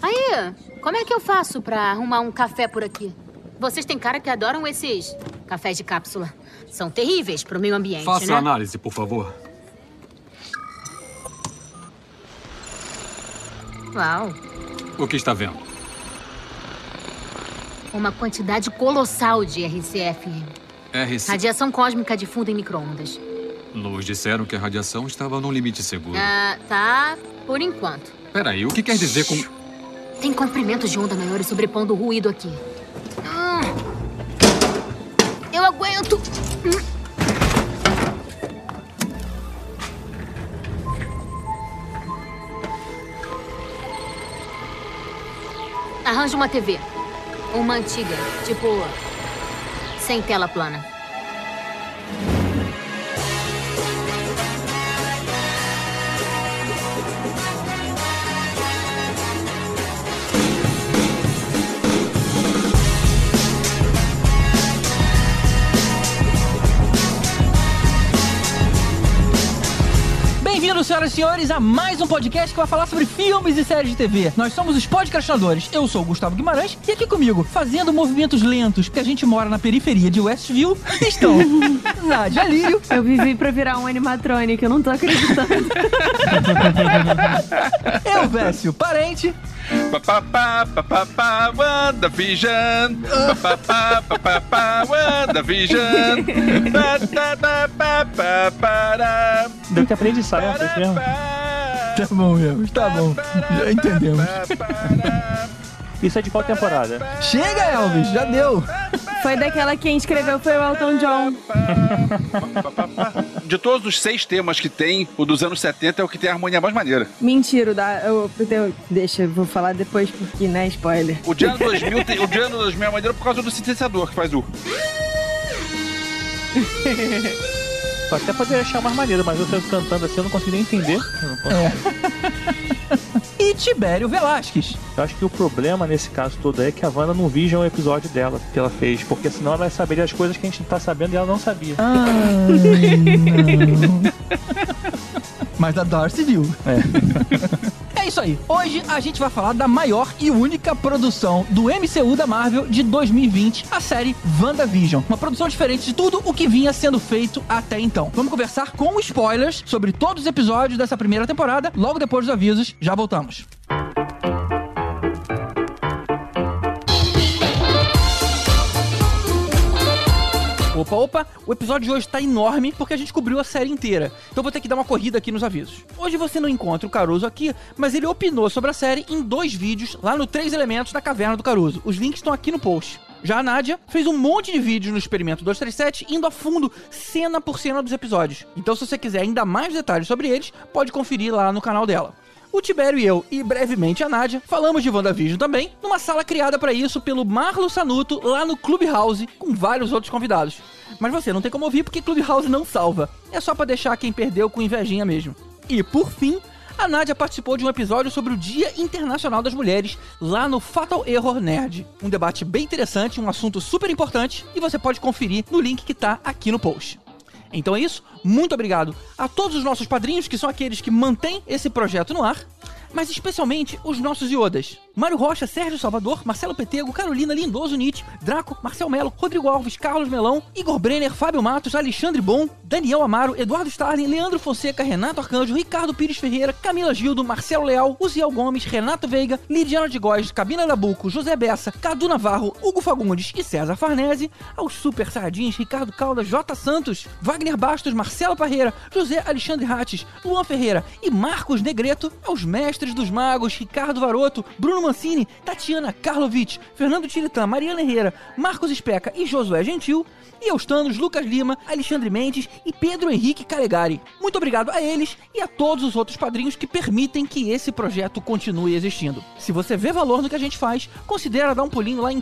Aí, como é que eu faço pra arrumar um café por aqui? Vocês têm cara que adoram esses cafés de cápsula. São terríveis pro meio ambiente, Faça né? a análise, por favor. Uau. O que está vendo? Uma quantidade colossal de RCFM. Radiação cósmica de fundo em micro-ondas. Nos disseram que a radiação estava num limite seguro. Tá, por enquanto. Peraí, o que quer dizer com... Tem comprimentos de onda maiores sobrepondo o ruído aqui. Eu aguento. Arranja uma TV. Uma antiga, tipo... sem tela plana. Bem-vindos, senhoras e senhores, a mais um podcast que vai falar sobre filmes e séries de TV. Nós somos os podcastinadores. Eu sou o Gustavo Guimarães e aqui comigo, fazendo movimentos lentos, porque a gente mora na periferia de Westview, estão Nádia Lírio. Eu vivi pra virar um animatronic, eu não tô acreditando. Eu, Vécio, parente. WandaVision. WandaVision. Deu que aprender isso mesmo. Tá bom, meu, tá bom. Já entendemos. Isso é de qual temporada? Chega, Elvis, já deu. Foi daquela que quem escreveu foi o Elton John. De todos os 6 temas que tem, o dos anos 70 é o que tem a harmonia mais maneira. Mentira, deixa, eu vou falar depois porque não é spoiler. O de ano 2000 é maneiro por causa do sintetizador que faz o... Eu até poderia achar mais maneiro, mas eu tô cantando assim, eu não consegui nem entender. Eu não posso... E Tibério Velasquez. Eu acho que o problema nesse caso todo é que a Wanda não viu o episódio dela que ela fez, porque senão ela vai saber as coisas que a gente tá sabendo e ela não sabia. Não. Mas a Darcy viu. É isso aí. Hoje a gente vai falar da maior e única produção do MCU da Marvel de 2020, a série WandaVision. Uma produção diferente de tudo o que vinha sendo feito até então. Vamos conversar com spoilers sobre todos os episódios dessa primeira temporada. Logo depois dos avisos, já voltamos. Opa, o episódio de hoje tá enorme porque a gente cobriu a série inteira. Então vou ter que dar uma corrida aqui nos avisos. Hoje você não encontra o Caruso aqui, mas ele opinou sobre a série em 2 vídeos lá no 3 Elementos da Caverna do Caruso. Os links estão aqui no post. Já a Nádia fez um monte de vídeos no Experimento 237, indo a fundo, cena por cena dos episódios. Então se você quiser ainda mais detalhes sobre eles, pode conferir lá no canal dela. O Tibério e eu, e brevemente a Nádia, falamos de WandaVision também, numa sala criada para isso pelo Marlo Sanuto, lá no Clubhouse, com vários outros convidados. Mas você não tem como ouvir porque Clubhouse não salva. É só pra deixar quem perdeu com invejinha mesmo. E por fim, a Nádia participou de um episódio sobre o Dia Internacional das Mulheres, lá no Fatal Error Nerd. Um debate bem interessante, um assunto super importante, e você pode conferir no link que tá aqui no post. Então é isso, muito obrigado a todos os nossos padrinhos, que são aqueles que mantêm esse projeto no ar, mas especialmente os nossos iodas. Mário Rocha, Sérgio Salvador, Marcelo Petego, Carolina Lindoso Nietzsche, Draco, Marcel Melo, Rodrigo Alves, Carlos Melão, Igor Brenner, Fábio Matos, Alexandre Bom, Daniel Amaro, Eduardo Starling, Leandro Fonseca, Renato Arcanjo, Ricardo Pires Ferreira, Camila Gildo, Marcelo Leal, Uziel Gomes, Renato Veiga, Lidiana de Góes, Cabina Nabuco, José Bessa, Cadu Navarro, Hugo Fagundes e César Farnese, aos Super Sardins, Ricardo Caldas, J. Santos, Wagner Bastos, Marcelo Parreira, José Alexandre Rates, Luan Ferreira e Marcos Negreto, aos Mestres dos Magos, Ricardo Varoto, Bruno Mancini, Tatiana Karlovic, Fernando Tiritã, Mariana Herrera, Marcos Especa e Josué Gentil, e aos Thanos, Lucas Lima, Alexandre Mendes e Pedro Henrique Calegari. Muito obrigado a eles e a todos os outros padrinhos que permitem que esse projeto continue existindo. Se você vê valor no que a gente faz, considera dar um pulinho lá em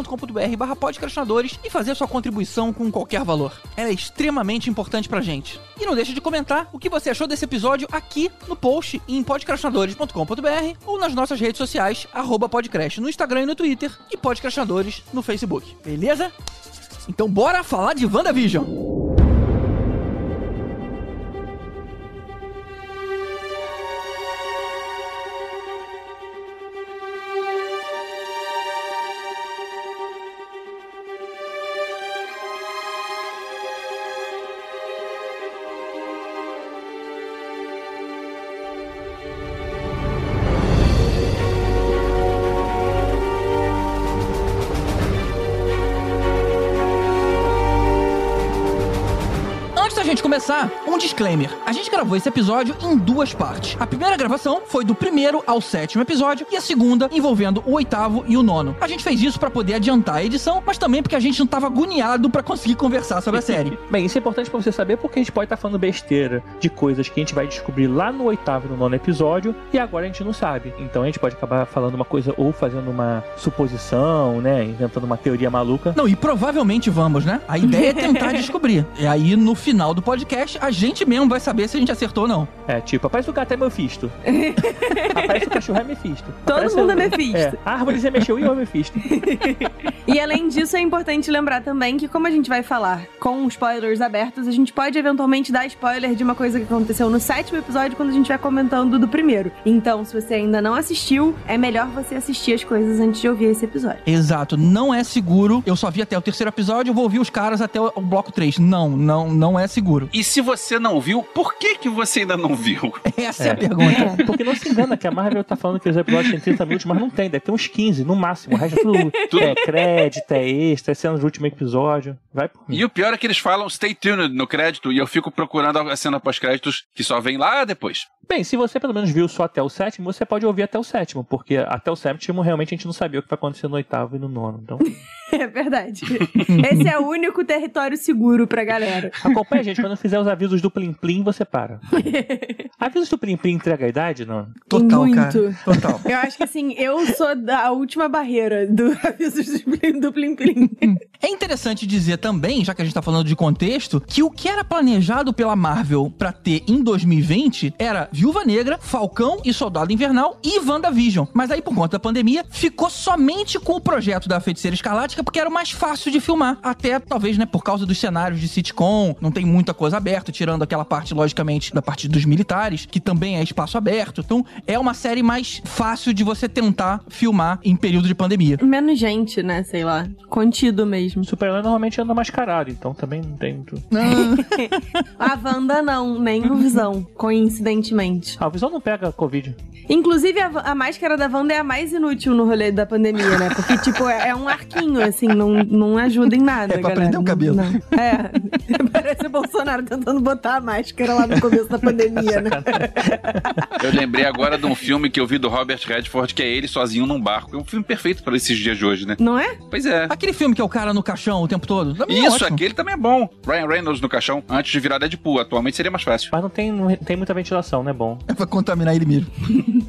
padrim.com.br/podcastinadores e fazer sua contribuição com qualquer valor. Ela é extremamente importante pra gente. E não deixe de comentar o que você achou desse episódio aqui no post em podcastinadores.com.br ou nas nossas redes sociais, @podcrast no Instagram e no Twitter e Podcastinadores no Facebook. Beleza? Então bora falar de WandaVision! gente começar, um disclaimer. A gente gravou esse episódio em 2 partes. A primeira gravação foi do 1º ao 7º episódio e a segunda envolvendo o 8º e o 9º. A gente fez isso pra poder adiantar a edição, mas também porque a gente não tava agoniado pra conseguir conversar sobre a série. Bem, isso é importante pra você saber porque a gente pode estar falando besteira de coisas que a gente vai descobrir lá no 8º e no 9º episódio e agora a gente não sabe. Então a gente pode acabar falando uma coisa ou fazendo uma suposição, né? Inventando uma teoria maluca. Não, e provavelmente vamos, né? A ideia é tentar descobrir. E aí, no final do podcast, a gente mesmo vai saber se a gente acertou ou não. É, tipo, aparece o gato é Mephisto. Aparece o cachorro é Mephisto. Todo mundo é Mephisto. É, a árvore se mexeu e eu é Mephisto. E além disso, é importante lembrar também que como a gente vai falar com spoilers abertos, a gente pode eventualmente dar spoiler de uma coisa que aconteceu no 7º episódio quando a gente vai comentando do 1º. Então, se você ainda não assistiu, é melhor você assistir as coisas antes de ouvir esse episódio. Exato, não é seguro. Eu só vi até o 3º episódio, eu vou ouvir os caras até o bloco 3. Não é seguro. E se você não viu, por que você ainda não viu? Essa é a pergunta. Porque não se engana que a Marvel tá falando que os episódios têm 30 minutos, mas não tem, deve ter uns 15 no máximo. O resto é tudo é crédito, é extra, é cena do último episódio. Vai por mim. E o pior é que eles falam stay tuned no crédito e eu fico procurando a cena pós-créditos que só vem lá depois. Bem, se você pelo menos viu só até o 7º, você pode ouvir até o 7º, porque até o 7º realmente a gente não sabia o que vai acontecer no 8º e no 9º, então... É verdade. Esse é o único território seguro pra galera. Acompanha a gente, quando fizer os avisos do Plim Plim, você para. Avisos do Plim Plim entrega a idade, não? Total, muito. cara. Total. Eu acho que assim, eu sou da última barreira do avisos do Plim Plim. É interessante dizer também, já que a gente tá falando de contexto, que o que era planejado pela Marvel pra ter em 2020 era Viúva Negra, Falcão e Soldado Invernal e WandaVision. Mas aí, por conta da pandemia, ficou somente com o projeto da Feiticeira Escarlate, porque era o mais fácil de filmar. Até, talvez, né, por causa dos cenários de sitcom, não tem muita coisa aberta, tirando aquela parte, logicamente, da parte dos militares, que também é espaço aberto. Então, é uma série mais fácil de você tentar filmar em período de pandemia. Menos gente, né? Sei lá. Contido mesmo. Super-herói normalmente anda mascarado, então também não tem muito... A Wanda não, nem o Visão, coincidentemente. Ah, o Visão não pega Covid. Inclusive, a máscara da Wanda é a mais inútil no rolê da pandemia, né? Porque, tipo, é um arquinho, assim, não ajuda em nada, É pra galera. prender o cabelo. Não. É, parece o Bolsonaro tentando botar a máscara lá no começo da pandemia, né? Eu lembrei agora de um filme que eu vi do Robert Redford, que é ele sozinho num barco. É um filme perfeito para esses dias de hoje, né? Não é? Pois é. Aquele filme que é o cara no caixão o tempo todo. Também é Isso, ótimo. aquele também é bom. Ryan Reynolds no caixão, antes de virar Deadpool. Atualmente seria mais fácil. Mas não tem muita ventilação, né? Bom. É pra contaminar ele mesmo.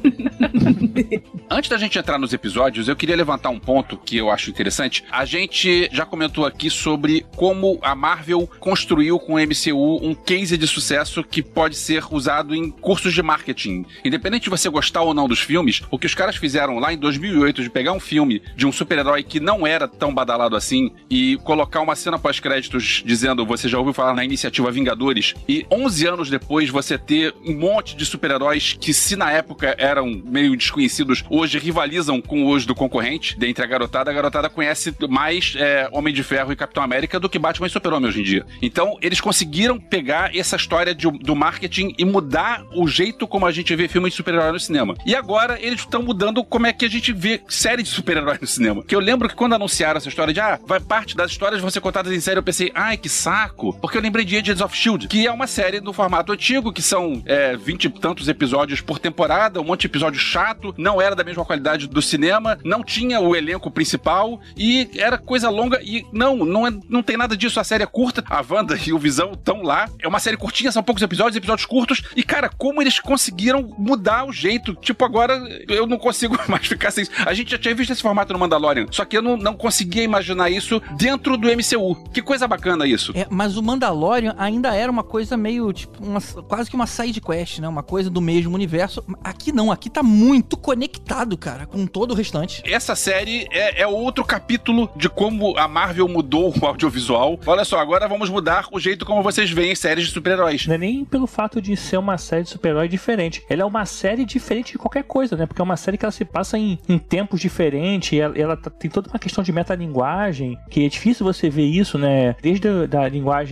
Antes da gente entrar nos episódios, eu queria levantar um ponto que eu acho interessante. A gente já comentou aqui sobre como a Marvel construiu com o MCU um case de sucesso que pode ser usado em cursos de marketing. Independente de você gostar ou não dos filmes, o que os caras fizeram lá em 2008 de pegar um filme de um super-herói que não era tão badalado assim e colocar uma cena pós-créditos dizendo, você já ouviu falar na iniciativa Vingadores, e 11 anos depois você ter um monte de super-heróis que, se na época eram meio desconhecidos, hoje rivalizam com os do concorrente. Dentre a garotada conhece mais Homem de Ferro e Capitão América do que Batman e Super-Homem hoje em dia. Então, eles conseguiram pegar essa história do marketing e mudar o jeito como a gente vê filmes de super-herói no cinema. E agora, eles estão mudando como é que a gente vê série de super-herói no cinema. Que eu lembro que quando anunciaram essa história de, parte das histórias vão ser contadas em série, eu pensei, ai, que saco. Porque eu lembrei de Agents of S.H.I.E.L.D., que é uma série do formato antigo, que são 20 e tantos episódios por temporada, um monte de episódio chato, não era da mesma qualidade do cinema, não tinha o elenco principal e era coisa longa e não tem nada disso. A série é curta, a Wanda e o Visão estão lá, é uma série curtinha, são poucos episódios curtos e, cara, como eles conseguiram mudar o jeito, tipo, agora eu não consigo mais ficar sem isso. A gente já tinha visto esse formato no Mandalorian, só que eu não conseguia imaginar isso dentro do MCU. Que coisa bacana isso. Mas o Mandalorian ainda era uma coisa meio, tipo, quase que uma side quest, né? Uma coisa do mesmo universo. Aqui não, aqui tá muito conectado, cara, com todo o restante. Essa série é outro capítulo de como a Marvel mudou o audiovisual. Olha só, agora vamos mudar o jeito como vocês veem séries de super-heróis. Não é nem pelo fato de ser uma série de super-herói diferente. Ela é uma série diferente de qualquer coisa, né? Porque é uma série que ela se passa em tempos diferentes, ela tem toda uma questão de metalinguagem, que é difícil você ver isso, né? Desde a linguagem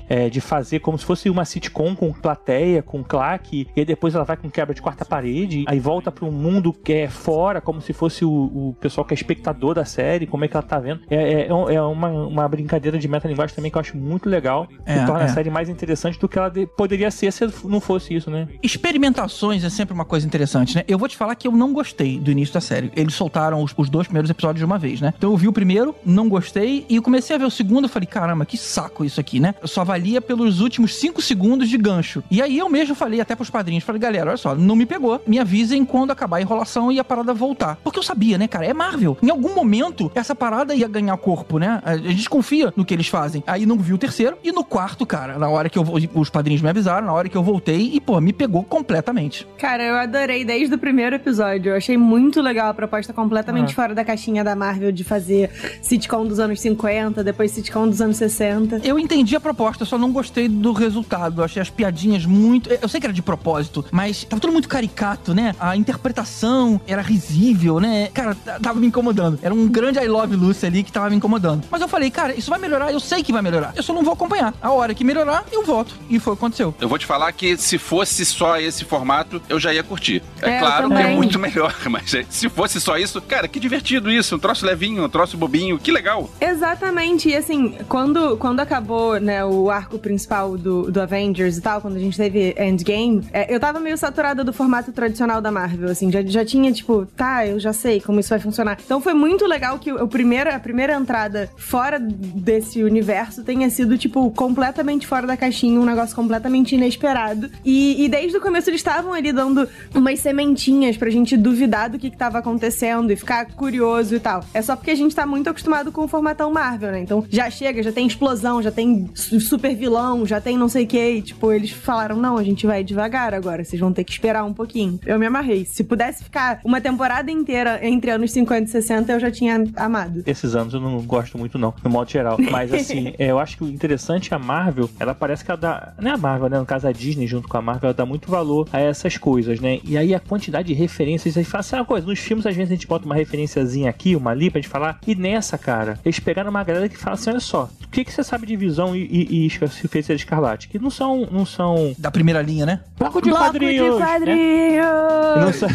de fazer como se fosse uma sitcom com plateia, com claque, e aí depois ela vai com quebra de quarta parede, aí volta para um mundo que é fora, como se fosse o pessoal que é espectador da série, como é que ela tá vendo. É uma brincadeira de metalinguagem também que eu acho muito legal, que torna a série mais interessante do que ela poderia ser se não fosse isso, né? Experimentações é sempre uma coisa interessante, né? Eu vou te falar que eu não gostei do início da série. Eles soltaram os 2 primeiros episódios de uma vez, né? Então eu vi o primeiro, não gostei, e eu comecei a ver o segundo, eu falei, caramba, que saco isso aqui, né? Eu só valia pelos últimos 5 segundos de gancho. E aí eu mesmo falei até pros padrinhos, falei, galera, olha só, não me pegou, me avisem quando acabar a enrolação e a parada voltar. Porque eu sabia, né, cara? É Marvel. Em algum momento, essa parada ia ganhar corpo, né? A gente confia no que eles fazem. Aí não vi o terceiro. E no quarto, cara, na hora que os padrinhos me avisaram, na hora que eu voltei, e, pô, me pegou completamente. Cara, eu adorei desde o primeiro episódio. Eu achei muito legal a proposta completamente fora da caixinha da Marvel de fazer sitcom dos anos 50, depois sitcom dos anos 60. Eu entendi a proposta, só não gostei do resultado. Eu achei as piadinhas muito... Eu sei que era de propósito, mas tava tudo muito caricato, né? A interpretação era risível, né? Cara, tava me incomodando. Era um grande I Love Lucy ali que tava me incomodando. Mas eu falei, cara, isso vai melhorar, eu sei que vai melhorar. Eu só não vou acompanhar. A hora que melhorar, eu volto. E foi o que aconteceu. Eu vou te falar que se fosse só esse formato, eu já ia curtir. É claro que também. é muito melhor, mas se fosse só isso, cara, que divertido isso. Um troço levinho, um troço bobinho, que legal. Exatamente. E assim, quando acabou, né, o arco principal do Avengers e tal, quando a gente teve Endgame, eu tava meio saturada do formato tradicional da Marvel, assim, já tinha, tipo, eu já sei como isso vai funcionar. Então foi muito legal que a primeira entrada fora desse universo tenha sido, tipo, completamente fora da caixinha, um negócio completamente inesperado. E desde o começo eles estavam ali dando umas sementinhas pra gente duvidar do que tava acontecendo e ficar curioso e tal. É só porque a gente tá muito acostumado com o formatão Marvel, né? Então já chega, já tem explosão, já tem super vilão, já tem não sei o que. E, tipo, eles falaram, não, a gente vai devagar agora, vocês vão ter que esperar um pouquinho. Eu me amarrei. Se pudesse ficar uma temporada inteira entre anos 50 e 60, eu já tinha amado. Esses anos eu não gosto muito, não, no modo geral. Mas, assim, eu acho que o interessante é a Marvel, ela parece que ela dá... Não é a Marvel, né? No caso, a Disney, junto com a Marvel, ela dá muito valor a essas coisas, né? E aí a quantidade de referências, aí fala assim, uma coisa, nos filmes, às vezes, a gente bota uma referenciazinha aqui, uma ali, pra gente falar, e nessa, cara, eles pegaram uma galera que fala assim, olha só, o que você sabe de Visão e Feiticeira Escarlate? Que não são... Da primeira linha, né? Bloco de quadrinhos! Né? Não são...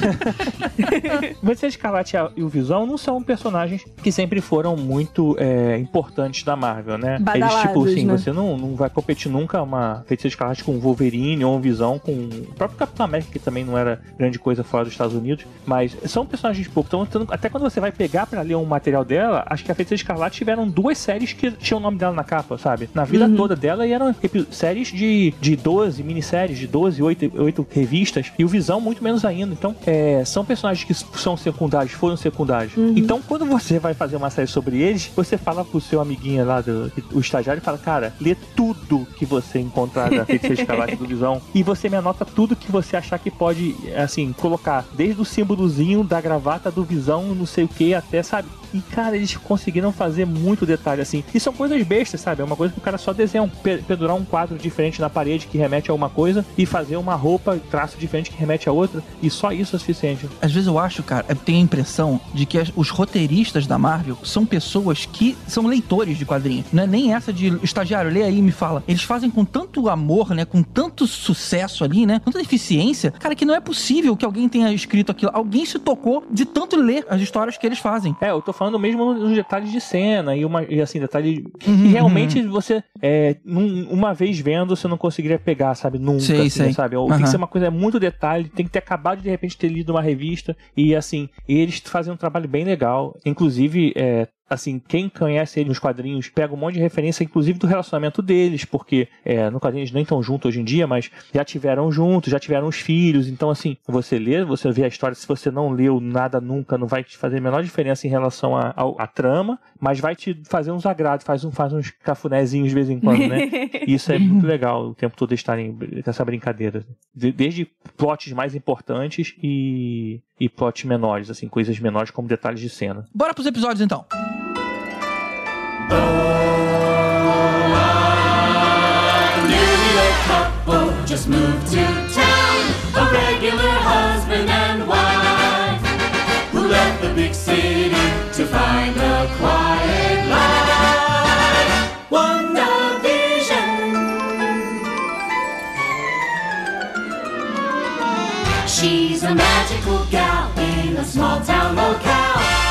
Feiticeira Escarlate e o Visão não são personagens que sempre foram muito importantes da Marvel, né? Badalados, eles, tipo assim, né? você não vai competir nunca uma Feiticeira Escarlate com um Wolverine ou um Visão com o próprio Capitão América, que também não era grande coisa fora dos Estados Unidos, mas são personagens pouco. Então, até quando você vai pegar pra ler um material dela, acho que a Feiticeira Escarlate tiveram 2 séries que tinham o nome dela na capa, sabe? Na vida toda dela, e eram séries de 12, minisséries de 12, 8 revistas, e o Visão muito menos ainda. Então, são personagens que são secundários, foram secundários. Então, quando você vai fazer uma série sobre eles, você fala pro seu amiguinho lá, o estagiário, e fala, cara, lê tudo que você encontrar da Feiticeira Escarlate do Visão, e você me anota tudo que você achar que pode, assim, colocar, desde o símbolozinho da gravata do Visão, não sei o que, até, sabe? E, cara, eles conseguiram fazer muito detalhe, assim. E são coisas bestas, sabe? É uma coisa que o cara só desenha, pendurar um quadro diferente na parede que remete a uma coisa e fazer uma roupa, traço diferente que remete a outra. E só isso é suficiente. Às vezes eu acho, cara, eu tenho a impressão de que os roteiristas da Marvel são pessoas que são leitores de quadrinhos. Não é nem essa de estagiário, lê aí e me fala. Eles fazem com tanto amor, né? Com tanto sucesso ali, né? Tanta eficiência. Cara, que não é possível que alguém tenha escrito aquilo. Alguém se tocou de tanto ler as histórias que eles fazem. Eu tô falando mesmo nos detalhes de cena e assim, detalhe que realmente você, uma vez vendo, você não conseguiria pegar, sabe? Nunca, sei, assim, sei. Sabe? Tem que ser uma coisa, muito detalhe, tem que ter acabado de repente ter lido uma revista e assim, eles fazem um trabalho bem legal, inclusive, assim, quem conhece ele nos quadrinhos pega um monte de referência, inclusive do relacionamento deles, porque no quadrinho eles nem estão juntos hoje em dia, mas já tiveram juntos, já tiveram os filhos, então assim, você lê, você vê a história, se você não leu nada nunca, não vai te fazer a menor diferença em relação à trama, mas vai te fazer uns agrados, faz uns cafunézinhos de vez em quando, né? E isso é muito legal, o tempo todo estarem nessa brincadeira. Desde plots mais importantes e plots menores, assim, coisas menores como detalhes de cena. Bora pros episódios, então. Just moved to town, a regular husband and wife who left the big city to find a quiet life. WandaVision,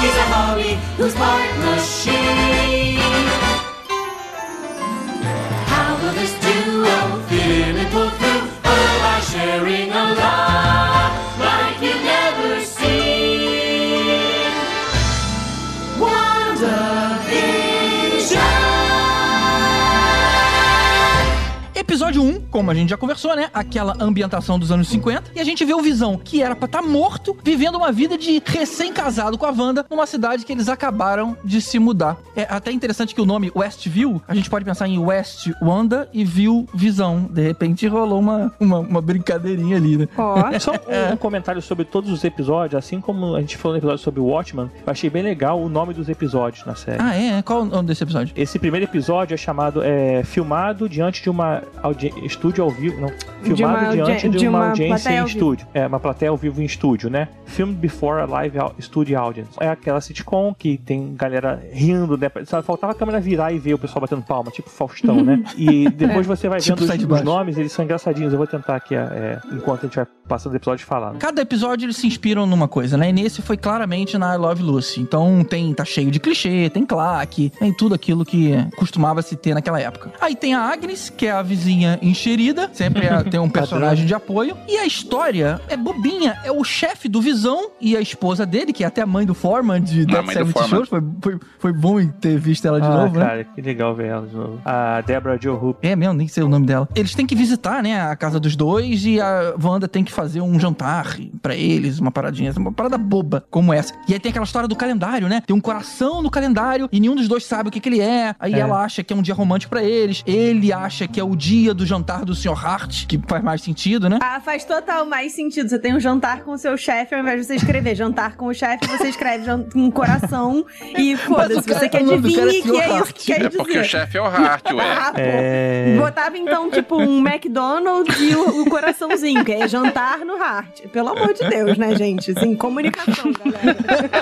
He's a hobby who's part machine. How will this duo fit in and pull through? Oh, by sharing a love like you've never seen. WandaVision. Episódio 1, como a gente já conversou, né? Aquela ambientação dos anos 50. E a gente vê o Visão, que era pra estar morto, vivendo uma vida de recém-casado com a Wanda, numa cidade que eles acabaram de se mudar. É até interessante que o nome Westview, a gente pode pensar em West Wanda e View Visão. De repente rolou uma brincadeirinha ali, né? Só um comentário sobre todos os episódios. Assim como a gente falou no episódio sobre o Watchmen, eu achei bem legal o nome dos episódios na série. Ah, é? Qual o nome desse episódio? Esse primeiro episódio é chamado Filmado diante de uma estúdio ao vivo, não, filmado diante de uma audiência em estúdio. É, uma plateia ao vivo em estúdio, né? Filmed before a live studio audience. É aquela sitcom que tem galera rindo, né? Só faltava a câmera virar e ver o pessoal batendo palma, tipo Faustão, né? E depois você vai vendo os nomes, eles são engraçadinhos. Eu vou tentar aqui, enquanto a gente vai passando o episódio falar. Né? Cada episódio eles se inspiram numa coisa, né? E nesse foi claramente na I Love Lucy. Então tá cheio de clichê, tem claque, tem tudo aquilo que costumava se ter naquela época. Aí tem a Agnes, que é a vizinha encherida, sempre tem um personagem de apoio. E a história é bobinha, é o chefe do Visão e a esposa dele, que é até a mãe do Foreman de Dead 70 Shows. Foi bom ter visto ela de novo, cara, né? Que legal ver ela de novo. A Deborah Jo Rupp. É mesmo, nem sei o nome dela. Eles têm que visitar, né, a casa dos dois e a Wanda tem que fazer um jantar pra eles, uma paradinha, uma parada boba como essa. E aí tem aquela história do calendário, né? Tem um coração no calendário e nenhum dos dois sabe o que ele é. Aí ela acha que é um dia romântico pra eles. Ele acha que é o dia do jantar do Sr. Hart, que faz mais sentido, né? Ah, faz total mais sentido. Você tem um jantar com o seu chefe, ao invés de você escrever jantar com o chefe, você escreve um coração e foda-se. Você quer adivinhar que é isso que quer dizer. É porque o chefe é o Hart, ué. Botava então, tipo, um McDonald's e o coraçãozinho, que é jantar no Hart. Pelo amor de Deus, né, gente? Assim, comunicação, galera.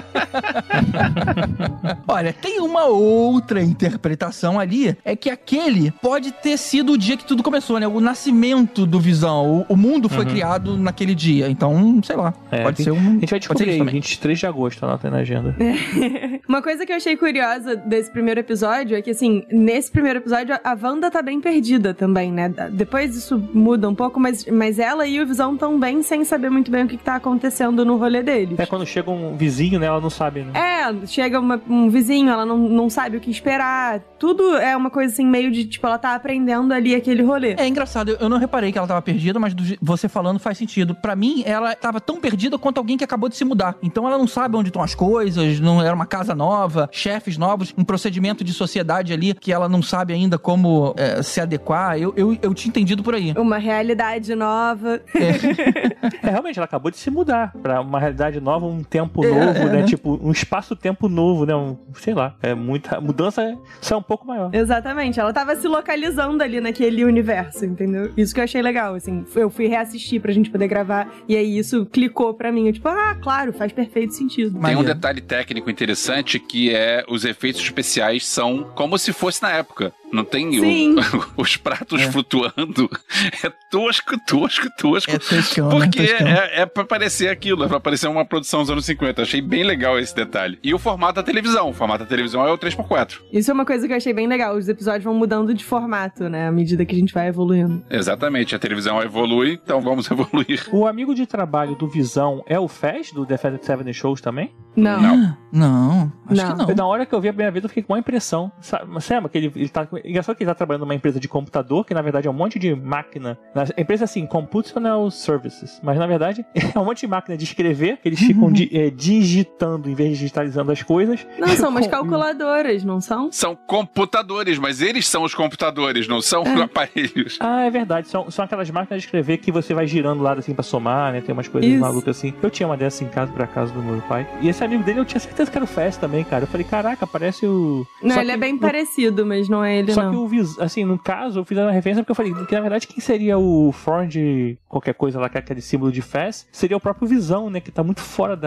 Olha, tem uma outra interpretação ali, é que aquele pode ter sido o dia que tudo começou, né? O nascimento do Visão. O mundo foi criado naquele dia. Então, sei lá. Pode ser um... A gente vai descobrir aí, 23 de agosto, anota aí na agenda. Uma coisa que eu achei curiosa desse primeiro episódio é que, assim, nesse primeiro episódio, a Wanda tá bem perdida também, né? Depois isso muda um pouco, mas ela e o Visão estão bem sem saber muito bem o que tá acontecendo no rolê deles. Quando chega um vizinho, né? Ela não sabe, né? Chega um vizinho, ela não sabe o que esperar. Tudo é uma coisa, assim, meio de, tipo, ela tá aprendendo ali aquele rolê. É engraçado, eu não reparei que ela tava perdida, mas você falando faz sentido. Pra mim, ela tava tão perdida quanto alguém que acabou de se mudar. Então ela não sabe onde estão as coisas, não era uma casa nova, chefes novos, um procedimento de sociedade ali que ela não sabe ainda como se adequar. Eu tinha entendido por aí. Uma realidade nova. Realmente, ela acabou de se mudar pra uma realidade nova, um tempo novo, né? Tipo, um espaço-tempo novo, né? Sei lá, muita mudança só é um pouco maior. Exatamente, ela tava se localizando ali naquele universo, entendeu? Isso que eu achei legal, assim. Eu fui reassistir pra gente poder gravar e aí isso clicou pra mim. Eu, tipo, claro, faz perfeito sentido. Tem um detalhe técnico interessante que os efeitos especiais são como se fosse na época. Não tem os pratos flutuando. É tosco. É toscão, porque né? é pra parecer aquilo, é pra parecer uma produção dos anos 50. Achei bem legal esse detalhe. E o formato da televisão. O formato da televisão é o 3x4. Isso é uma coisa que eu achei bem legal. Os episódios vão mudando de formato, né? À medida que a gente vai evoluindo. Exatamente. A televisão evolui, então vamos evoluir. O amigo de trabalho do Visão é o Faz, do The 70 Shows também? Não. Não, acho que não. Na hora que eu vi a primeira vez, eu fiquei com uma impressão. Sabe que ele tá... Engraçado que ele tá trabalhando numa empresa de computador, que na verdade é um monte de máquina. A empresa assim, Computational Services. Mas na verdade é um monte de máquina de escrever, que eles ficam digitando em vez de digitalizando as coisas. Não, são umas calculadoras, não são? São computadores, mas eles são os computadores, não são aparelhos. Ah, é verdade. São aquelas máquinas de escrever que você vai girando lá assim pra somar, né? Tem umas coisas malucas assim. Eu tinha uma dessas em casa, por acaso, do meu pai. E esse amigo dele, eu tinha certeza que era o Fast também, cara. Eu falei, caraca, parece o... Não, ele é bem parecido, mas não é ele, Só não. que o assim, no caso, eu fiz uma referência porque eu falei que, na verdade, quem seria o Ford, qualquer coisa lá, que é aquele símbolo de Fast, seria o próprio Visão, né? Que tá muito fora da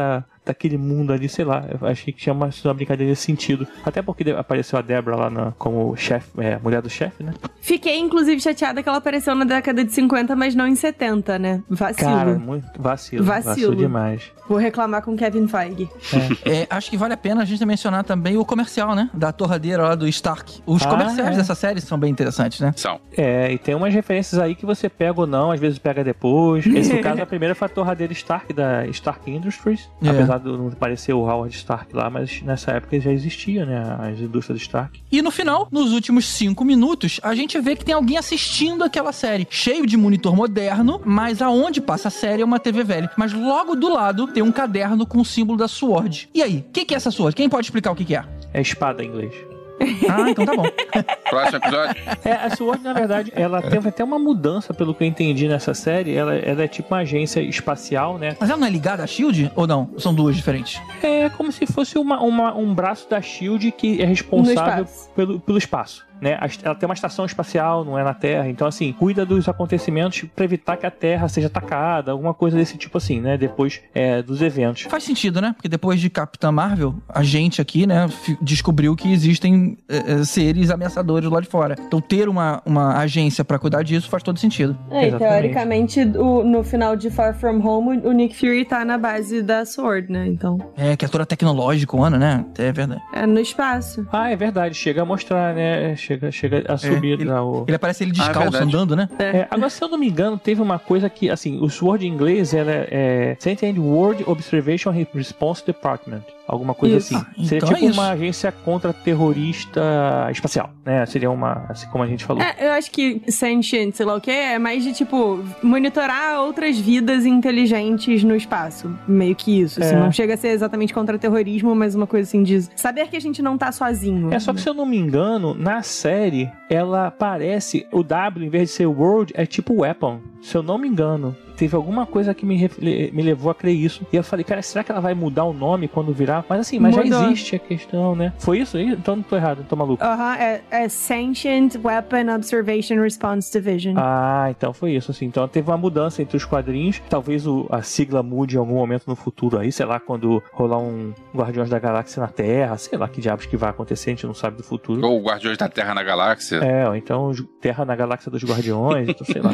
daquele mundo ali, sei lá. Eu achei que tinha uma brincadeira nesse sentido. Até porque apareceu a Deborah lá como chefe, mulher do chefe, né? Fiquei, inclusive, chateada que ela apareceu na década de 50, mas não em 70, né? Vacilo. Cara, muito vacilo demais. Vou reclamar com Kevin Feige. Acho que vale a pena a gente mencionar também o comercial, né? Da torradeira lá do Stark. Os comerciais dessa série são bem interessantes, né? São. E tem umas referências aí que você pega ou não, às vezes pega depois. Esse, no caso, a primeira foi a torradeira Stark, da Stark Industries. Apesar de não parecer o Howard Stark lá, mas nessa época já existia, né? As indústrias Stark. E no final, nos últimos 5 minutos, a gente vê que tem alguém assistindo aquela série. Cheio de monitor moderno, mas aonde passa a série é uma TV velha. Mas logo do lado tem um caderno com o símbolo da Sword. E aí, o que é essa Sword? Quem pode explicar o que é? É espada em inglês. Ah, então tá bom. Próximo episódio. A SWORD, na verdade, ela teve até uma mudança, pelo que eu entendi nessa série. Ela é tipo uma agência espacial, né? Mas ela não é ligada à SHIELD? Ou não? São duas diferentes? É como se fosse um braço da SHIELD que é responsável pelo espaço. Né? Ela tem uma estação espacial, não é na Terra, então assim, cuida dos acontecimentos pra evitar que a Terra seja atacada, alguma coisa desse tipo assim, né? Depois dos eventos. Faz sentido, né? Porque depois de Capitã Marvel, a gente aqui, né, descobriu que existem seres ameaçadores lá de fora. Então ter uma agência pra cuidar disso faz todo sentido. E teoricamente, no final de Far From Home, o Nick Fury tá na base da SWORD, né? Então... que é toda tecnológica, Ana, né? É verdade. É no espaço. É verdade. Chega a mostrar, né? Chega a subir ele aparece ele descalço andando, né? Agora, se eu não me engano, teve uma coisa que, assim, o SWORD em inglês, ela é Sentinel World Observation Response Department. Alguma coisa assim. Seria então tipo uma agência contra-terrorista espacial, né? Seria uma, assim como a gente falou. Eu acho que sentient, sei lá o que, é mais de, tipo, monitorar outras vidas inteligentes no espaço. Meio que isso, assim. Não chega a ser exatamente contra-terrorismo, mas uma coisa assim de saber que a gente não tá sozinho. Só que se eu não me engano, na série, ela parece, o W, em vez de ser World, é tipo Weapon. Se eu não me engano. Teve alguma coisa que me levou a crer isso. E eu falei, cara, será que ela vai mudar o nome quando virar? Mas assim, já existe a questão, né? Foi isso aí? Então não tô errado, não tô maluco. É Sentient Weapon Observation Response Division. Então foi isso, assim. Então teve uma mudança entre os quadrinhos. Talvez a sigla mude em algum momento no futuro aí, sei lá, quando rolar um Guardiões da Galáxia na Terra, sei lá que diabos que vai acontecer, a gente não sabe do futuro. Ou Guardiões da Terra na Galáxia. Ou então Terra na Galáxia dos Guardiões, então, sei lá.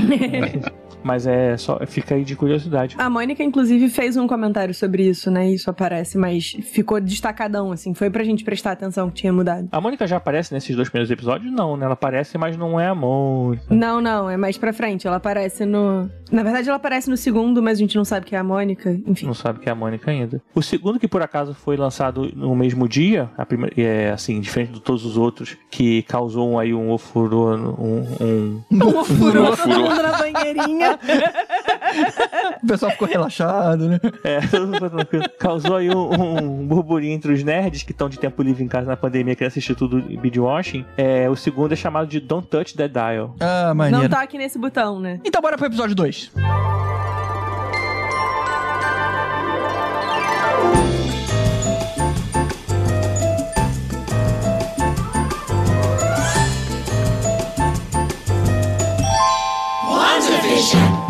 Mas fica aí de curiosidade. A Mônica, inclusive, fez um comentário sobre isso, né? Isso aparece, mas ficou destacadão, assim. Foi pra gente prestar atenção que tinha mudado. A Mônica já aparece nesses 2 primeiros episódios? Não, né? Ela aparece, mas não é a Mônica. Não. É mais pra frente. Ela aparece no... Na verdade, ela aparece no segundo, mas a gente não sabe que é a Mônica. Enfim. Não sabe que é a Mônica ainda. O segundo, que por acaso foi lançado no mesmo dia, assim, diferente de todos os outros, que causou aí um ofurô, um ofurô na banheirinha. O pessoal ficou relaxado, né? Causou aí um burburinho entre os nerds que estão de tempo livre em casa na pandemia, que assistir tudo binge-watching. O segundo é chamado de Don't Touch That Dial. Maneiro. Não toque nesse botão, né? Então bora pro episódio 2. WandaVision.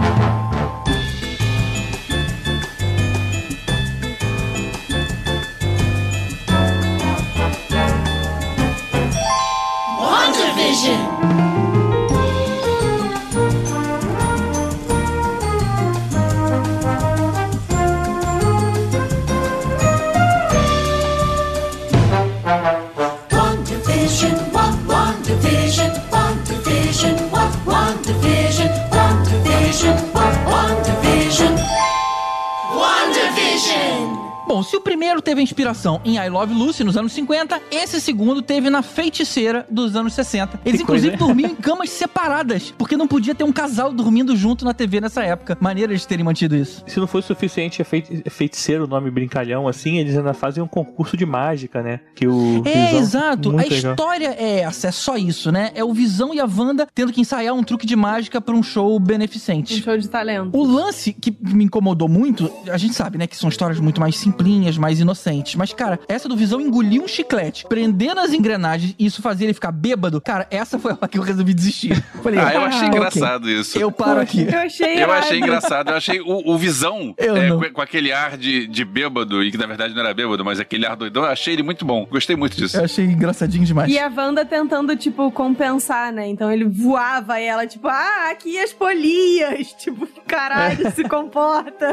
Bom, se o primeiro teve inspiração em I Love Lucy nos anos 50, esse segundo teve na Feiticeira dos anos 60. Eles, inclusive, dormiam em camas separadas, porque não podia ter um casal dormindo junto na TV nessa época. Maneira de terem mantido isso. Se não fosse suficiente feiticeiro, o nome brincalhão, assim, eles ainda fazem um concurso de mágica, né? Que o Visão, exato. A legal. História é essa, é só isso, né? É o Visão e a Wanda tendo que ensaiar um truque de mágica pra um show beneficente. Um show de talento. O lance que me incomodou muito, a gente sabe, né, que são histórias muito mais simplinhas, mais inocentes. diferentes. Mas, cara, essa do Visão engolir um chiclete, prender nas engrenagens e isso fazia ele ficar bêbado, cara, essa foi a hora que eu resolvi desistir. Falei, eu achei ok, engraçado isso. eu paro aqui. Eu achei Eu achei irado. engraçado, eu achei o Visão não. com aquele ar de bêbado, e que na verdade não era bêbado, mas aquele ar doidão, eu achei ele muito bom. Gostei muito disso. Eu achei engraçadinho demais. E a Wanda tentando, tipo, compensar, né? Então ele voava e ela, tipo, aqui as polias. Tipo, caralho, se comporta.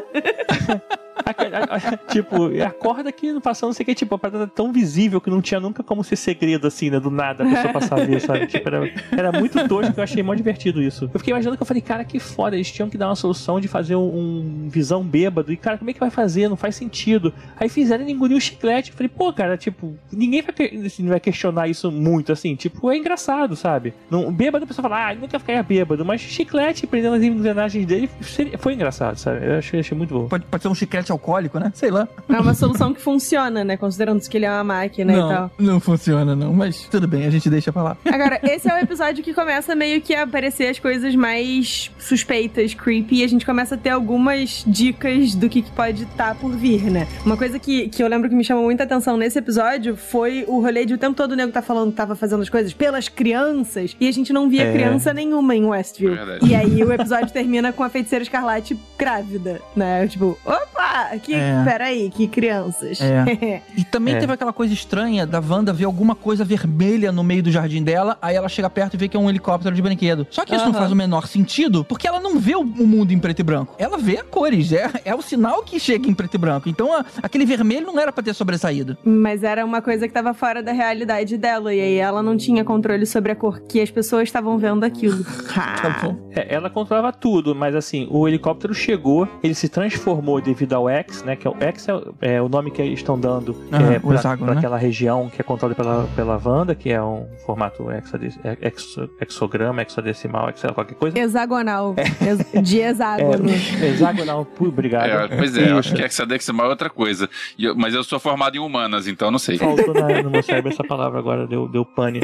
Tipo, acorda aqui no passando, não sei o que, tipo, a parada tão visível que não tinha nunca como ser segredo, assim, né? Do nada a pessoa passar a ver, sabe? Tipo, era muito tosco, eu achei mó divertido isso. Eu fiquei imaginando que eu falei, cara, que foda, eles tinham que dar uma solução de fazer um Visão bêbado. E, cara, como é que vai fazer? Não faz sentido. Aí fizeram ele engolir o chiclete. Eu falei, pô, cara, tipo, ninguém vai questionar isso muito, assim. Tipo, é engraçado, sabe? Não, bêbado, a pessoa fala, ele nunca ficaria bêbado. Mas chiclete prendendo as engrenagens dele foi engraçado, sabe? Eu achei muito bom. Pode ser um chiclete alcoólico, né? Sei lá. É uma solução que funciona, né? Considerando que ele é uma máquina e tal. Não funciona, não. Mas tudo bem, a gente deixa pra lá. Agora, esse é o episódio que começa meio que a aparecer as coisas mais suspeitas, creepy, e a gente começa a ter algumas dicas do que pode estar por vir, né? Uma coisa que eu lembro que me chamou muita atenção nesse episódio foi o rolê de o tempo todo o nego tava fazendo as coisas pelas crianças, e a gente não via criança nenhuma em Westview. É verdade. E aí o episódio termina com a Feiticeira Escarlate grávida, né? Tipo, opa, peraí, que crianças. E também teve aquela coisa estranha da Wanda ver alguma coisa vermelha no meio do jardim dela, aí ela chega perto e vê que é um helicóptero de brinquedo. Só que isso não faz o menor sentido, porque ela não vê o mundo em preto e branco. Ela vê a cores, é o sinal que chega em preto e branco. Então aquele vermelho não era pra ter sobressaído. Mas era uma coisa que tava fora da realidade dela, e aí ela não tinha controle sobre a cor que as pessoas estavam vendo aquilo. Tá bom. Ela controlava tudo, mas assim, o helicóptero chegou, ele se transformou devido ao X, né? Que o X é o nome que eles estão dando o hexágono, pra né? aquela região que é controlada pela Wanda, que é um formato hexograma, hexadecimal, qualquer coisa. Hexagonal. De hexágono. Hexagonal, obrigado. Pois é, eu acho que hexadecimal é outra coisa. Mas eu sou formado em humanas, então não sei. Faltou no meu cérebro essa palavra agora, deu pane.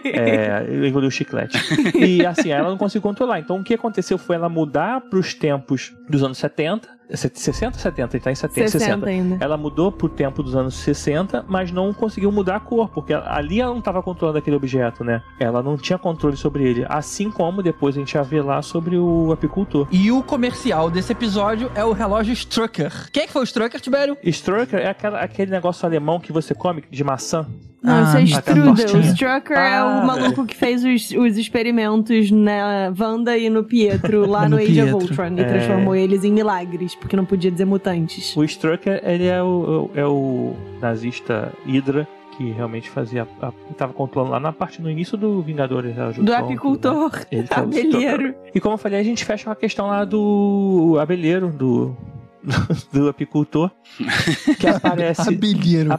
Eu engoli o chiclete. E assim, ela não conseguiu controlar. Então o que aconteceu foi ela mudar pros tempos dos anos 70. 60 ou 70? Ele tá em 70, 60 ainda. Ela mudou pro tempo dos anos 60, mas não conseguiu mudar a cor, porque ali ela não estava controlando aquele objeto, né? Ela não tinha controle sobre ele. Assim como depois a gente ia ver lá sobre o apicultor. E o comercial desse episódio é o relógio Strucker. Quem é que foi o Strucker, Tibério? Strucker é aquele negócio alemão que você come de maçã. Não, isso é Strudel. O tortinha. Strucker é o maluco que fez os experimentos na Wanda e no Pietro lá no Age of Ultron e transformou eles em milagres, porque não podia dizer mutantes. O Strucker, ele é o nazista Hydra, que realmente estava controlando lá na parte no início do Vingadores. Do apicultor, abelheiro. E como eu falei, a gente fecha com a questão lá do abelheiro, do apicultor, que aparece abelheiro.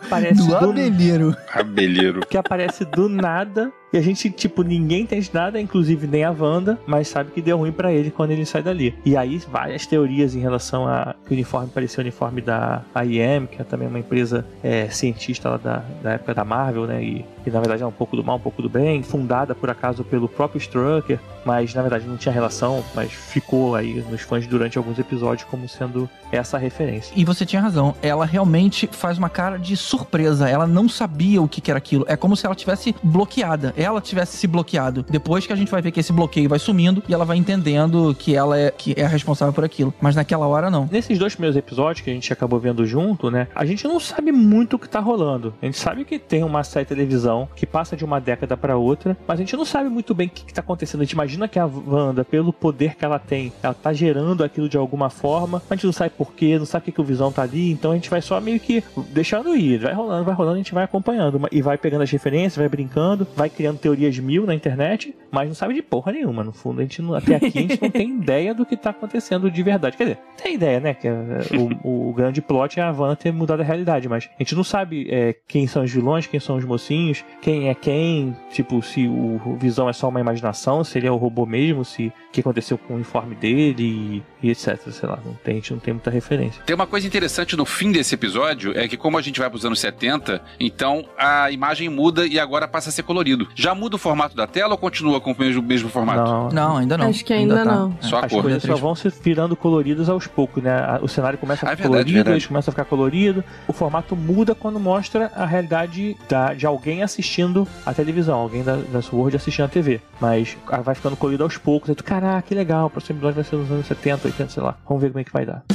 Abelheiro. Que aparece do nada. E a gente, tipo, ninguém entende nada, inclusive nem a Wanda, mas sabe que deu ruim pra ele quando ele sai dali. E aí, várias teorias em relação a que o uniforme parecia o uniforme da IM, que é também uma empresa cientista lá da época da Marvel, né? E na verdade é um pouco do mal, um pouco do bem, fundada por acaso pelo próprio Strucker, mas na verdade não tinha relação, mas ficou aí nos fãs durante alguns episódios como sendo essa referência. E você tinha razão, ela realmente faz uma cara de surpresa, ela não sabia o que era aquilo, é como se ela tivesse bloqueada. Ela tivesse se bloqueado. Depois que a gente vai ver que esse bloqueio vai sumindo e ela vai entendendo que ela é responsável por aquilo. Mas naquela hora, não. Nesses 2 primeiros episódios que a gente acabou vendo junto, né? A gente não sabe muito o que tá rolando. A gente sabe que tem uma série de televisão que passa de uma década pra outra, mas a gente não sabe muito bem o que tá acontecendo. A gente imagina que a Wanda, pelo poder que ela tem, ela tá gerando aquilo de alguma forma, mas a gente não sabe porquê, não sabe o que o Visão tá ali, então a gente vai só meio que deixando ir. Vai rolando, a gente vai acompanhando. E vai pegando as referências, vai brincando, vai criando teorias mil na internet, mas não sabe de porra nenhuma. No fundo, até aqui a gente não tem ideia do que tá acontecendo de verdade. Quer dizer, tem ideia, né? Que o grande plot é a Wanda ter mudado a realidade, mas a gente não sabe quem são os vilões, quem são os mocinhos, quem é quem, tipo, se o Visão é só uma imaginação, se ele é o robô mesmo, se o que aconteceu com o uniforme dele e etc, sei lá, a gente não tem muita referência. Tem uma coisa interessante no fim desse episódio, é que como a gente vai pros anos 70, então a imagem muda e agora passa a ser colorido. Já muda o formato da tela ou continua com o mesmo formato? Não, ainda não. Acho que ainda tá. não. Só a As cor. coisas só vão se virando coloridas aos poucos, né? O cenário começa a ficar verdade, colorido, verdade. eles começam a ficar colorido. O formato muda quando mostra a realidade de alguém assistindo a televisão, alguém da Sword assistindo a TV. Mas vai ficando colorido aos poucos. Aí tu, caraca, que legal, o próximo episódio vai ser nos anos 70, 80, sei lá. Vamos ver como é que vai dar.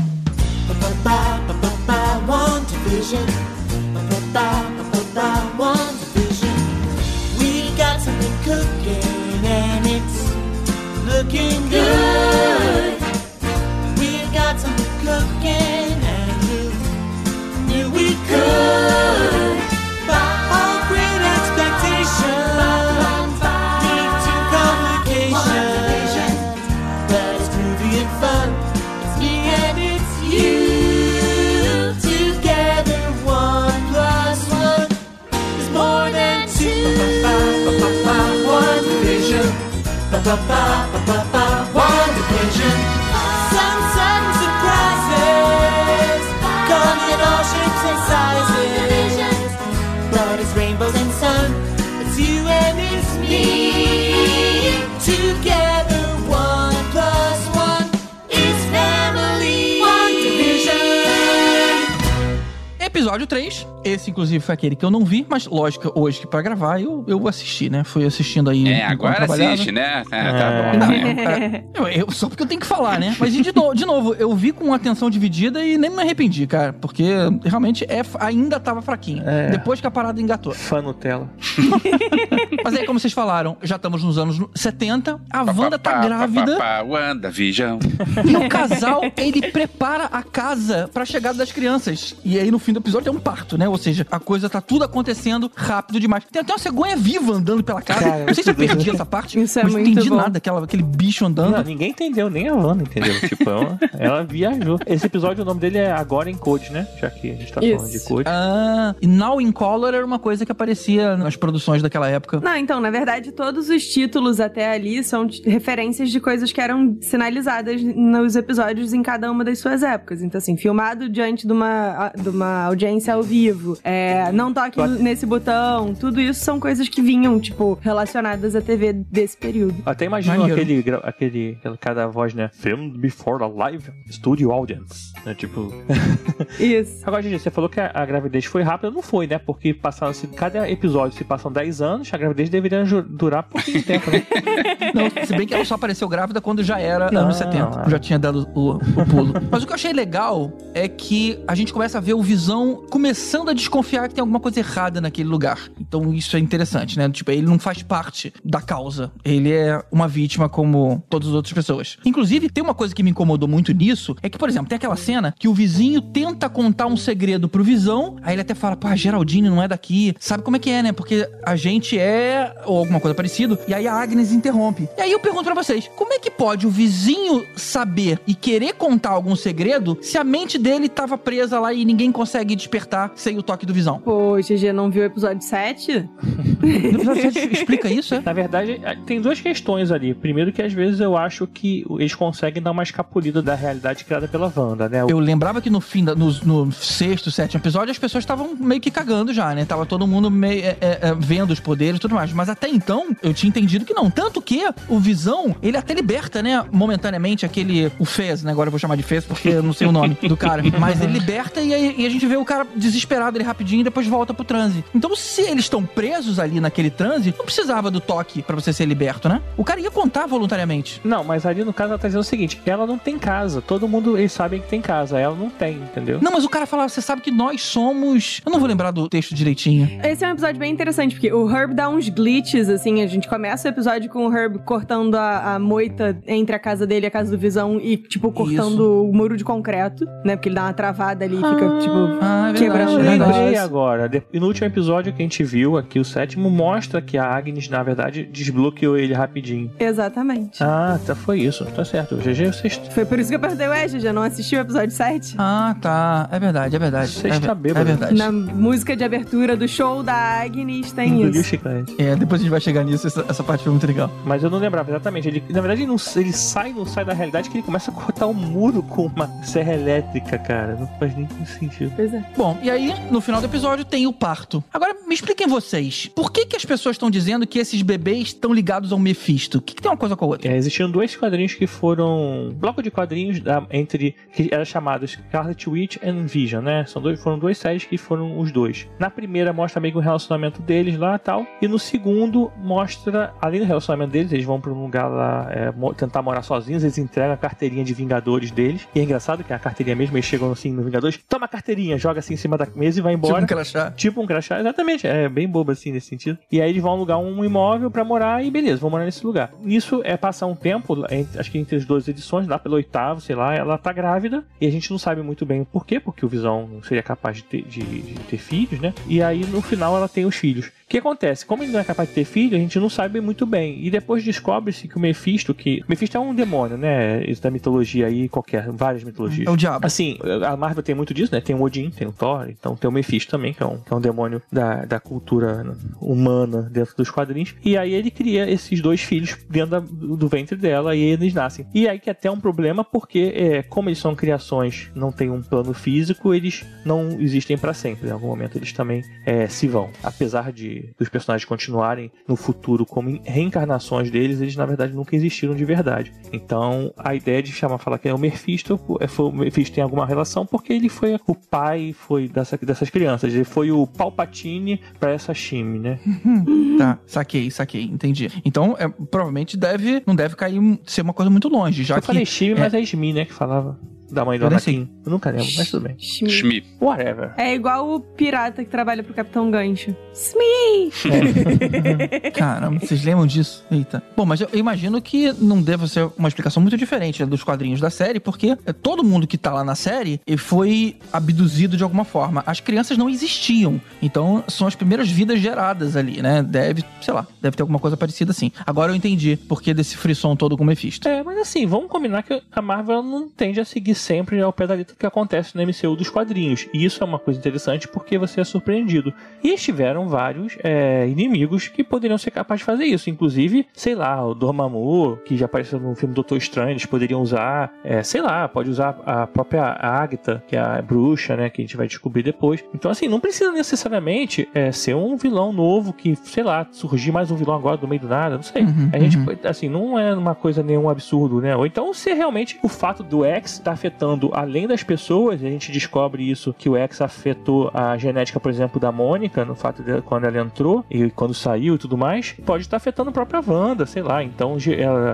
One division. One division. We got something cooking and it's looking good. We got something cooking and knew we could. Our great expectations lead to complications, but it's groovy and fun. It's me and it's you. Together, 1 plus 1 is more than 2. One division. One division. Some sudden surprises come in all shapes and sizes. But it's rainbows and sun. It's you and it's me. Together, 1 plus 1 is family. One division. Episódio 3. Esse, inclusive, foi aquele que eu não vi, mas, lógico, hoje que pra gravar eu assisti, né? Fui assistindo aí. Agora assiste, né? Tá bom. Não, só porque eu tenho que falar, né? Mas, de novo, eu vi com atenção dividida e nem me arrependi, cara. Porque, realmente, ainda tava fraquinho. Depois que a parada engatou. Fã Nutella. Mas aí, como vocês falaram, já estamos nos anos 70. A Wanda tá grávida. WandaVision. E o casal, ele prepara a casa pra chegada das crianças. E aí, no fim do episódio, é um parto, né? Ou seja, a coisa tá tudo acontecendo rápido demais. Tem até uma cegonha viva andando pela casa. Cara, não sei se eu perdi essa parte, Isso é mas não muito entendi bom. nada. Aquele bicho andando. Não, ninguém entendeu, nem a Wanda entendeu. Tipo, ela viajou. Esse episódio, o nome dele é Agora em Code, né? Já que a gente tá falando de Code. E Now in Color era uma coisa que aparecia nas produções daquela época. Não, então, na verdade, todos os títulos até ali são referências de coisas que eram sinalizadas nos episódios em cada uma das suas épocas. Então, assim, filmado diante de uma audiência ao vivo, não toque nesse botão, tudo isso são coisas que vinham, tipo, relacionadas à TV desse período. Até imagino Maneiro. cada voz, né? Filmed before a live studio audience. Né? Tipo... Isso. Agora, Gigi, você falou que a gravidez foi rápida. Não foi, né? Porque cada episódio se passam 10 anos, a gravidez deveria durar pouquinho tempo, né? Não, se bem que ela só apareceu grávida quando já era anos 70. Já tinha dado o pulo. Mas o que eu achei legal é que a gente começa a ver o Visão começando a desconfiar que tem alguma coisa errada naquele lugar. Então isso é interessante, né? Tipo, ele não faz parte da causa. Ele é uma vítima como todas as outras pessoas. Inclusive, tem uma coisa que me incomodou muito nisso, é que, por exemplo, tem aquela cena que o vizinho tenta contar um segredo pro Visão, aí ele até fala, pô, a Geraldine não é daqui. Sabe como é que é, né? Porque a gente ou alguma coisa parecida, e aí a Agnes interrompe. E aí eu pergunto pra vocês, como é que pode o vizinho saber e querer contar algum segredo se a mente dele tava presa lá e ninguém consegue despertar sem o toque do Visão? Pô, GG não viu o episódio 7? No episódio 7 explica isso, é? Na verdade, tem duas questões ali. Primeiro que às vezes eu acho que eles conseguem dar uma escapulida da realidade criada pela Wanda, né? Eu lembrava que no fim, no sexto, sétimo episódio, as pessoas estavam meio que cagando já, né? Tava todo mundo meio vendo os poderes e tudo mais. Mas até então, eu tinha entendido que não. Tanto que o Visão, ele até liberta, né? Momentaneamente, o Fez, né? Agora eu vou chamar de Fez porque eu não sei o nome do cara. Mas ele liberta e a gente vê o cara desesperado ali rapidinho e depois volta pro transe. Então, se eles estão presos ali naquele transe, não precisava do toque pra você ser liberto, né? O cara ia contar voluntariamente. Não, mas ali no caso ela tá dizendo o seguinte, ela não tem casa. Todo mundo, eles sabem que tem casa. Ela não tem, entendeu? Não, mas o cara falava, você sabe que nós somos... Eu não vou lembrar do texto direitinho. Esse é um episódio bem interessante, porque o Herb dá uns glitches, assim, a gente começa o episódio com o Herb cortando a moita entre a casa dele e a casa do Visão e, tipo, cortando o muro de concreto, né? Porque ele dá uma travada ali e fica, tipo, quebrando o Lembrei negócio. agora. E no último episódio que a gente viu aqui, o sétimo, mostra que a Agnes, na verdade, desbloqueou ele rapidinho. Exatamente. Ah, tá, foi isso. Tá certo. O GG é o sexto. Foi por isso que eu perguntei, ué, GG, não assistiu o episódio 7? Ah, tá. É verdade. Você está bêbado. É verdade. Na música de abertura do show da Agnes tem Engoliu o isso. chiclete. Depois a gente vai chegar nisso, essa parte foi muito legal. Mas eu não lembrava exatamente. Ele, na verdade, não sai da realidade que ele começa a cortar um muro com uma serra elétrica, cara. Não faz nem sentido. Pois é. Bom, e aí no final do episódio tem o parto. Agora, me expliquem vocês, por que as pessoas estão dizendo que esses bebês estão ligados ao Mephisto? O que tem uma coisa com a outra? Existiam dois quadrinhos que foram... bloco de quadrinhos que eram chamados Scarlet Witch e Vision, né? Foram duas séries que foram os dois. Na primeira mostra meio que o relacionamento deles lá e tal. E no segundo mostra, além do relacionamento deles, eles vão pra um lugar lá tentar morar sozinhos, eles entregam a carteirinha de Vingadores deles. E é engraçado que a carteirinha mesmo, eles chegam assim no Vingadores, toma a carteirinha, joga assim em cima da mesa e vai embora. Tipo um crachá, exatamente. É bem bobo assim nesse sentido. E aí eles vão alugar um imóvel pra morar e beleza, vão morar nesse lugar. Isso é passar um tempo, acho que entre as duas edições, lá pelo oitavo, sei lá, ela tá grávida e a gente não sabe muito bem o porquê, porque o Visão não seria capaz de ter filhos, né? E aí no final ela tem os filhos. O que acontece? Como ele não é capaz de ter filho, a gente não sabe muito bem. E depois descobre-se que o Mephisto é um demônio, né? Isso da mitologia aí, várias mitologias. É o diabo. Assim, a Marvel tem muito disso, né? Tem o Odin, tem o Thor, então tem o Mephisto também, que é um demônio da cultura humana dentro dos quadrinhos. E aí ele cria esses dois filhos dentro do ventre dela e eles nascem. E aí que é até um problema, porque como eles são criações, não tem um plano físico, eles não existem pra sempre. Em algum momento eles também se vão. Apesar dos personagens continuarem no futuro como reencarnações deles, eles na verdade nunca existiram de verdade. Então a ideia de falar que é o Mephisto, o Mephisto tem alguma relação porque ele foi o pai dessas crianças, ele foi o Palpatine pra essa Shmi, né? Tá, saquei, entendi. Então provavelmente não deve ser uma coisa muito longe, já eu falei Shmi, mas é Shmi, né, que falava da mãe do Anakin. Eu nunca lembro, mas tudo bem. Shmi. Whatever. É igual o pirata que trabalha pro Capitão Gancho. Smee! Caramba, vocês lembram disso? Eita. Bom, mas eu imagino que não deva ser uma explicação muito diferente dos quadrinhos da série, porque todo mundo que tá lá na série foi abduzido de alguma forma. As crianças não existiam. Então, são as primeiras vidas geradas ali, né? Deve ter alguma coisa parecida assim. Agora eu entendi por que desse frisson todo com o Mephisto. Mas assim, vamos combinar que a Marvel não tende a seguir sempre ao pé da letra que acontece no MCU dos quadrinhos. E isso é uma coisa interessante porque você é surpreendido. E eles tiveram vários inimigos que poderiam ser capazes de fazer isso. Inclusive, sei lá, o Dormammu, que já apareceu no filme Doutor Estranho, eles poderiam usar, pode usar a própria Agatha, que é a bruxa, né, que a gente vai descobrir depois. Então, assim, não precisa necessariamente ser um vilão novo que, sei lá, surgir mais um vilão agora do meio do nada, não sei. A gente, assim, não é uma coisa nenhum absurdo, né? Ou então, se realmente o fato do X tá afetando além das pessoas, a gente descobre isso, que o X afetou a genética, por exemplo, da Mônica, no fato de quando ela entrou e quando saiu e tudo mais, pode estar afetando a própria Wanda, sei lá, então ela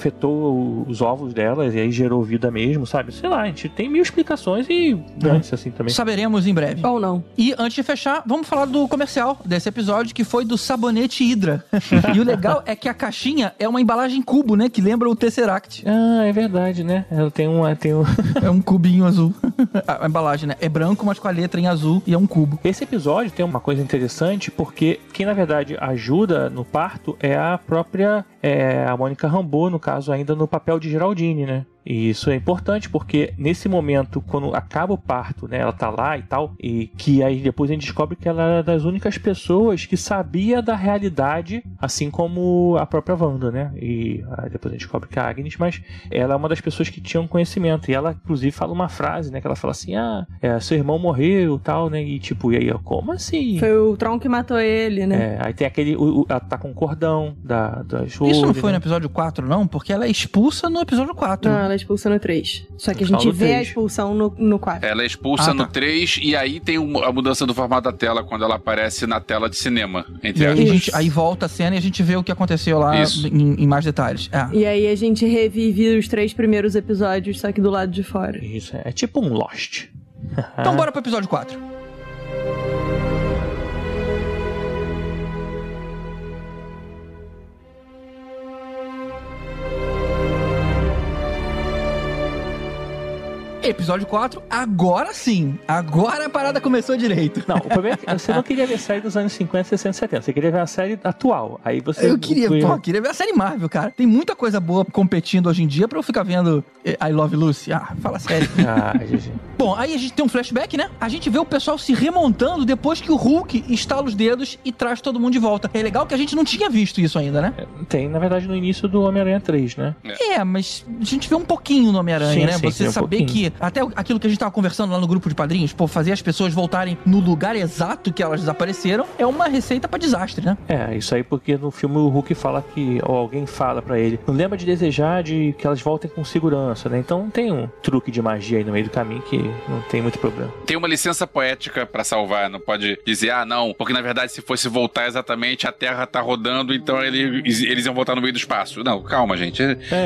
afetou os ovos delas e aí gerou vida mesmo, sabe? Sei lá, a gente tem mil explicações e antes assim também. Saberemos em breve. Ou não. E antes de fechar, vamos falar do comercial desse episódio, que foi do sabonete Hydra. E o legal é que a caixinha é uma embalagem cubo, né? Que lembra o Tesseract. Ah, é verdade, né? Ela tem um... É um cubinho azul. A embalagem, né? É branco, mas com a letra em azul e é um cubo. Esse episódio tem uma coisa interessante, porque quem na verdade ajuda no parto é a própria a Mônica Rambeau, no caso ainda no papel de Geraldine, né? E isso é importante porque nesse momento, quando acaba o parto, né, ela tá lá e tal, e que aí depois a gente descobre que ela era das únicas pessoas que sabia da realidade, assim como a própria Wanda, né? E aí depois a gente descobre que é a Agnes, mas ela é uma das pessoas que tinham conhecimento. E ela, inclusive, fala uma frase, né? Que ela fala assim, seu irmão morreu e tal, né? E tipo, e aí, como assim? Foi o Tron que matou ele, né? Aí tem aquele, ela tá com o cordão das Isso não foi no episódio 4, não? Porque ela é expulsa no episódio 4. Não, ela é expulsa no 3. Só que a gente vê a expulsão no 4. Ela é expulsa no 3 e aí tem a mudança do formato da tela quando ela aparece na tela de cinema. Entre aí volta a cena e a gente vê o que aconteceu lá em mais detalhes. E aí a gente revive os 3 primeiros episódios, só que do lado de fora. Isso, é tipo um Lost. Então bora pro episódio 4. Episódio 4, agora sim. Agora a parada começou direito. Não, o problema é que você não queria ver a série dos anos 50, 60, 70. Você queria ver a série atual. Aí você... Eu queria ver a série Marvel, cara. Tem muita coisa boa competindo hoje em dia pra eu ficar vendo I Love Lucy. Fala sério. GG. Bom, aí a gente tem um flashback, né? A gente vê o pessoal se remontando depois que o Hulk estala os dedos e traz todo mundo de volta. É legal que a gente não tinha visto isso ainda, né? Tem, na verdade, no início do Homem-Aranha 3, né? Mas a gente vê um pouquinho no Homem-Aranha, né? Sim, você saber que Até aquilo que a gente tava conversando lá no grupo de padrinhos, pô, fazer as pessoas voltarem no lugar exato que elas desapareceram, é uma receita pra desastre, né? Isso aí porque no filme o Hulk fala que, ou alguém fala pra ele, não lembra de desejar de que elas voltem com segurança, né? Então tem um truque de magia aí no meio do caminho que não tem muito problema. Tem uma licença poética pra salvar, não pode dizer, não, porque na verdade se fosse voltar exatamente, a Terra tá rodando, então eles iam voltar no meio do espaço. Não, calma, gente.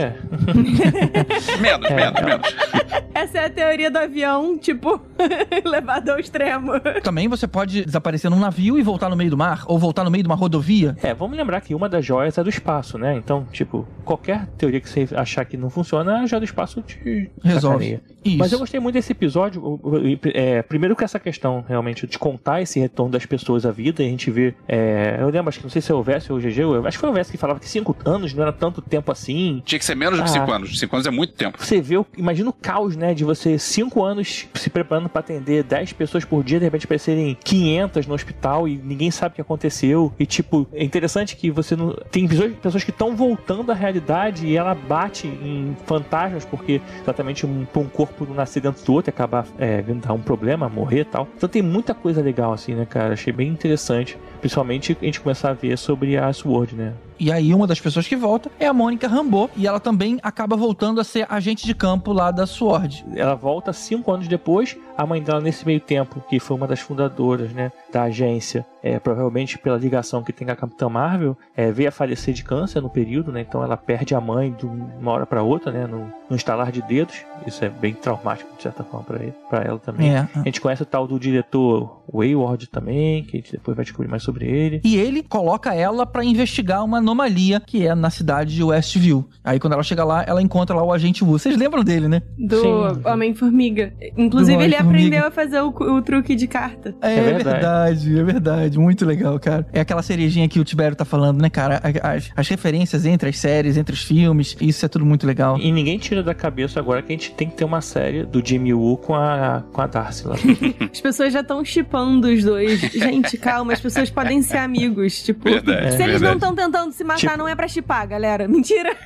Menos. Essa é a teoria do avião, tipo, levado ao extremo. Também você pode desaparecer num navio e voltar no meio do mar, ou voltar no meio de uma rodovia. Vamos lembrar que uma das joias é do espaço, né? Então, tipo, qualquer teoria que você achar que não funciona, a joia do espaço te resolve. Isso. Mas eu gostei muito desse episódio. Primeiro que essa questão, realmente, de contar esse retorno das pessoas à vida, e a gente vê... eu lembro, acho que não sei se é o Vess ou o GG, acho que foi o Vess que falava que 5 anos não era tanto tempo assim. Tinha que ser menos do que 5 anos. 5 anos é muito tempo. Você vê, imagina o caos, né, de você 5 anos se preparando pra atender 10 pessoas por dia, de repente aparecerem 500 no hospital e ninguém sabe o que aconteceu. E, tipo, é interessante que você não... Tem pessoas que estão voltando à realidade e ela bate em fantasmas, porque exatamente um corpo não nascer dentro do outro e acabar vindo dar um problema, morrer e tal. Então tem muita coisa legal, assim, né, cara? Achei bem interessante. Principalmente a gente começar a ver sobre a SWORD, né? E aí uma das pessoas que volta é a Mônica Rambeau, e ela também acaba voltando a ser agente de campo lá da SWORD. Ela volta 5 anos depois, a mãe dela nesse meio tempo, que foi uma das fundadoras, né, da agência, provavelmente pela ligação que tem com a Capitã Marvel, veio a falecer de câncer no período, né, então ela perde a mãe de uma hora para outra, né, no estalar de dedos. Isso é bem traumático de certa forma para ela também. A gente conhece o tal do diretor Wayward também, que a gente depois vai descobrir mais sobre ele. E ele coloca ela para investigar uma anomalia que é na cidade de Westview. Aí quando ela chega lá, ela encontra lá o agente Wu. Vocês lembram dele, né? Do Homem-Formiga. Inclusive ele aprendeu a fazer o truque de carta. É verdade. Muito legal, cara. É aquela cerejinha que o Tibério tá falando, né, cara? As referências entre as séries, entre os filmes, isso é tudo muito legal. E ninguém tira da cabeça agora que a gente tem que ter uma série do Jimmy Woo com a Darcy lá. As pessoas já estão shippando os dois. Gente, calma, as pessoas podem ser amigos. Tipo, se eles não estão tentando se matar, não é pra shippar, galera. Mentira.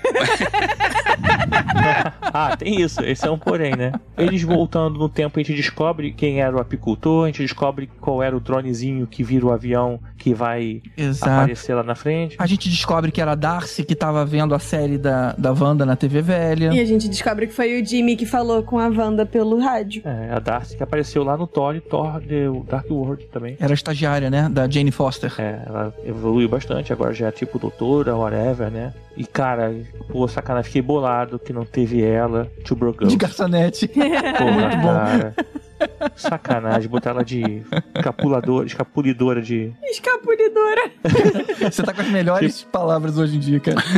Tem isso. Esse é um porém, né? Eles voltando no tempo, a gente descobre quem era o apicultor, a gente descobre qual era o dronezinho que vira o avião que vai aparecer lá na frente. A gente descobre que era a Darcy que tava vendo a série da Wanda na TV velha. E a gente descobre que foi o Jimmy que falou com a Wanda pelo rádio. A Darcy que apareceu lá no Thor The Dark World também. Era estagiária, né? Da Jane Foster. Ela evoluiu bastante, agora já é tipo doutora, whatever, né? E, cara, sacanagem, fiquei bolado que não teve ela, Two Broke Girls. De garçonete. Porra, cara. Sacanagem, botar ela de escapulidora de... Escapulidora. Você tá com as melhores palavras hoje em dia, cara.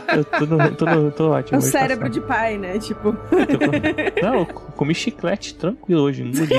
Eu tô ótimo. É o cérebro de pai, né? Tipo... Não, eu comi chiclete tranquilo hoje, não mudei.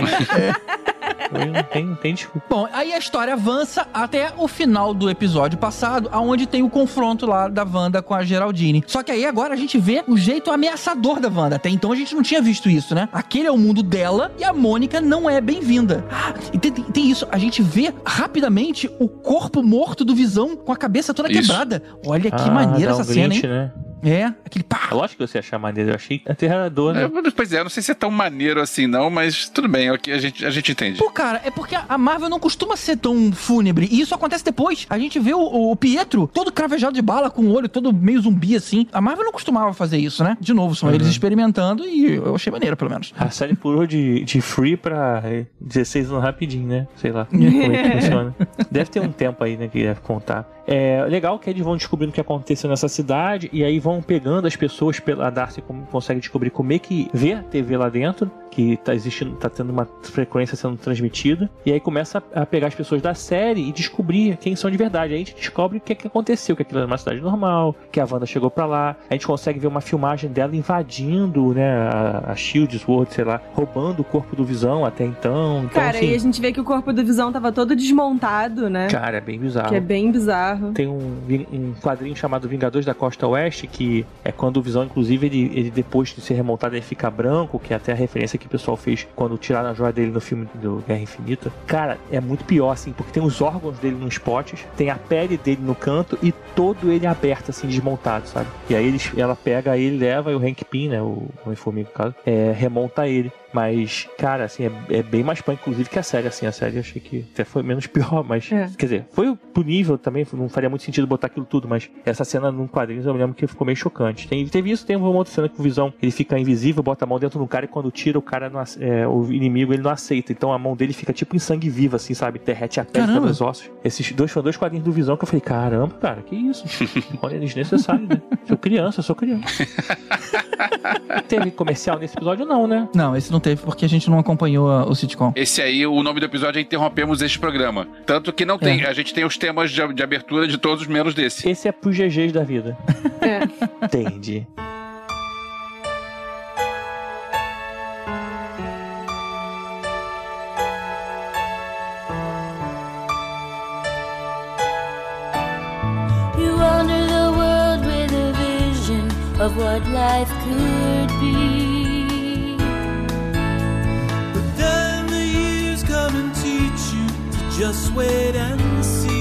Não tem desculpa. Bom, aí a história avança até o final do episódio passado, aonde tem o confronto lá da Wanda com a Geraldine. Só que aí agora a gente vê o jeito ameaçador da Wanda. Até então a gente não tinha visto isso, né? Aquele é o mundo dela e a Mônica não é bem-vinda. E tem isso, a gente vê rapidamente o corpo morto do Visão com a cabeça toda quebrada. Olha que maneira essa cena, hein? Né? Aquele pá. É lógico que você achar maneiro, eu achei aterrador, né? Pois é, eu não sei se é tão maneiro assim não, mas tudo bem, a gente entende. Pô, cara, é porque a Marvel não costuma ser tão fúnebre, e isso acontece depois. A gente vê o Pietro todo cravejado de bala, com o olho todo meio zumbi, assim. A Marvel não costumava fazer isso, né? De novo, são eles experimentando, e eu achei maneiro, pelo menos. A série pulou de free pra 16 anos rapidinho, né? Sei lá como é que funciona. Deve ter um tempo aí, né, que deve contar. É legal que eles vão descobrindo o que aconteceu nessa cidade, e aí vão pegando as pessoas, a Darcy consegue descobrir como é que vê a TV lá dentro, que tá existindo, tá tendo uma frequência sendo transmitida, e aí começa a pegar as pessoas da série e descobrir quem são de verdade. Aí a gente descobre o que aconteceu, que aquilo era uma cidade normal, que a Wanda chegou pra lá, a gente consegue ver uma filmagem dela invadindo, né, a Shield, Sword, sei lá, roubando o corpo do Visão até então. Cara, assim, e a gente vê que o corpo do Visão tava todo desmontado, né? Cara, é bem bizarro. Que é bem bizarro. Tem um quadrinho chamado Vingadores da Costa Oeste, que é quando o Visão, inclusive, ele depois de ser remontado, ele fica branco, que é até a referência que o pessoal fez quando tiraram a joia dele no filme do Guerra Infinita. Cara, é muito pior, assim, porque tem os órgãos dele nos potes, tem a pele dele no canto e todo ele aberto, assim, desmontado, sabe? E aí ela pega ele, leva, e o Hank Pym, né, o Homem-Formiga, no caso, remonta ele. Mas, cara, assim, é bem mais punk, inclusive, que a série, assim. A série eu achei que até foi menos pior, mas... Quer dizer, foi pro nível também, não faria muito sentido botar aquilo tudo, mas essa cena num quadrinhos eu me lembro que ficou meio chocante. Teve isso, tem uma outra cena que o Visão, ele fica invisível, bota a mão dentro do cara e quando tira o cara, o inimigo, ele não aceita. Então a mão dele fica tipo em sangue vivo, assim, sabe? Derrete a pele pelos ossos. Esses foram dois quadrinhos do Visão que eu falei, caramba, cara, que isso? Olha, desnecessário, né? Eu sou criança. Teve comercial nesse episódio? Não, né? Não, esse não teve porque a gente não acompanhou o sitcom. Esse aí, o nome do episódio é Interrompemos Este Programa. Tanto que não tem, a gente tem os temas de abertura de todos menos desse. Esse é pros GGs da vida. Entendi. You wander the world with a vision of what life could be. But then the years come and teach you to just wait and see.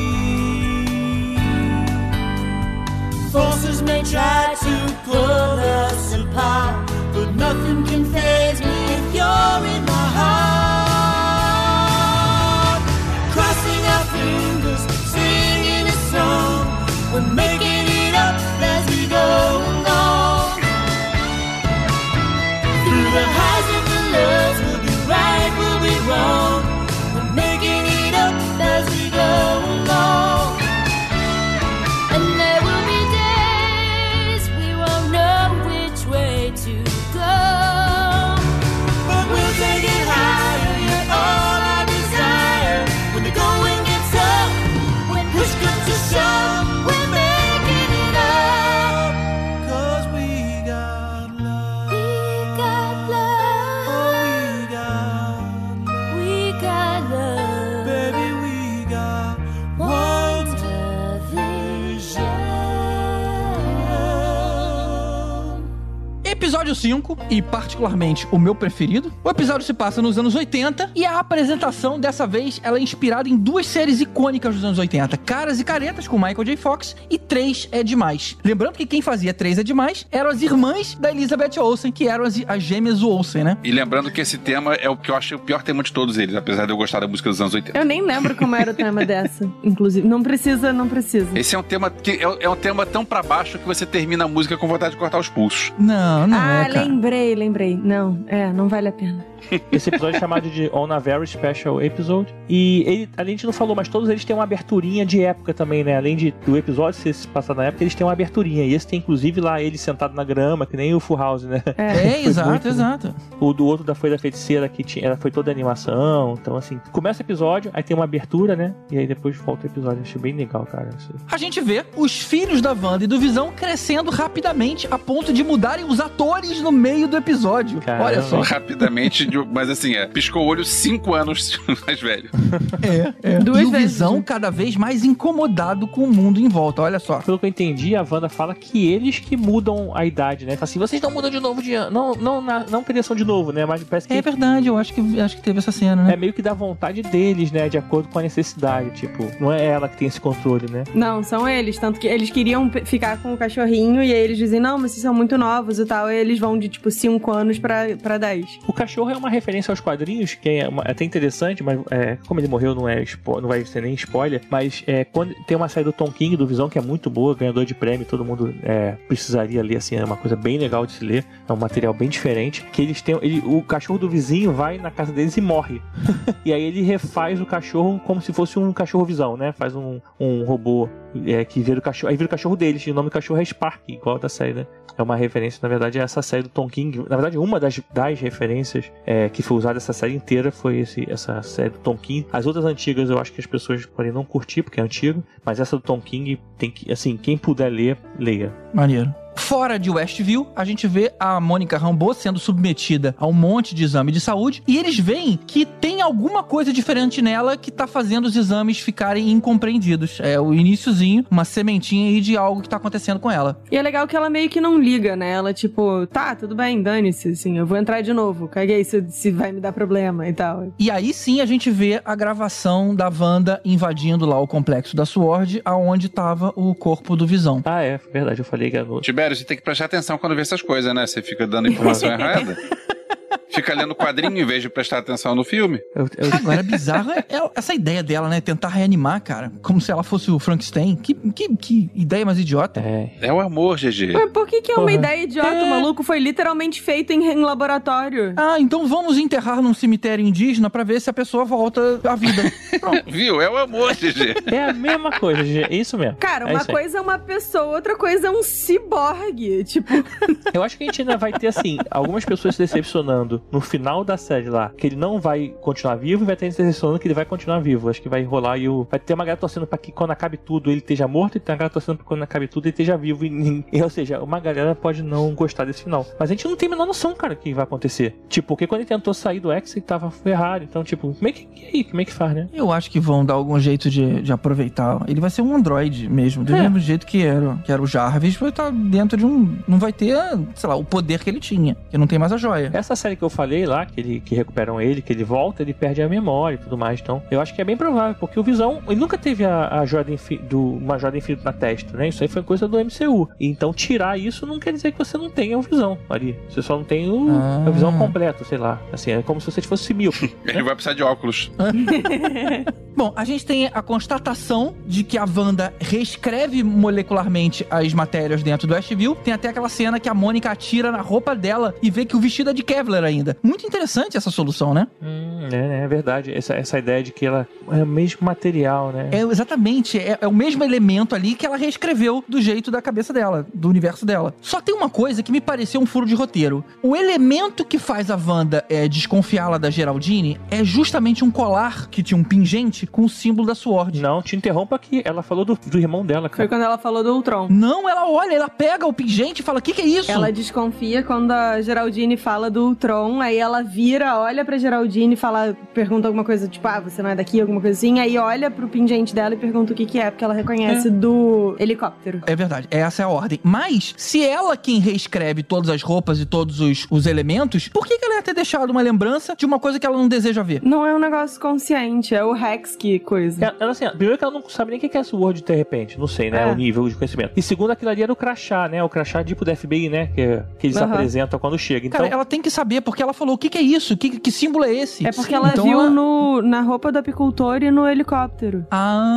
Forces may try to pull us apart, but nothing can faze me if you're in my heart. Crossing our fingers, singing a song, we're making it up as we go along. Through the highs and the lows, we'll be right, we'll be wrong. We're making it up as we go along. And there will be days we won't know which way to go. But we'll take it higher, you're all I desire. When the going gets tough, when push comes to shove, we're making it up. 'Cause we got love. We got love. Oh, we got love. We got love. Baby, we got one Episódio 5, e particularmente o meu preferido. O episódio se passa nos anos 80 e a apresentação, dessa vez, ela é inspirada em duas séries icônicas dos anos 80. Caras e Caretas, com Michael J. Fox, e 3 é Demais. Lembrando que quem fazia 3 é Demais eram as irmãs da Elizabeth Olsen, que eram as gêmeas Olsen, né? E lembrando que esse tema é o que eu acho o pior tema de todos eles, apesar de eu gostar da música dos anos 80. Eu nem lembro como era o tema dessa, inclusive. Não precisa. Esse é um tema que é um tema tão pra baixo que você termina a música com vontade de cortar os pulsos. Não é, cara. Lembrei. Não vale a pena. Esse episódio é chamado de On a Very Special Episode. E ele, a gente não falou, mas todos eles têm uma aberturinha de época também, né? Além do episódio se passar na época, eles têm uma aberturinha. E esse tem, inclusive, lá ele sentado na grama, que nem o Full House, né? Exato. O do outro foi da Feiticeira, que ela foi toda animação. Então, assim, começa o episódio, aí tem uma abertura, né? E aí depois volta o episódio. Achei bem legal, cara. A gente vê os filhos da Wanda e do Visão crescendo rapidamente a ponto de mudarem os atores no meio do episódio. Caramba. Olha só. Rapidamente, mas assim, piscou o olho 5 anos mais velho. E o Visão cada vez mais incomodado com o mundo em volta, olha só. Pelo que eu entendi, a Wanda fala que eles que mudam a idade, né? Fala assim, vocês não mudam de novo de ano. Não criação de novo, né? Mas parece que... É verdade, eu acho que teve essa cena, né? É meio que da vontade deles, né? De acordo com a necessidade, tipo, não é ela que tem esse controle, né? Não, são eles, tanto que eles queriam ficar com o cachorrinho e aí eles dizem, não, mas vocês são muito novos e tal, e eles vão de, tipo, 5 anos pra 10. O cachorro é uma referência aos quadrinhos, que é até interessante, mas como ele morreu, não vai ser nem spoiler, mas quando tem uma série do Tom King, do Visão, que é muito boa, ganhador de prêmio, todo mundo precisaria ler, assim, é uma coisa bem legal de se ler, é um material bem diferente, que eles têm, o cachorro do vizinho vai na casa deles e morre. E aí ele refaz o cachorro como se fosse um cachorro Visão, né? Faz um robô que vira o cachorro, aí vira o cachorro deles, e o nome do cachorro é Spark, igual da série, né? É uma referência, na verdade, a essa série do Tom King. Na verdade, uma das referências que foi usada essa série inteira foi essa série do Tom King. As outras antigas eu acho que as pessoas podem não curtir, porque é antigo, mas essa do Tom King tem que, assim, quem puder ler, leia. Maneiro. Fora de Westview, a gente vê a Mônica Rambeau sendo submetida a um monte de exame de saúde e eles veem que tem alguma coisa diferente nela que tá fazendo os exames ficarem incompreendidos. É o iniciozinho, uma sementinha aí de algo que tá acontecendo com ela. E é legal que ela meio que não liga, né? Ela tipo, tá, tudo bem, dane-se, assim, eu vou entrar de novo, caguei se vai me dar problema e tal. E aí sim a gente vê a gravação da Wanda invadindo lá o complexo da SWORD, aonde tava o corpo do Visão. Ah, é verdade, eu falei que era no... Tibério, você tem que prestar atenção quando vê essas coisas, né? Você fica dando informação errada. Fica lendo quadrinho em vez de prestar atenção no filme. Agora, bizarro é essa ideia dela, né? Tentar reanimar, cara. Como se ela fosse o Frankenstein. Que ideia mais idiota. É o amor, GG. Mas por que é uma ideia idiota? O maluco foi literalmente feito em laboratório. Ah, então vamos enterrar num cemitério indígena pra ver se a pessoa volta à vida. Viu? É o amor, GG. É a mesma coisa, GG. É isso mesmo. Cara, É uma isso aí. coisa é uma pessoa, outra coisa é um ciborgue. Tipo, Eu acho que a gente ainda vai ter, assim, algumas pessoas se decepcionando no final da série lá, que ele não vai continuar vivo, e vai ter se decepcionando que ele vai continuar vivo. Acho que vai rolar e vai ter uma galera torcendo pra que quando acabe tudo ele esteja morto, e tem uma galera torcendo pra que quando acabe tudo ele esteja vivo. Ou seja, uma galera pode não gostar desse final. Mas a gente não tem a menor noção, cara, o que vai acontecer. Tipo, porque quando ele tentou sair do X, ele tava ferrado. Então, tipo, como é que faz, né? Eu acho que vão dar algum jeito de aproveitar. Ele vai ser um androide mesmo, do mesmo jeito que era o Jarvis, vai estar dentro de um... Não vai ter, sei lá, o poder que ele tinha, que não tem mais a joia. Essa série que eu falei lá, que recuperam ele, que ele volta, ele perde a memória e tudo mais. Então, eu acho que é bem provável, porque o Visão, ele nunca teve uma joia do infinito na testa, né? Isso aí foi coisa do MCU. Então, tirar isso não quer dizer que você não tenha o Visão ali. Você só não tem a visão completa, sei lá. Assim, é como se você fosse míope. Ele vai precisar de óculos. Bom, a gente tem a constatação de que a Wanda reescreve molecularmente as matérias dentro do Westview. Tem até aquela cena que a Mônica atira na roupa dela e vê que o vestido é de Kevlar ainda. Muito interessante essa solução, né? É verdade. Essa ideia de que ela é o mesmo material, né? Exatamente. É o mesmo elemento ali que ela reescreveu do jeito da cabeça dela, do universo dela. Só tem uma coisa que me pareceu um furo de roteiro. O elemento que faz a Wanda desconfiá-la da Geraldine é justamente um colar que tinha um pingente com o símbolo da Sword. Não, te interrompa aqui. Ela falou do irmão dela, cara. foi quando ela falou do Ultron. Não, ela olha, ela pega o pingente e fala, o que é isso? Ela desconfia quando a Geraldine fala do Ultron, aí ela vira, olha pra Geraldine e fala, pergunta alguma coisa, tipo, você não é daqui, alguma coisa assim, aí olha pro pingente dela e pergunta o que é, porque ela reconhece do helicóptero. É verdade, essa é a ordem. Mas, se ela quem reescreve todas as roupas e todos os elementos, por que ela ia ter deixado uma lembrança de uma coisa que ela não deseja ver? Não é um negócio consciente, é o Rex que coisa. Ela assim, primeiro que ela não sabe nem o que é Sword de repente, não sei, né? O nível de conhecimento. E segundo, aquilo ali era o crachá, né? O crachá tipo do FBI, né? Que eles apresentam quando chega. Então, cara, ela tem que saber, porque ela falou, o que é isso? Que símbolo é esse? É porque ela viu na roupa do apicultor e no helicóptero.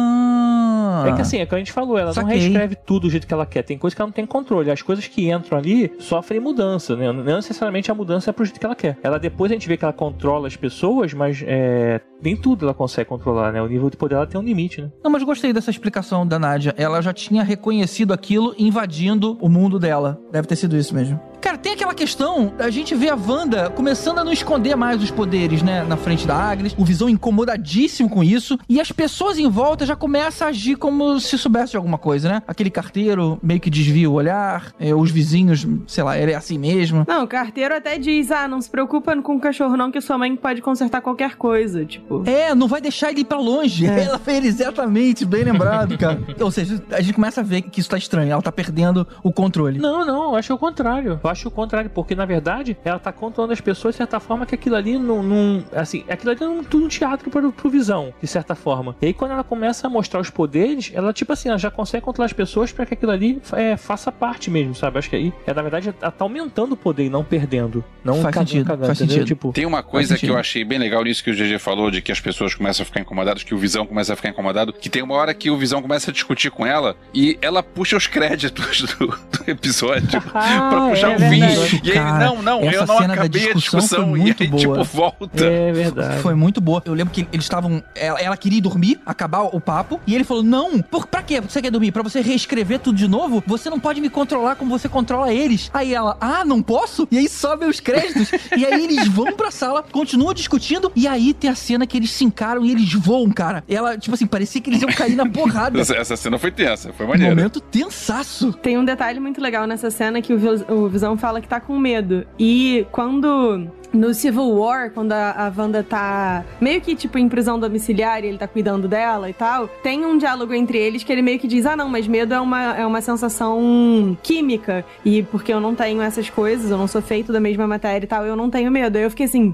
É que assim, é o que a gente falou, ela não reescreve tudo do jeito que ela quer. Tem coisas que ela não tem controle. As coisas que entram ali sofrem mudança, né? Não necessariamente a mudança é pro jeito que ela quer. Ela depois a gente vê que ela controla as pessoas, mas nem tudo ela consegue controlar, né? O nível de poder dela tem um limite, né? Não, mas gostei dessa explicação da Nádia. Ela já tinha reconhecido aquilo invadindo o mundo dela. Deve ter sido isso mesmo. Cara, tem aquela questão, a gente vê a Wanda começando a não esconder mais os poderes, né, na frente da Agnes, o Visão incomodadíssimo com isso, e as pessoas em volta já começam a agir como se soubesse de alguma coisa, né? Aquele carteiro meio que desvia o olhar, os vizinhos, sei lá, ele é assim mesmo. Não, o carteiro até diz, não se preocupa com o cachorro não, que sua mãe pode consertar qualquer coisa, tipo... Não vai deixar ele ir pra longe. Ela fez exatamente, bem lembrado, cara. Ou seja, a gente começa a ver que isso tá estranho, ela tá perdendo o controle. Não, eu acho o contrário. Eu acho o contrário, porque na verdade ela tá controlando as pessoas de certa forma que aquilo ali assim, aquilo ali é tudo um teatro pro Visão, de certa forma. E aí quando ela começa a mostrar os poderes, ela tipo assim, ela já consegue controlar as pessoas pra que aquilo ali faça parte mesmo, sabe? Acho que aí, na verdade, ela tá aumentando o poder e não perdendo. Não faz sentido, faz sentido. Tipo, tem uma coisa que eu achei bem legal nisso que o GG falou, de que as pessoas começam a ficar incomodadas, que o Visão começa a ficar incomodado, que tem uma hora que o Visão começa a discutir com ela e ela puxa os créditos do episódio pra puxar o fim. E aí, não, eu não acabei a discussão. E aí, boa. tipo, volta. É verdade. Foi muito boa. Eu lembro que eles estavam... Ela queria ir dormir, acabar o papo, e ele falou, não, pra quê? Você quer dormir? Pra você reescrever tudo de novo? Você não pode me controlar como você controla eles. Aí ela, não posso? E aí sobe os créditos. E aí eles vão pra sala, continuam discutindo, e aí tem a cena que eles se encaram e eles voam, cara. Ela, tipo assim, parecia que eles iam cair na porrada. Essa cena foi tensa, foi maneira. Momento tensaço. Tem um detalhe muito legal nessa cena que o Visão fala que tá com medo. E quando... No Civil War, quando a Wanda tá meio que, tipo, em prisão domiciliar e ele tá cuidando dela e tal, tem um diálogo entre eles que ele meio que diz, não, mas medo é uma sensação química, e porque eu não tenho essas coisas, eu não sou feito da mesma matéria e tal, eu não tenho medo. Aí eu fiquei assim,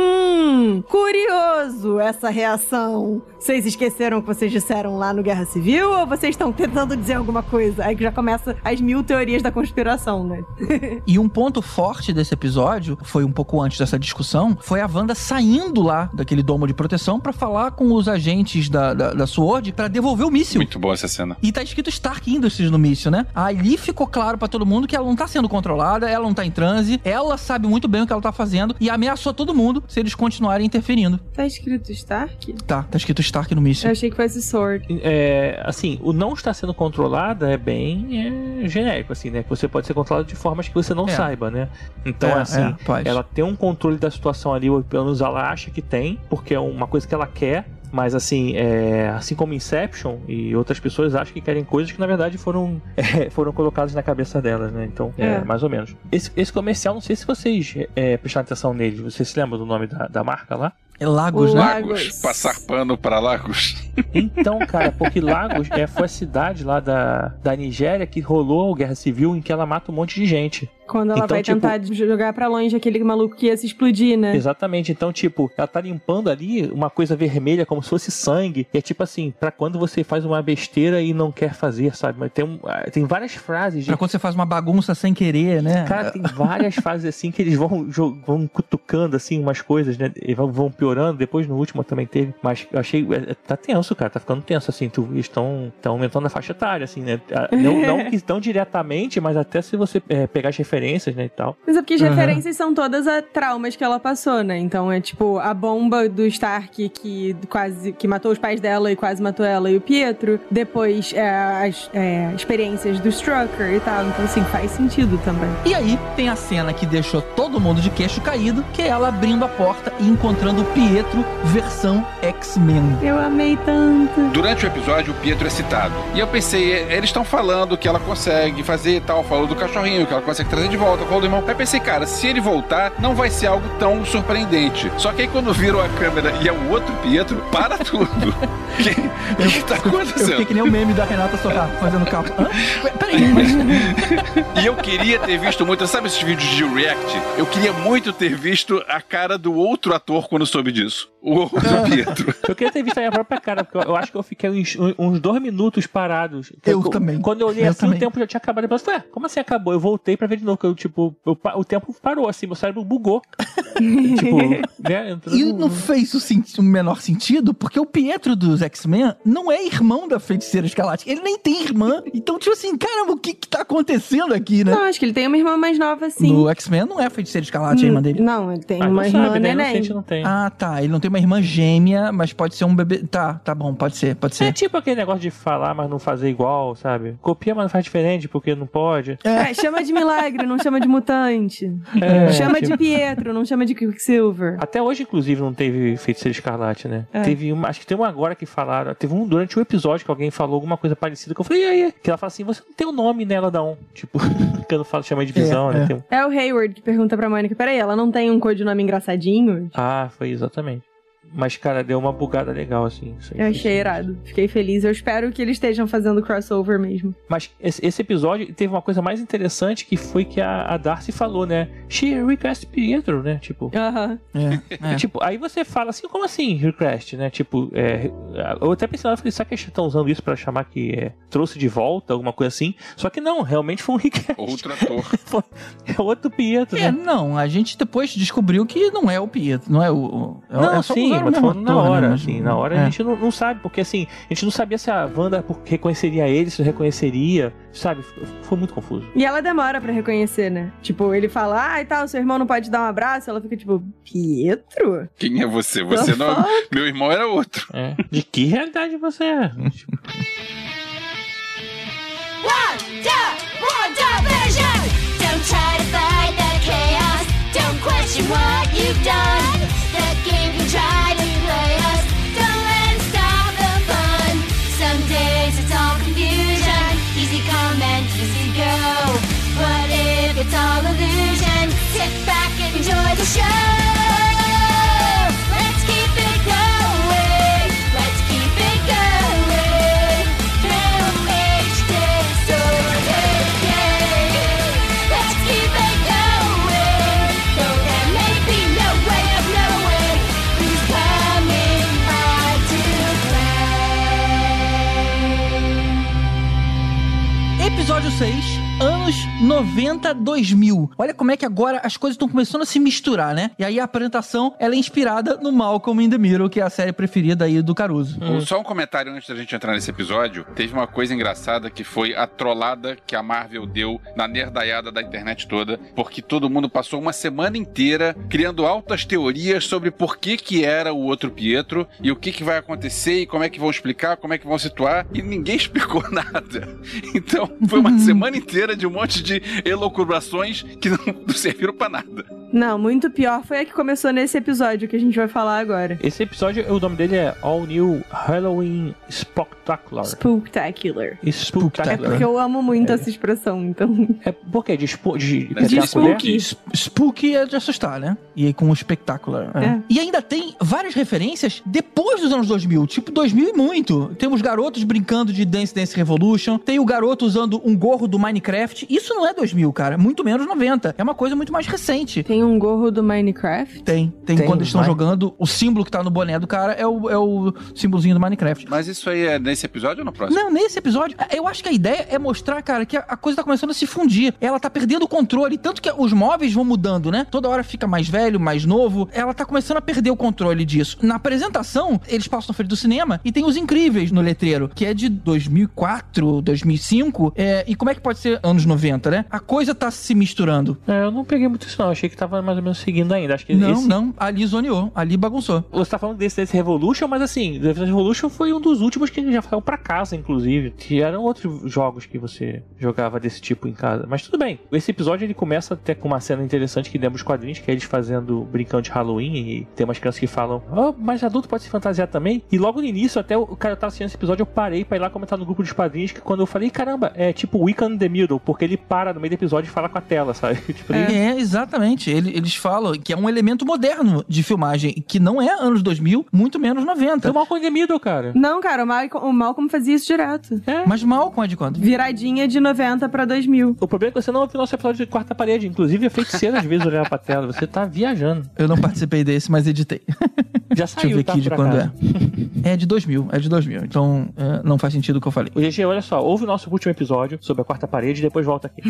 curioso essa reação. Vocês esqueceram o que vocês disseram lá no Guerra Civil, ou vocês estão tentando dizer alguma coisa? Aí que já começa as 1000 teorias da conspiração, né? E um ponto forte desse episódio, foi um pouco antes da dessa discussão foi a Wanda saindo lá daquele domo de proteção pra falar com os agentes da SWORD pra devolver o míssil. Muito boa essa cena. E tá escrito Stark Industries no míssil, né? Ali ficou claro pra todo mundo que ela não tá sendo controlada, ela não tá em transe, ela sabe muito bem o que ela tá fazendo e ameaçou todo mundo se eles continuarem interferindo. Tá escrito Stark? Tá escrito Stark no míssil. Eu achei que fosse Sword. Assim, o não estar sendo controlada é bem genérico, assim, né? Você pode ser controlado de formas que você não saiba, né? Então, ela tem um controle da situação ali, ou pelo menos ela acha que tem, porque é uma coisa que ela quer. Mas assim, assim como Inception e outras pessoas acham que querem coisas que na verdade foram colocadas na cabeça delas, né? Então, mais ou menos. Esse comercial, não sei se vocês prestaram atenção nele. Você se lembra do nome da marca lá? É Lagos, né? Lagos. Passar pano para Lagos. Então, cara, porque Lagos foi a cidade lá da Nigéria que rolou a guerra civil em que ela mata um monte de gente. Quando ela vai tentar jogar pra longe aquele maluco que ia se explodir, né? Exatamente. Então, tipo, ela tá limpando ali uma coisa vermelha como se fosse sangue. E é tipo assim, pra quando você faz uma besteira e não quer fazer, sabe? Mas tem várias frases. Pra quando você faz uma bagunça sem querer, né? Cara, tem várias frases assim que eles vão cutucando assim umas coisas, né? E vão piorando. Depois no último também teve. Mas eu achei... Tá tenso, cara. Tá ficando tenso, assim. Estão aumentando a faixa etária, assim, né? Não que tão diretamente, mas até se você pegar as referências, né, e tal. Mas é porque as referências são todas a traumas que ela passou, né? Então é tipo a bomba do Stark que matou os pais dela e quase matou ela e o Pietro. Depois as experiências do Strucker e tal. Então assim, faz sentido também. E aí tem a cena que deixou todo mundo de queixo caído, que é ela abrindo a porta e encontrando o Pietro versão X-Men. Eu amei tanto. Durante o episódio, o Pietro é citado. E eu pensei, eles estão falando que ela consegue fazer e tal. Falou do cachorrinho, que ela consegue trazer de volta. Falou do irmão. Aí pensei, cara, se ele voltar, não vai ser algo tão surpreendente. Só que aí quando viram a câmera e é o outro Pietro, para tudo. O que tá acontecendo? Eu fiquei que nem o meme da Renata Sorra fazendo capa. Peraí, mas... E eu queria ter visto muito, sabe esses vídeos de react? Eu queria muito ter visto a cara do outro ator quando soube disso. O outro Pietro. Eu queria ter visto a minha própria cara, porque eu acho que eu fiquei uns 2 minutos parados. Eu também. Quando eu olhei assim, o tempo já tinha acabado. Eu falei, como assim acabou? Eu voltei pra ver de novo, que o tempo parou, assim, meu cérebro bugou. Tipo, né? E não fez o menor sentido, porque o Pietro dos X-Men não é irmão da Feiticeira Escarlate. Ele nem tem irmã. Então, tipo assim, caramba, o que tá acontecendo aqui, né? Não, acho que ele tem uma irmã mais nova, sim. No X-Men não é a Feiticeira Escarlate a irmã dele. Não, ele tem uma irmã neném. Não tem. Ah, tá. Ele não tem uma irmã gêmea, mas pode ser um bebê. Tá bom, pode ser. É tipo aquele negócio de falar, mas não fazer igual, sabe? Copia, mas não faz diferente, porque não pode. Chama de milagre, não chama de mutante. Chama de Pietro, não chama de Quicksilver. Até hoje, inclusive, não teve Feiticeira Escarlate, né? Teve uma, acho que tem uma agora que falaram. Teve um durante o episódio que alguém falou alguma coisa parecida, que eu falei, e aí? Que ela fala assim, você não tem o nome nela, não. Tipo, que eu não falo, chama de visão, né? É o Hayward que pergunta pra Mônica, peraí, ela não tem um codinome engraçadinho? Ah, foi exatamente. Mas, cara, deu uma bugada legal, assim. Eu achei irado. Fiquei feliz. Eu espero que eles estejam fazendo crossover mesmo. Mas esse episódio teve uma coisa mais interessante, que foi que a Darcy falou, né? She request Pietro, né? Tipo... Tipo, aí você fala assim, como assim request, né? Tipo, eu até pensei, eu falei, será que eles estão usando isso pra chamar que trouxe de volta, alguma coisa assim? Só que não, realmente foi um request. Outro ator. É outro Pietro, né? Não, a gente depois descobriu que não é o Pietro, não é o... Não, sim, mas falando na hora, né? assim, na hora a gente não sabe, porque assim, a gente não sabia se a Wanda reconheceria ele, se reconheceria, sabe? Foi muito confuso. E ela demora pra reconhecer, né? Tipo, ele fala, e tal, seu irmão não pode dar um abraço, ela fica tipo, Pietro? Quem é você? Você não... Meu irmão era outro. De que realidade você é? Tipo... WandaVision! Don't try to fight the chaos. Don't question what you've done. The game can try to play us. Don't let it stop the fun. Some days it's all confusion. Easy come and easy go. But if it's all illusion, sit back and enjoy the show. Let's keep it going. Let's keep it going. Through each disordered day. Let's keep it going. Though there may be no way of knowing who's coming back to play. Episódio 6, anos 90, 2000. Olha como é que agora as coisas estão começando a se misturar, né? E aí a apresentação, ela é inspirada no Malcolm in the Middle, que é a série preferida aí do Caruso. Só um comentário antes da gente entrar nesse episódio. Teve uma coisa engraçada que foi a trollada que a Marvel deu na nerdaiada da internet toda, porque todo mundo passou uma semana inteira criando altas teorias sobre por que era o outro Pietro e o que vai acontecer e como é que vão explicar, como é que vão situar, e ninguém explicou nada. Então, foi uma semana inteira de um monte de elucubrações que não serviram pra nada. Não, muito pior foi a que começou nesse episódio que a gente vai falar agora. Esse episódio, o nome dele é All New Halloween Spectacular. Spooktacular. Spectacular. É porque eu amo muito essa expressão, então... É por quê? De spooky. Spooky é de assustar, né? E aí com o Spectacular. É. E ainda tem várias referências depois dos anos 2000, tipo 2000 e muito. Temos garotos brincando de Dance Dance Revolution, tem o garoto usando um gorro do Minecraft. Isso não é 2000, cara, muito menos 90. É uma coisa muito mais recente. Tem um gorro do Minecraft? Tem quando eles estão jogando, o símbolo que tá no boné do cara é o símbolozinho do Minecraft. Mas isso aí é nesse episódio ou no próximo? Não, nesse episódio, eu acho que a ideia é mostrar, cara, que a coisa tá começando a se fundir. Ela tá perdendo o controle, tanto que os móveis vão mudando, né? Toda hora fica mais velho, mais novo. Ela tá começando a perder o controle disso. Na apresentação, eles passam na frente do cinema e tem Os Incríveis no letreiro, que é de 2004, 2005. E como é que pode ser anos 90, né? A coisa tá se misturando. Eu não peguei muito isso não, achei que tava mais ou menos seguindo ainda. Acho que Não, ali zoneou, ali bagunçou. Você tá falando desse Revolution, mas assim, Dance Revolution foi um dos últimos que já saiu pra casa, inclusive. Que eram outros jogos que você jogava desse tipo em casa. Mas tudo bem. Esse episódio ele começa até com uma cena interessante que lembra os quadrinhos, que é eles brincando de Halloween, e tem umas crianças que falam, mas adulto pode se fantasiar também. E logo no início, até o cara tava assistindo esse episódio, eu parei pra ir lá comentar no grupo dos quadrinhos, que quando eu falei, caramba, é tipo Wiccan in the Middle, porque ele para no meio do episódio e fala com a tela, sabe? Tipo, exatamente. Eles falam que é um elemento moderno de filmagem, que não é anos 2000, muito menos 90. É o Malcolm in the Middle, cara. Não, cara, o Malcolm fazia isso direto. Mas Malcolm é de quando? Viradinha de 90 pra 2000. O problema é que você não ouviu nosso episódio de Quarta Parede. Inclusive, a feiticeira às vezes olhava pra tela. Você tá viajando. Eu não participei desse, mas editei. Já saiu, Deixa eu ver aqui de quando é. É de 2000. Então não faz sentido o que eu falei. O GG, olha só, ouve o nosso último episódio sobre a Quarta Parede e depois volta aqui.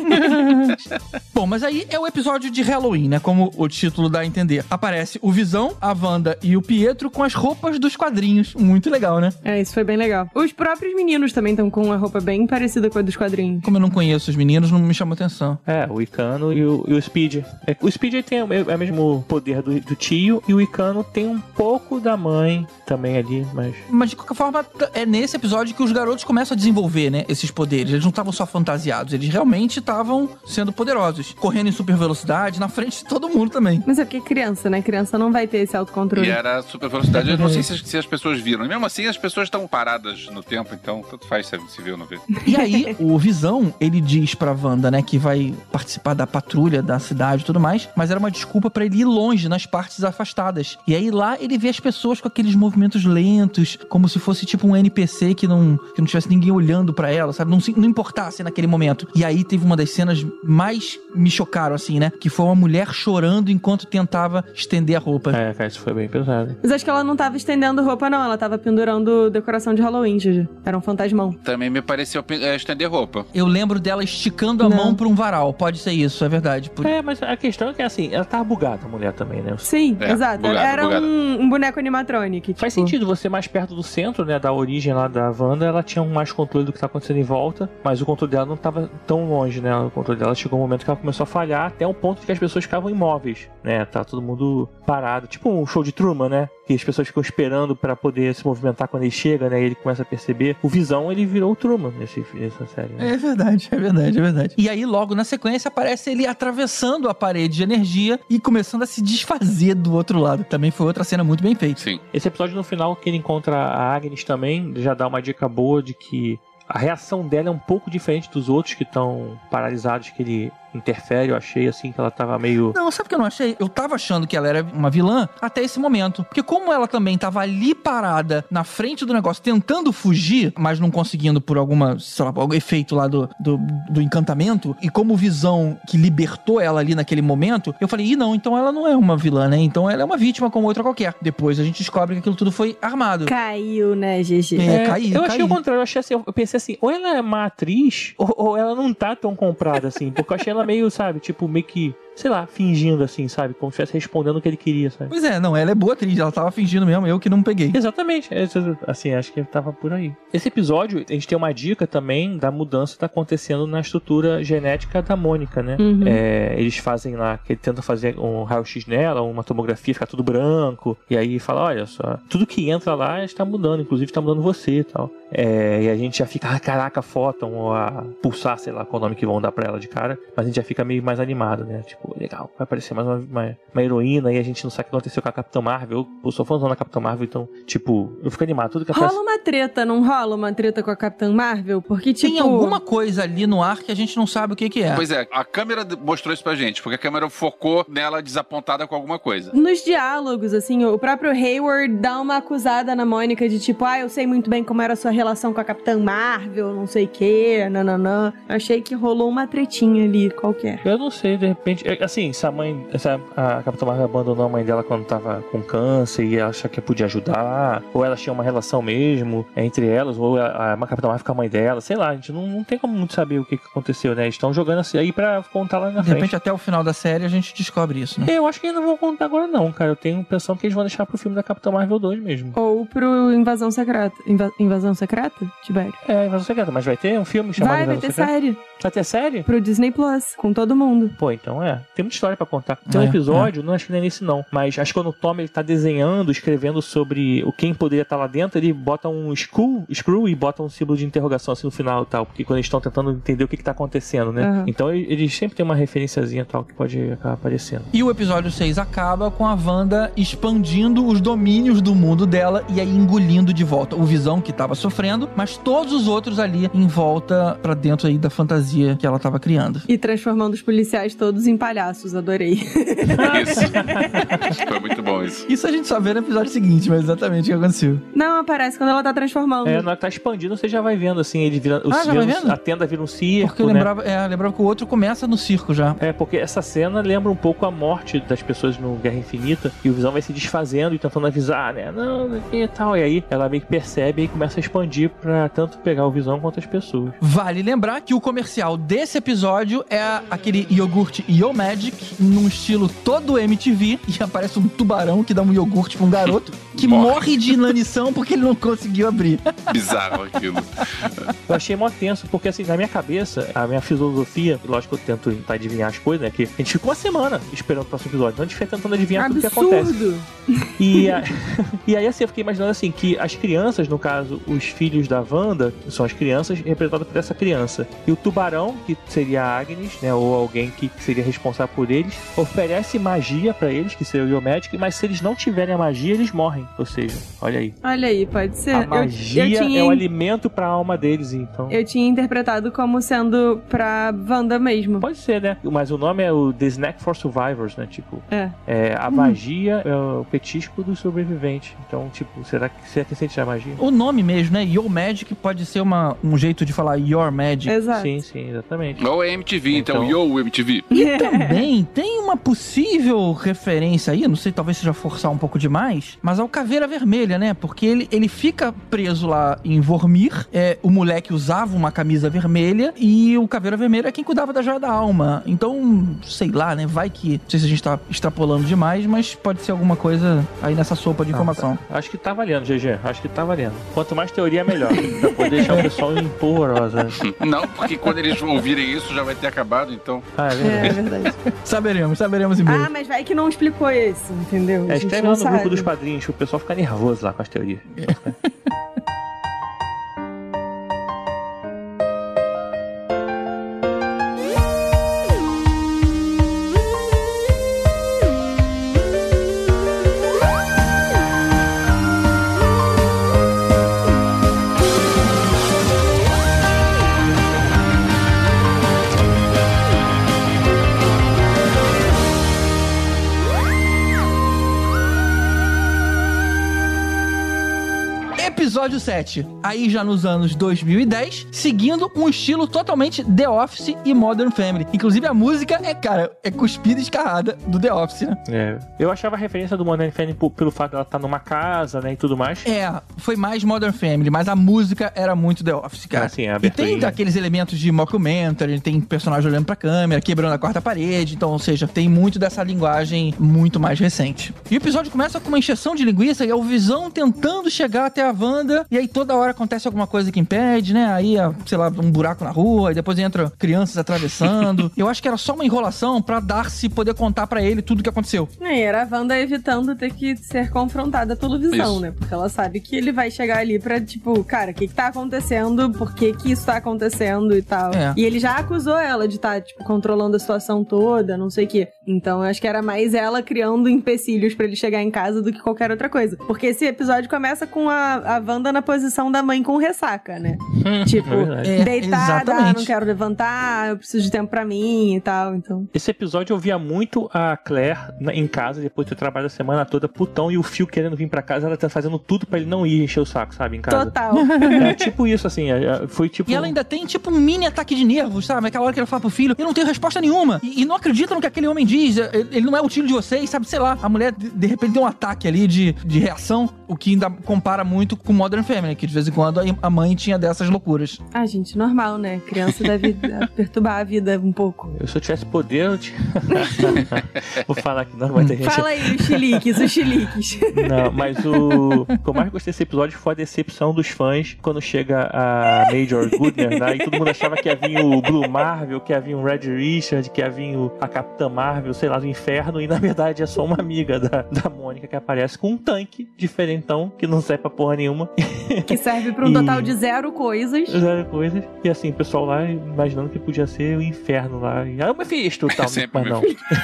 Bom, mas aí é o episódio de Halloween, né? Como o título dá a entender. Aparece o Visão, a Wanda e o Pietro com as roupas dos quadrinhos. Muito legal, né? Isso foi bem legal. Os próprios meninos também estão com uma roupa bem parecida com a dos quadrinhos. Como eu não conheço os meninos, não me chamou atenção. O Icano e o Speed. O Speed tem o mesmo poder do tio, e o Icano tem um pouco da mãe também ali, mas... Mas de qualquer forma, é nesse episódio que os garotos começam a desenvolver, né, esses poderes. Eles não estavam só fantasiados, eles realmente estavam sendo poderosos. Correndo em super velocidade, na frente de todo mundo também. Mas é porque criança, né? Criança não vai ter esse autocontrole. E era super velocidade. Eu não sei se as pessoas viram. E mesmo assim, as pessoas estão paradas no tempo, então tanto faz se vê ou não vê. E aí, o Visão, ele diz pra Wanda, né, que vai participar da patrulha da cidade e tudo mais, mas era uma desculpa pra ele ir longe, nas partes afastadas. E aí lá, ele vê as pessoas com aqueles movimentos lentos, como se fosse tipo um NPC que não tivesse ninguém olhando pra ela, sabe? Não importasse naquele momento. E aí teve uma das cenas mais me chocaram, assim, né? Que foi uma mulher chorando enquanto tentava estender a roupa. Cara, isso foi bem pesado. Mas acho que ela não tava estendendo roupa, não. Ela tava pendurando decoração de Halloween, Gigi. Era um fantasmão. Também me pareceu estender roupa. Eu lembro dela esticando a mão pra um varal. Pode ser isso, é verdade. Mas a questão é que, assim, ela tava bugada, a mulher também, né? Sim, exato. Era um boneco animatronic. Tipo... Faz sentido, você mais perto do centro, né, da origem lá da Wanda, ela tinha mais controle do que tá acontecendo em volta, mas o controle dela não tava tão longe, né? O controle dela chegou um momento que ela começou a falhar, até um ponto que as pessoas ficavam imóveis, né? Tá todo mundo parado. Tipo um show de Truman, né? Que as pessoas ficam esperando pra poder se movimentar quando ele chega, né? E ele começa a perceber. O Visão, ele virou o Truman nessa série, né? É verdade. E aí, logo na sequência, aparece ele atravessando a parede de energia e começando a se desfazer do outro lado. Também foi outra cena muito bem feita. Sim. Esse episódio, no final, que ele encontra a Agnes também, já dá uma dica boa de que a reação dela é um pouco diferente dos outros que estão paralisados, que ele interfere, eu achei assim que ela tava meio... Não, sabe o que eu não achei? Eu tava achando que ela era uma vilã até esse momento. Porque como ela também tava ali parada na frente do negócio, tentando fugir, mas não conseguindo por alguma, sei lá, algum efeito lá do encantamento, e como Visão que libertou ela ali naquele momento, eu falei, não, então ela não é uma vilã, né? Então ela é uma vítima como outra qualquer. Depois a gente descobre que aquilo tudo foi armado. Caiu, né, GG? Caiu. Eu achei o contrário, eu pensei assim, ou ela é uma atriz, ou ela não tá tão comprada assim, porque eu achei ela meio, sabe, tipo, meio que, sei lá, fingindo assim, sabe, como se estivesse respondendo o que ele queria, sabe? Pois é, não, ela é boa atriz, ela tava fingindo mesmo, eu que não peguei. Exatamente, assim, acho que tava por aí. Esse episódio, a gente tem uma dica também da mudança que tá acontecendo na estrutura genética da Mônica, né? Uhum. Eles fazem lá, que ele tenta fazer um raio-x nela, uma tomografia, fica tudo branco, e aí fala, olha só, tudo que entra lá está mudando, inclusive tá mudando você e tal. E a gente já fica, caraca, Fóton, ou a Pulsar, sei lá qual nome que vão dar pra ela de cara, mas a gente já fica meio mais animado, né? Tipo, legal, vai aparecer mais uma heroína, e a gente não sabe o que aconteceu com a Capitã Marvel. Eu sou fãzão da Capitã Marvel, então, tipo, eu fico animado. Tudo que aparece... Rola uma treta, não rola uma treta com a Capitã Marvel? Porque, tipo... Tem alguma coisa ali no ar que a gente não sabe o que é. Pois é, a câmera mostrou isso pra gente, porque a câmera focou nela desapontada com alguma coisa. Nos diálogos, assim, o próprio Hayward dá uma acusada na Mônica de tipo, eu sei muito bem como era a sua relação com a Capitã Marvel, não sei o que, nananã. Achei que rolou uma tretinha ali, qualquer. Eu não sei, de repente, assim, se a Capitã Marvel abandonou a mãe dela quando tava com câncer e acha que podia ajudar, ou elas tinham uma relação mesmo entre elas, ou a Capitã Marvel com a mãe dela, sei lá, a gente não tem como muito saber o que aconteceu, né? Eles estão jogando assim aí pra contar lá na frente. De repente, até o final da série, a gente descobre isso, né? Eu acho que eles não vão contar agora não, cara. Eu tenho a impressão que eles vão deixar pro filme da Capitã Marvel 2 mesmo. Ou pro Invasão Secreta. Invasão Secreta, Tibério? Invasão Secreta, mas vai ter um filme chamado Vai ter série. Vai ter série? Pro Disney Plus, com todo mundo. Pô, então tem muita história pra contar. Tem um episódio, não acho que nem nesse não, mas acho que quando o Tom ele tá desenhando, escrevendo sobre quem poderia estar lá dentro, ele bota um screw e bota um símbolo de interrogação assim no final e tal, porque quando eles estão tentando entender o que tá acontecendo, né? Uhum. Então eles sempre tem uma referenciazinha tal que pode acabar aparecendo. E o episódio 6 acaba com a Wanda expandindo os domínios do mundo dela e aí engolindo de volta o Visão que tava sofrendo, mas todos os outros ali em volta pra dentro aí da fantasia que ela tava criando. E transformando os policiais todos em palhaços, adorei. Isso. Foi muito bom isso. Isso a gente só vê no episódio seguinte, mas exatamente o que aconteceu. Não, aparece quando ela tá transformando. Na hora que tá expandindo, você já vai vendo assim, ele vira, já vai vendo? A tenda vira um circo, porque eu lembrava que o outro começa no circo já. Porque essa cena lembra um pouco a morte das pessoas no Guerra Infinita, e o Visão vai se desfazendo e tentando avisar, né? Não, e tal. E aí ela meio que percebe e começa a expandir pra tanto pegar o Visão quanto as pessoas. Vale lembrar que o comercial desse episódio é aquele iogurte Yo Magic, num estilo todo MTV, e aparece um tubarão que dá um iogurte pra um garoto que morre de inanição porque ele não conseguiu abrir. Bizarro aquilo. Eu achei mó tenso, porque assim, na minha cabeça, a minha filosofia, lógico que eu tento tentar adivinhar as coisas, né? Que a gente ficou uma semana esperando o próximo episódio, então a gente foi tentando adivinhar tudo que acontece. E aí assim, eu fiquei imaginando assim, que as crianças, no caso, os filhos da Wanda, são as crianças representadas por essa criança. E o tubarão, que seria a Agnes, né? Ou alguém que seria responsável por eles, oferece magia pra eles, que seria o Yo Magic, mas se eles não tiverem a magia, eles morrem. Ou seja, olha aí. Olha aí, pode ser. A magia é o alimento pra alma deles, então. Eu tinha interpretado como sendo pra Wanda mesmo. Pode ser, né? Mas o nome é o The Snack for Survivors, né? Tipo, a magia é o petisco do sobrevivente. Então, tipo, será que sente a magia? O nome mesmo, né? Yo Magic pode ser um jeito de falar Your Magic. Exato. Sim, exatamente. Ou é MTV, então Yo MTV. E também tem uma possível referência aí, não sei, talvez seja forçar um pouco demais, mas ao Caveira Vermelha, né? Porque ele fica preso lá em Vormir, o moleque usava uma camisa vermelha e o Caveira Vermelha é quem cuidava da Joia da Alma. Então, sei lá, né? Vai que, não sei se a gente tá extrapolando demais, mas pode ser alguma coisa aí nessa sopa de informação. Tá. Acho que tá valendo, GG. Acho que tá valendo. Quanto mais teoria, melhor. Pra poder deixar o pessoal empolvorosa. Não, porque quando eles ouvirem isso, já vai ter acabado, então... É verdade. Saberemos em breve. Mas vai que não explicou isso, entendeu? Escreve lá no grupo dos padrinhos, o pessoal fica nervoso lá com as teorias. Episódio 7, aí já nos anos 2010, seguindo um estilo totalmente The Office e Modern Family. Inclusive a música é cuspida e escarrada do The Office, né? Eu achava a referência do Modern Family pelo fato dela estar numa casa, né, e tudo mais. Foi mais Modern Family, mas a música era muito The Office, cara. Assim, a e tem aqueles elementos de mockumentary, tem personagem olhando pra câmera, quebrando a quarta parede, então, ou seja, tem muito dessa linguagem muito mais recente. E o episódio começa com uma encheção de linguiça e é o Visão tentando chegar até a Wanda, e aí toda hora acontece alguma coisa que impede, né? Aí, sei lá, um buraco na rua, e depois entra crianças atravessando. Eu acho que era só uma enrolação pra Darcy poder contar pra ele tudo o que aconteceu. Era a Wanda evitando ter que ser confrontada pelo Visão, né? Porque ela sabe que ele vai chegar ali pra, tipo, cara, o que tá acontecendo? Por que isso tá acontecendo e tal? E ele já acusou ela de estar, tipo, controlando a situação toda, não sei o quê. Então, eu acho que era mais ela criando empecilhos pra ele chegar em casa do que qualquer outra coisa. Porque esse episódio começa com a Wanda na posição da mãe com ressaca, né? Tipo, deitada, não quero levantar, eu preciso de tempo pra mim e tal, então... Esse episódio eu via muito a Claire em casa, depois de ter trabalhado a semana toda, putão, e o Phil querendo vir pra casa, ela tá fazendo tudo pra ele não ir encher o saco, sabe, em casa. Total. Tipo isso, assim, foi tipo... E ela ainda tem, tipo, um mini ataque de nervos, sabe? Aquela hora que ela fala pro filho, eu não tenho resposta nenhuma, e não acreditam no que aquele homem diz, ele não é o tio de vocês, sabe? Sei lá, a mulher, de repente, tem um ataque ali de reação, o que ainda compara muito com Modern Family, que de vez em quando a mãe tinha dessas loucuras. Gente, normal, né? Criança deve perturbar a vida um pouco. Se eu tivesse poder, eu tinha... Vou falar que não vai ter gente... Fala aí, os chiliques. Não, mas o que eu mais gostei desse episódio foi a decepção dos fãs quando chega a Major Goodner, né? E todo mundo achava que ia vir o Blue Marvel, que ia vir o Red Richard, que ia vir a Capitã Marvel, sei lá, do inferno, e na verdade é só uma amiga da Mônica que aparece com um tanque diferentão, que não serve pra porra nenhuma. Que serve pra um total de 0 coisas. 0 coisas. E assim, o pessoal lá imaginando que podia ser o inferno lá. E o Mephisto e tal, mas não.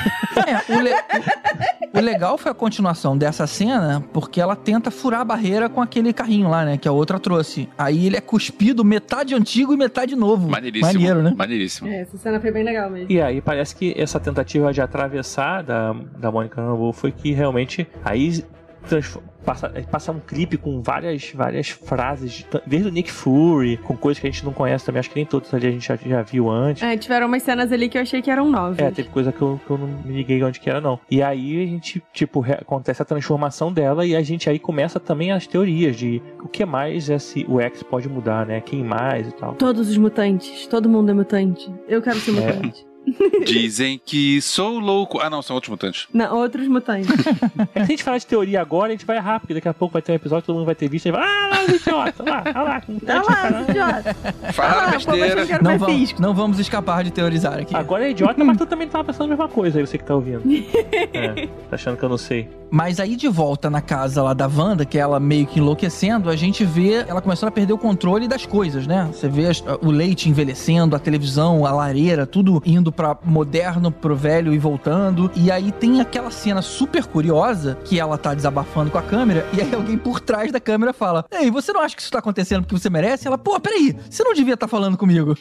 O legal foi a continuação dessa cena, porque ela tenta furar a barreira com aquele carrinho lá, né, que a outra trouxe. Aí ele é cuspido, metade antigo e metade novo. Maneiríssimo. Maneiro, né? Maneiríssimo. Essa cena foi bem legal mesmo. E aí parece que essa tentativa de atravessar da Mônica Rambeau foi que realmente aí passa um clipe com várias frases, desde o Nick Fury, com coisas que a gente não conhece também, acho que nem todos ali a gente já viu antes. Tiveram umas cenas ali que eu achei que eram novas. Teve coisa que eu não me liguei onde que era, não. E aí a gente, tipo, acontece a transformação dela e a gente aí começa também as teorias de o que mais o X pode mudar, né? Quem mais e tal. Todos os mutantes, todo mundo é mutante. Eu quero ser mutante. Dizem que sou louco. Não, são outros mutantes. Não, outros mutantes. Se a gente falar de teoria agora, a gente vai rápido, porque daqui a pouco vai ter um episódio que todo mundo vai ter visto e vai, idiota, olha lá, idiota. Fala besteira. Não vamos escapar de teorizar aqui. Agora é idiota, mas tu também tava pensando a mesma coisa, aí você que tá ouvindo. Tá achando que eu não sei. Mas aí de volta na casa lá da Wanda, que é ela meio que enlouquecendo, a gente vê ela começando a perder o controle das coisas, né? Você vê o leite envelhecendo, a televisão, a lareira, tudo indo pra moderno, pro velho e voltando. E aí tem aquela cena super curiosa que ela tá desabafando com a câmera e aí alguém por trás da câmera fala: ei, você não acha que isso tá acontecendo porque você merece? Ela, pô, peraí, você não devia estar falando comigo.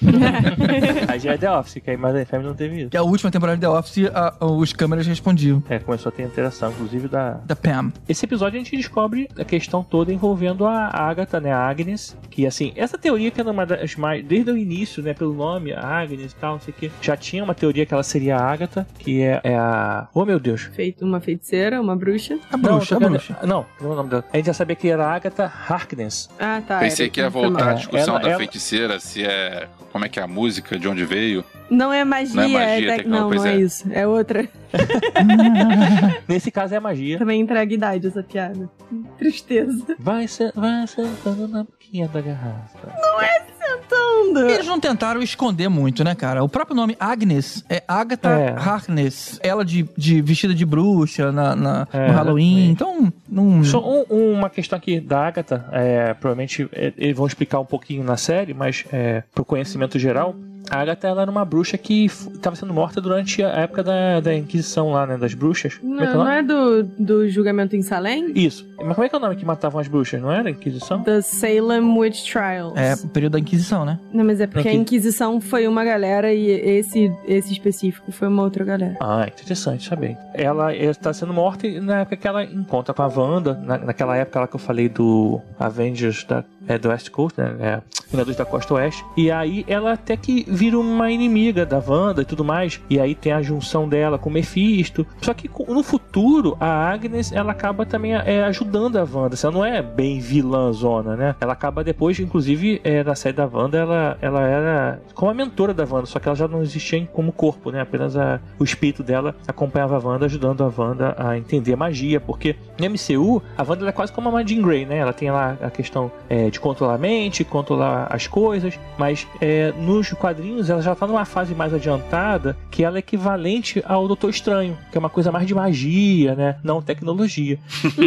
Aí já é The Office, que aí mais a Family não teve isso. Que a última temporada de The Office, os câmeras respondiam. Começou a ter interação, inclusive da Pam. Esse episódio a gente descobre a questão toda envolvendo a Agatha, né, a Agnes, que assim, essa teoria que é uma das mais, desde o início, né, pelo nome, a Agnes e tal, não sei o que, já tinha uma teoria que ela seria a Agatha, que é a... Oh, meu Deus. Uma feiticeira, uma bruxa. A bruxa. Não é o nome dela. A gente já sabia que era a Agatha Harkness. Tá. Pensei que ia voltar a discussão da feiticeira, se é... Como é que é a música, de onde veio. Não é magia, não é isso. É outra. Nesse caso é magia. Também entrega idade essa piada. Tristeza. Vai sentando na boquinha da garrafa. Não é sentando. Eles não tentaram esconder muito, né, cara? O próprio nome Agnes é Agatha Harkness. Ela de vestida de bruxa no Halloween. Então, não... Só uma questão aqui da Agatha. Provavelmente eles vão explicar um pouquinho na série, mas pro conhecimento geral... A Agatha, ela era uma bruxa que estava sendo morta durante a época da Inquisição lá, né? Das bruxas. Não é do julgamento em Salem? Isso. Mas como é que é o nome que matavam as bruxas? Não era Inquisição? The Salem Witch Trials. É, o período da Inquisição, né? Não, mas é porque Aqui. a Inquisição foi uma galera e esse específico foi uma outra galera. Ah, interessante saber. Ela está sendo morta e na época que ela encontra com a Wanda, naquela época lá que eu falei do Avengers do West Coast, né? Vingadores da Costa Oeste. E aí ela até que vira uma inimiga da Wanda e tudo mais. E aí tem a junção dela com o Mephisto. Só que no futuro, a Agnes, ela acaba também ajudando a Wanda. Ela não é bem vilãzona, né? Ela acaba depois, inclusive, na série da Wanda, ela era como a mentora da Wanda, só que ela já não existia como corpo, né? Apenas o espírito dela acompanhava a Wanda, ajudando a Wanda a entender magia. Porque no MCU, a Wanda ela é quase como uma Jean Grey, né? Ela tem lá a questão de controlar a mente, controlar as coisas, mas nos quadrinhos ela já está numa fase mais adiantada, que ela é equivalente ao Doutor Estranho, que é uma coisa mais de magia, né? Não tecnologia.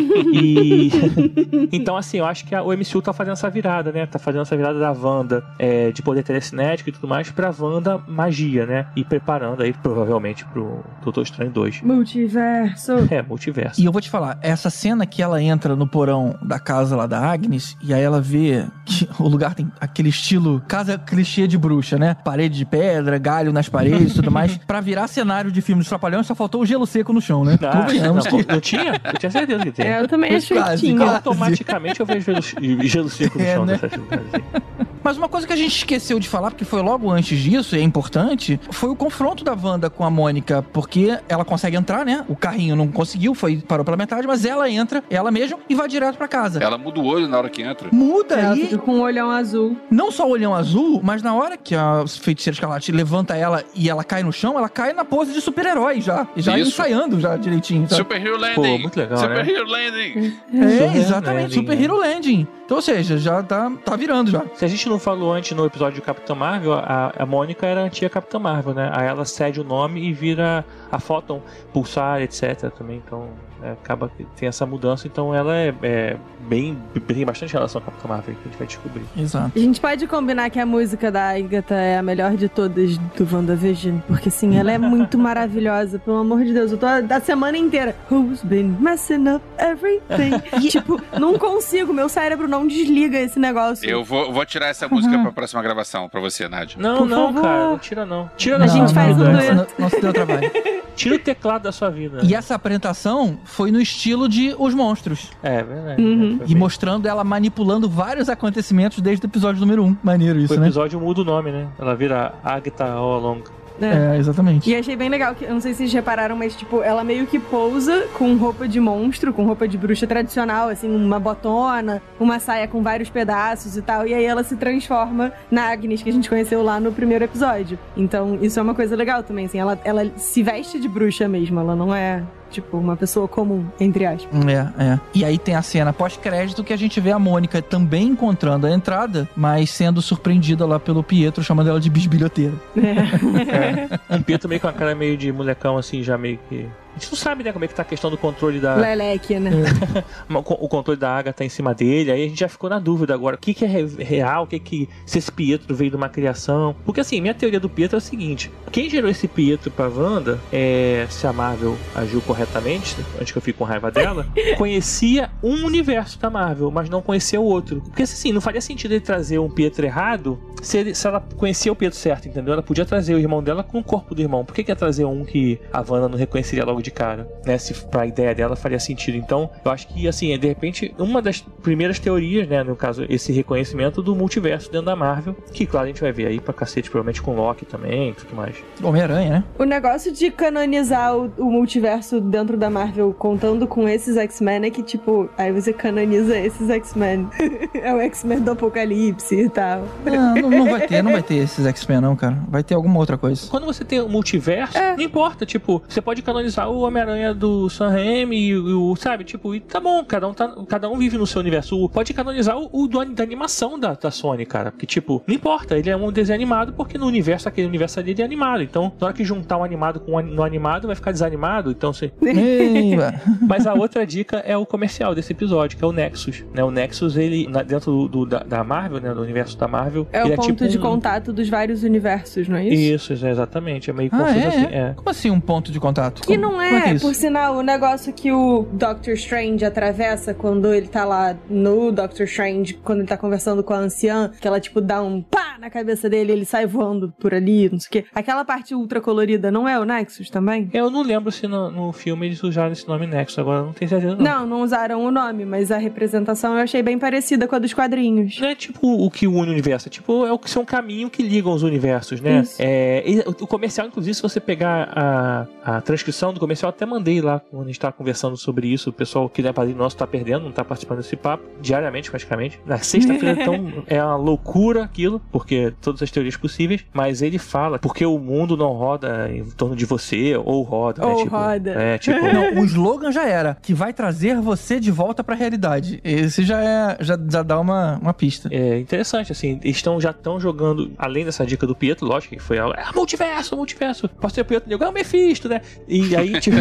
E então, assim, eu acho que o MCU tá fazendo essa virada, né? Tá fazendo essa virada da Wanda de poder telecinético e tudo mais pra Wanda magia, né? E preparando aí, provavelmente, pro Doutor Estranho 2. Multiverso. Multiverso. E eu vou te falar, essa cena que ela entra no porão da casa lá da Agnes, e aí ela vê que o lugar tem aquele estilo casa clichê de bruxa, né? Parede de pedra, galho nas paredes e tudo mais. Pra virar cenário de filme dos Trapalhões, só faltou o gelo seco no chão, né? Convenhamos que... Não tinha? Eu tinha certeza que tem. Eu também achei que Quase, tinha. quase. Automaticamente eu vejo gelo seco no chão né? dessa cidade. Mas uma coisa que a gente esqueceu de falar, porque foi logo antes disso, e é importante, foi o confronto da Wanda com a Mônica, porque ela consegue entrar, né? O carrinho não conseguiu, parou pela metade, mas ela entra, ela mesma, e vai direto pra casa. Ela muda o olho na hora que entra. Muda Ela aí. fica com um olhão azul. Não só o olhão azul, mas na hora que a Feiticeira Escarlate levanta ela e ela cai no chão, ela cai na pose de super-herói já Isso. ensaiando já direitinho. Sabe? Super Hero Landing. Pô, muito legal, Super né? Hero Landing. Exatamente, Super Hero Landing. Então, ou seja, já tá virando já. Se a gente não falou antes no episódio do Capitão Marvel, a Mônica era a antiga Capitã Marvel, né? Aí ela cede o nome e vira a Photon, Pulsar, etc. também, então acaba que tem essa mudança, então ela tem bastante relação com a Capitã Marvel, que a gente vai descobrir. Exato. A gente pode combinar que a música da Agatha é a melhor de todas do WandaVision, porque assim, ela é muito maravilhosa, pelo amor de Deus. Eu tô da semana inteira. Who's been messing up everything? Tipo, não consigo, meu cérebro não desliga esse negócio. Eu vou tirar essa música pra próxima gravação, pra você, Nádia. Não, Por não, favor. cara, não tira não. Tira A da gente sua faz vida. um dueto. Não se deu trabalho. Tira o teclado da sua vida. E essa apresentação foi no estilo de Os Monstros. É verdade. Uhum. E mostrando ela manipulando vários acontecimentos desde o episódio número 1. Maneiro O isso, né? episódio muda o nome, né? Ela vira Agatha All Along. Exatamente. E achei bem legal, que eu não sei se vocês repararam, mas tipo, ela meio que pousa com roupa de monstro, com roupa de bruxa tradicional, assim, uma botona, uma saia com vários pedaços e tal, e aí ela se transforma na Agnes que a gente conheceu lá no primeiro episódio. Então, isso é uma coisa legal também, assim, ela se veste de bruxa mesmo, ela não é, tipo, uma pessoa comum, entre aspas. E aí tem a cena pós-crédito que a gente vê a Mônica também encontrando a entrada, mas sendo surpreendida lá pelo Pietro, chamando ela de bisbilhoteira. Um Pietro meio com a cara meio de molecão, assim, já meio que... A gente não sabe, né, como é que tá a questão do controle da... Leleque, né? O controle da Agatha em cima dele. Aí a gente já ficou na dúvida agora. O que é real? Se esse Pietro veio de uma criação? Porque assim, minha teoria do Pietro é o seguinte. Quem gerou esse Pietro pra Wanda, se a Marvel agiu corretamente, antes que eu fique com raiva dela, conhecia um universo da Marvel, mas não conhecia o outro. Porque assim, não faria sentido ele trazer um Pietro errado se ela conhecia o Pietro certo, entendeu? Ela podia trazer o irmão dela com o corpo do irmão. Por que ia trazer um que a Wanda não reconheceria logo de cara, né? Se pra ideia dela faria sentido. Então, eu acho que, assim, de repente, uma das primeiras teorias, né, no caso, esse reconhecimento do multiverso dentro da Marvel, que, claro, a gente vai ver aí pra cacete, provavelmente com Loki também e tudo mais. Homem-Aranha, né? O negócio de canonizar o multiverso dentro da Marvel contando com esses X-Men é que, tipo, aí você canoniza esses X-Men. É o X-Men do Apocalipse e tal. Não vai ter esses X-Men não, cara. Vai ter alguma outra coisa. Quando você tem um multiverso, não importa, tipo, você pode canonizar o Homem-Aranha do Sam Raimi e o, sabe, tipo, e tá bom, cada um vive no seu universo. Pode canonizar da animação da Sony, cara, porque, tipo, não importa, ele é um desenho animado porque no universo, aquele universo ali, ele é animado. Então, na hora que juntar o animado com no animado, vai ficar desanimado, então você... Mas a outra dica é o comercial desse episódio, que é o Nexus, né? O Nexus, ele, dentro da Marvel, né, do universo da Marvel, é ele o ponto tipo de contato dos vários universos, não é isso? Isso, exatamente, é meio confuso assim. Como assim um ponto de contato? Que não Como é que é isso? por sinal, o negócio que o Doctor Strange atravessa quando ele tá lá no Doctor Strange, quando ele tá conversando com a anciã, que ela, tipo, dá um pá na cabeça dele e ele sai voando por ali, não sei o quê. Aquela parte ultra colorida não é o Nexus também? Eu não lembro se no filme eles usaram esse nome Nexus, agora não tenho certeza Não usaram o nome, mas a representação eu achei bem parecida com a dos quadrinhos. Não é tipo o que une o universo, é tipo, é um caminho que ligam os universos, né? O comercial, inclusive, se você pegar a transcrição do comercial, eu até mandei lá quando a gente tava conversando sobre isso, o pessoal que é padrinho nosso tá perdendo, não tá participando desse papo, diariamente praticamente. Na sexta-feira, então, é uma loucura aquilo, porque todas as teorias possíveis, mas ele fala, porque o mundo não roda em torno de você, ou roda, né? Ou tipo, roda. Não, o slogan já era, que vai trazer você de volta pra realidade. Esse já dá uma pista. É interessante, assim, já estão jogando, além dessa dica do Pietro, lógico que foi multiverso. Pode ser o Pietro Negro, é o Mephisto, né? E aí, tipo...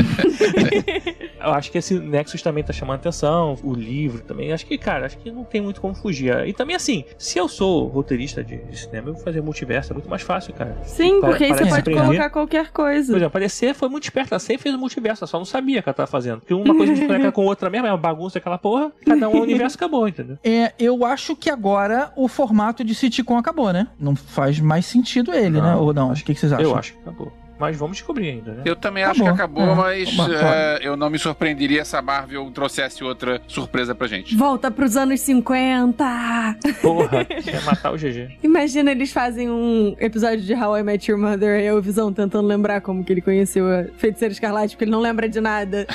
eu acho que esse Nexus também tá chamando atenção, o livro também, acho que não tem muito como fugir. E também, assim, se eu sou roteirista de cinema, eu vou fazer multiverso, é muito mais fácil, cara. Sim, porque aí você pode colocar qualquer coisa. Por exemplo, aparecer foi muito esperto, ela sempre fez o multiverso, ela só não sabia que ela tava fazendo. Porque uma coisa conecta com outra mesmo, é uma bagunça aquela porra, cada um é um universo, acabou, entendeu? Eu acho que agora o formato de sitcom acabou, né? Não faz mais sentido ele, né? Ou não? O que vocês acham? Eu acho que acabou. Mas vamos descobrir ainda, né? Eu também acho que acabou, mas eu não me surpreenderia se a Marvel trouxesse outra surpresa pra gente. Volta pros anos 50! Porra, ia matar o GG. Imagina eles fazem um episódio de How I Met Your Mother e o Visão tentando lembrar como que ele conheceu a Feiticeira Escarlate, porque ele não lembra de nada.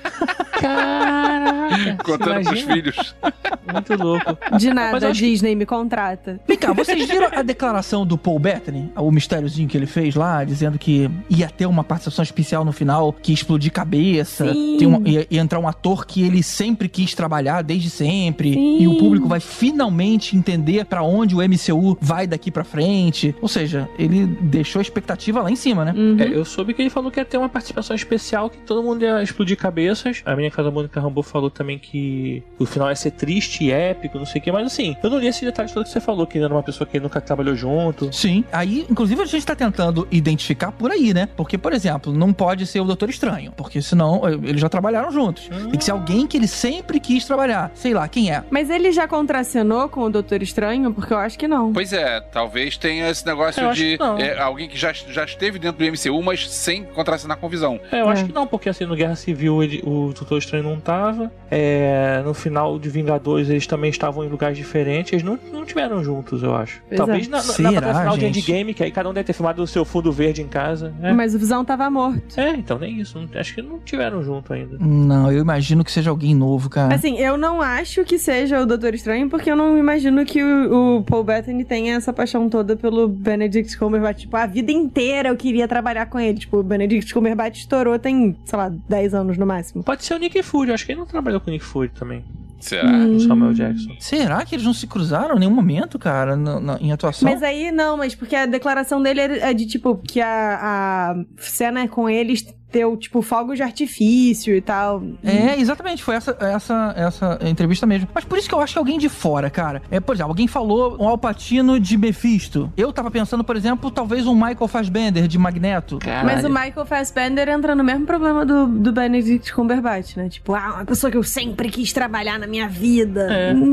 Caraca! Contando pros filhos. Muito louco. De nada, a Disney me contrata. Vem cá, vocês viram a declaração do Paul Bettany? O mistériozinho que ele fez lá, dizendo que ia ter uma participação especial no final, que ia explodir cabeça, ia entrar um ator que ele sempre quis trabalhar, desde sempre, e o público vai finalmente entender pra onde o MCU vai daqui pra frente. Ou seja, ele deixou a expectativa lá em cima, né? Eu soube que ele falou que ia ter uma participação especial, que todo mundo ia explodir cabeças. A menina que faz a Mônica Rambeau falou também que o final ia ser triste e épico, não sei o que, mas assim, eu não li esse detalhe todo que você falou, que era uma pessoa que nunca trabalhou junto. Sim, aí, inclusive, a gente tá tentando identificar por aí, né? Porque, por exemplo, não pode ser o Doutor Estranho, porque senão eles já trabalharam juntos. Tem que ser alguém que ele sempre quis trabalhar. Sei lá, quem é? Mas ele já contracenou com o Doutor Estranho? Porque eu acho que não. Pois é, talvez tenha esse negócio de alguém que já esteve dentro do MCU, mas sem contracenar com Visão. Eu acho que não, porque assim, no Guerra Civil o Doutor Estranho não tava. No final de Vingadores eles também estavam em lugares diferentes. Eles não tiveram juntos, eu acho. Talvez na batalha final de Endgame, que aí cada um deve ter filmado o seu fundo verde em casa. Mas o Visão tava morto. Então nem isso. Acho que não tiveram junto ainda. Não, eu imagino que seja alguém novo, cara. Assim, eu não acho que seja o Doutor Estranho, porque eu não imagino que o Paul Bettany tenha essa paixão toda pelo Benedict Cumberbatch. Tipo, a vida inteira eu queria trabalhar com ele. Tipo, o Benedict Cumberbatch estourou tem, sei lá, 10 anos no máximo. Pode ser o Nick Fury. Acho que ele não trabalhou com o Nick Fury também. Será? O Samuel Jackson. Será que eles não se cruzaram em nenhum momento, cara, em atuação? Mas aí não, mas porque a declaração dele é de tipo, que a cena com eles teu, tipo, fogos de artifício e tal. Exatamente, foi essa entrevista mesmo. Mas por isso que eu acho que alguém de fora, cara. Por exemplo, alguém falou um Al Pacino de Mephisto. Eu tava pensando, por exemplo, talvez um Michael Fassbender de Magneto. Caralho. Mas o Michael Fassbender entra no mesmo problema do Benedict Cumberbatch, né? Tipo, uma pessoa que eu sempre quis trabalhar na minha vida.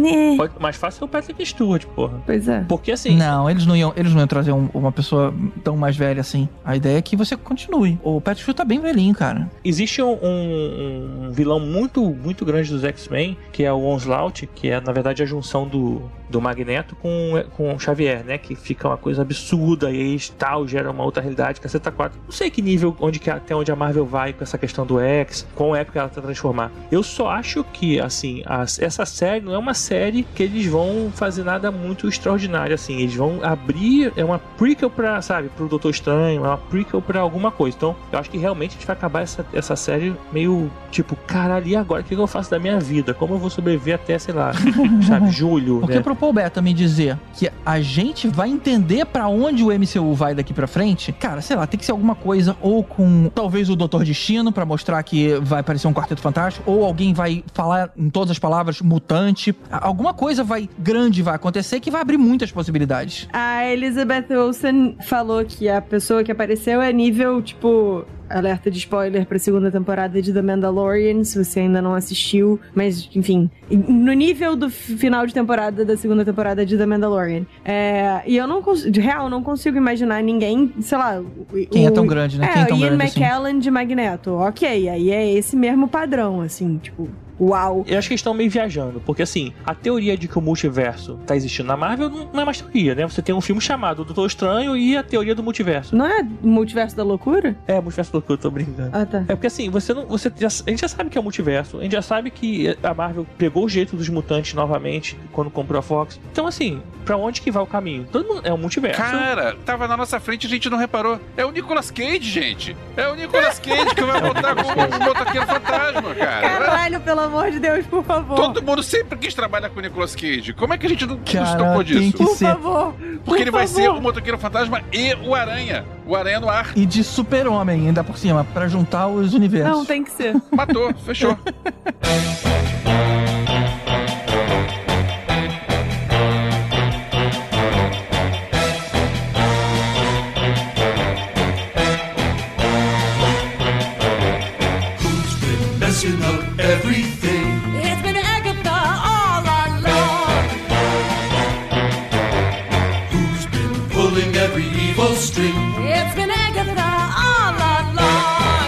Mais fácil é o Patrick Stewart, porra. Pois é. Porque assim... Não, eles não iam trazer uma pessoa tão mais velha assim. A ideia é que você continue. O Patrick Stewart tá bem velhinho, cara. Existe um vilão muito, muito grande dos X-Men, que é o Onslaught, que é, na verdade, a junção do do Magneto com o Xavier, né? Que fica uma coisa absurda e aí tal, gera uma outra realidade, caceta 4. Não sei que nível, até onde a Marvel vai com essa questão do X, quão época ela tá transformar. Eu só acho que, assim, essa série não é uma série que eles vão fazer nada muito extraordinário, assim. Eles vão abrir, é uma prequel pra, sabe, pro Doutor Estranho, é uma prequel pra alguma coisa. Então, eu acho que realmente a gente vai acabar essa série meio, tipo, caralho, e agora? O que eu faço da minha vida? Como eu vou sobreviver até, sei lá, sabe, julho, Porque pro Paul Bettany dizer que a gente vai entender pra onde o MCU vai daqui pra frente, cara, sei lá, tem que ser alguma coisa ou com, talvez, o Doutor Destino pra mostrar que vai aparecer um Quarteto Fantástico, ou alguém vai falar em todas as palavras mutante. Alguma coisa grande vai acontecer que vai abrir muitas possibilidades. A Elizabeth Olsen falou que a pessoa que apareceu é nível, tipo... Alerta de spoiler pra segunda temporada de The Mandalorian, se você ainda não assistiu. Mas, enfim, no nível do final de temporada da segunda temporada de The Mandalorian. E eu não consigo, de real, não consigo imaginar ninguém, sei lá... Quem é tão grande, né? Quem é tão o Ian grande McKellen assim? de Magneto. Ok, aí é esse mesmo padrão, assim, tipo... Uau! Eu acho que eles estão meio viajando, porque assim, a teoria de que o multiverso tá existindo na Marvel não é mais teoria, né? Você tem um filme chamado Doutor Estranho e a teoria do multiverso. Não é multiverso da loucura? É, multiverso da loucura, eu tô brincando. Ah, tá. É porque assim, a gente já sabe que é o multiverso, a gente já sabe que a Marvel pegou o jeito dos mutantes novamente quando comprou a Fox. Então assim, pra onde que vai o caminho? Todo mundo é o multiverso. Cara, tava na nossa frente e a gente não reparou. É o Nicolas Cage, gente. É o Nicolas Cage que vai voltar como um motoqueiro fantasma, cara. Caralho, pelo amor de Deus, por favor. Todo mundo sempre quis trabalhar com o Nicolas Cage. Como é que a gente não se Cara, tocou tem disso? que Por ser. favor. Porque ele vai ser o motoqueiro fantasma e o Aranha. O Aranha no ar. E de super-homem, ainda por cima, pra juntar os universos. Não, tem que ser. Matou, fechou. Messing up everything. It's been Agatha all along. Who's been pulling every evil string? It's been Agatha all along.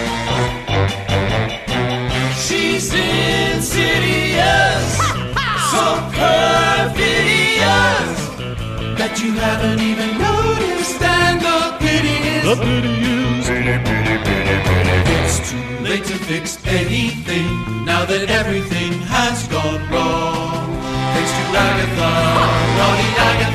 She's insidious, so perfidious that you haven't even noticed. And the pity is, it's too late to fix anything now that everything has gone wrong. Thanks to Agatha, naughty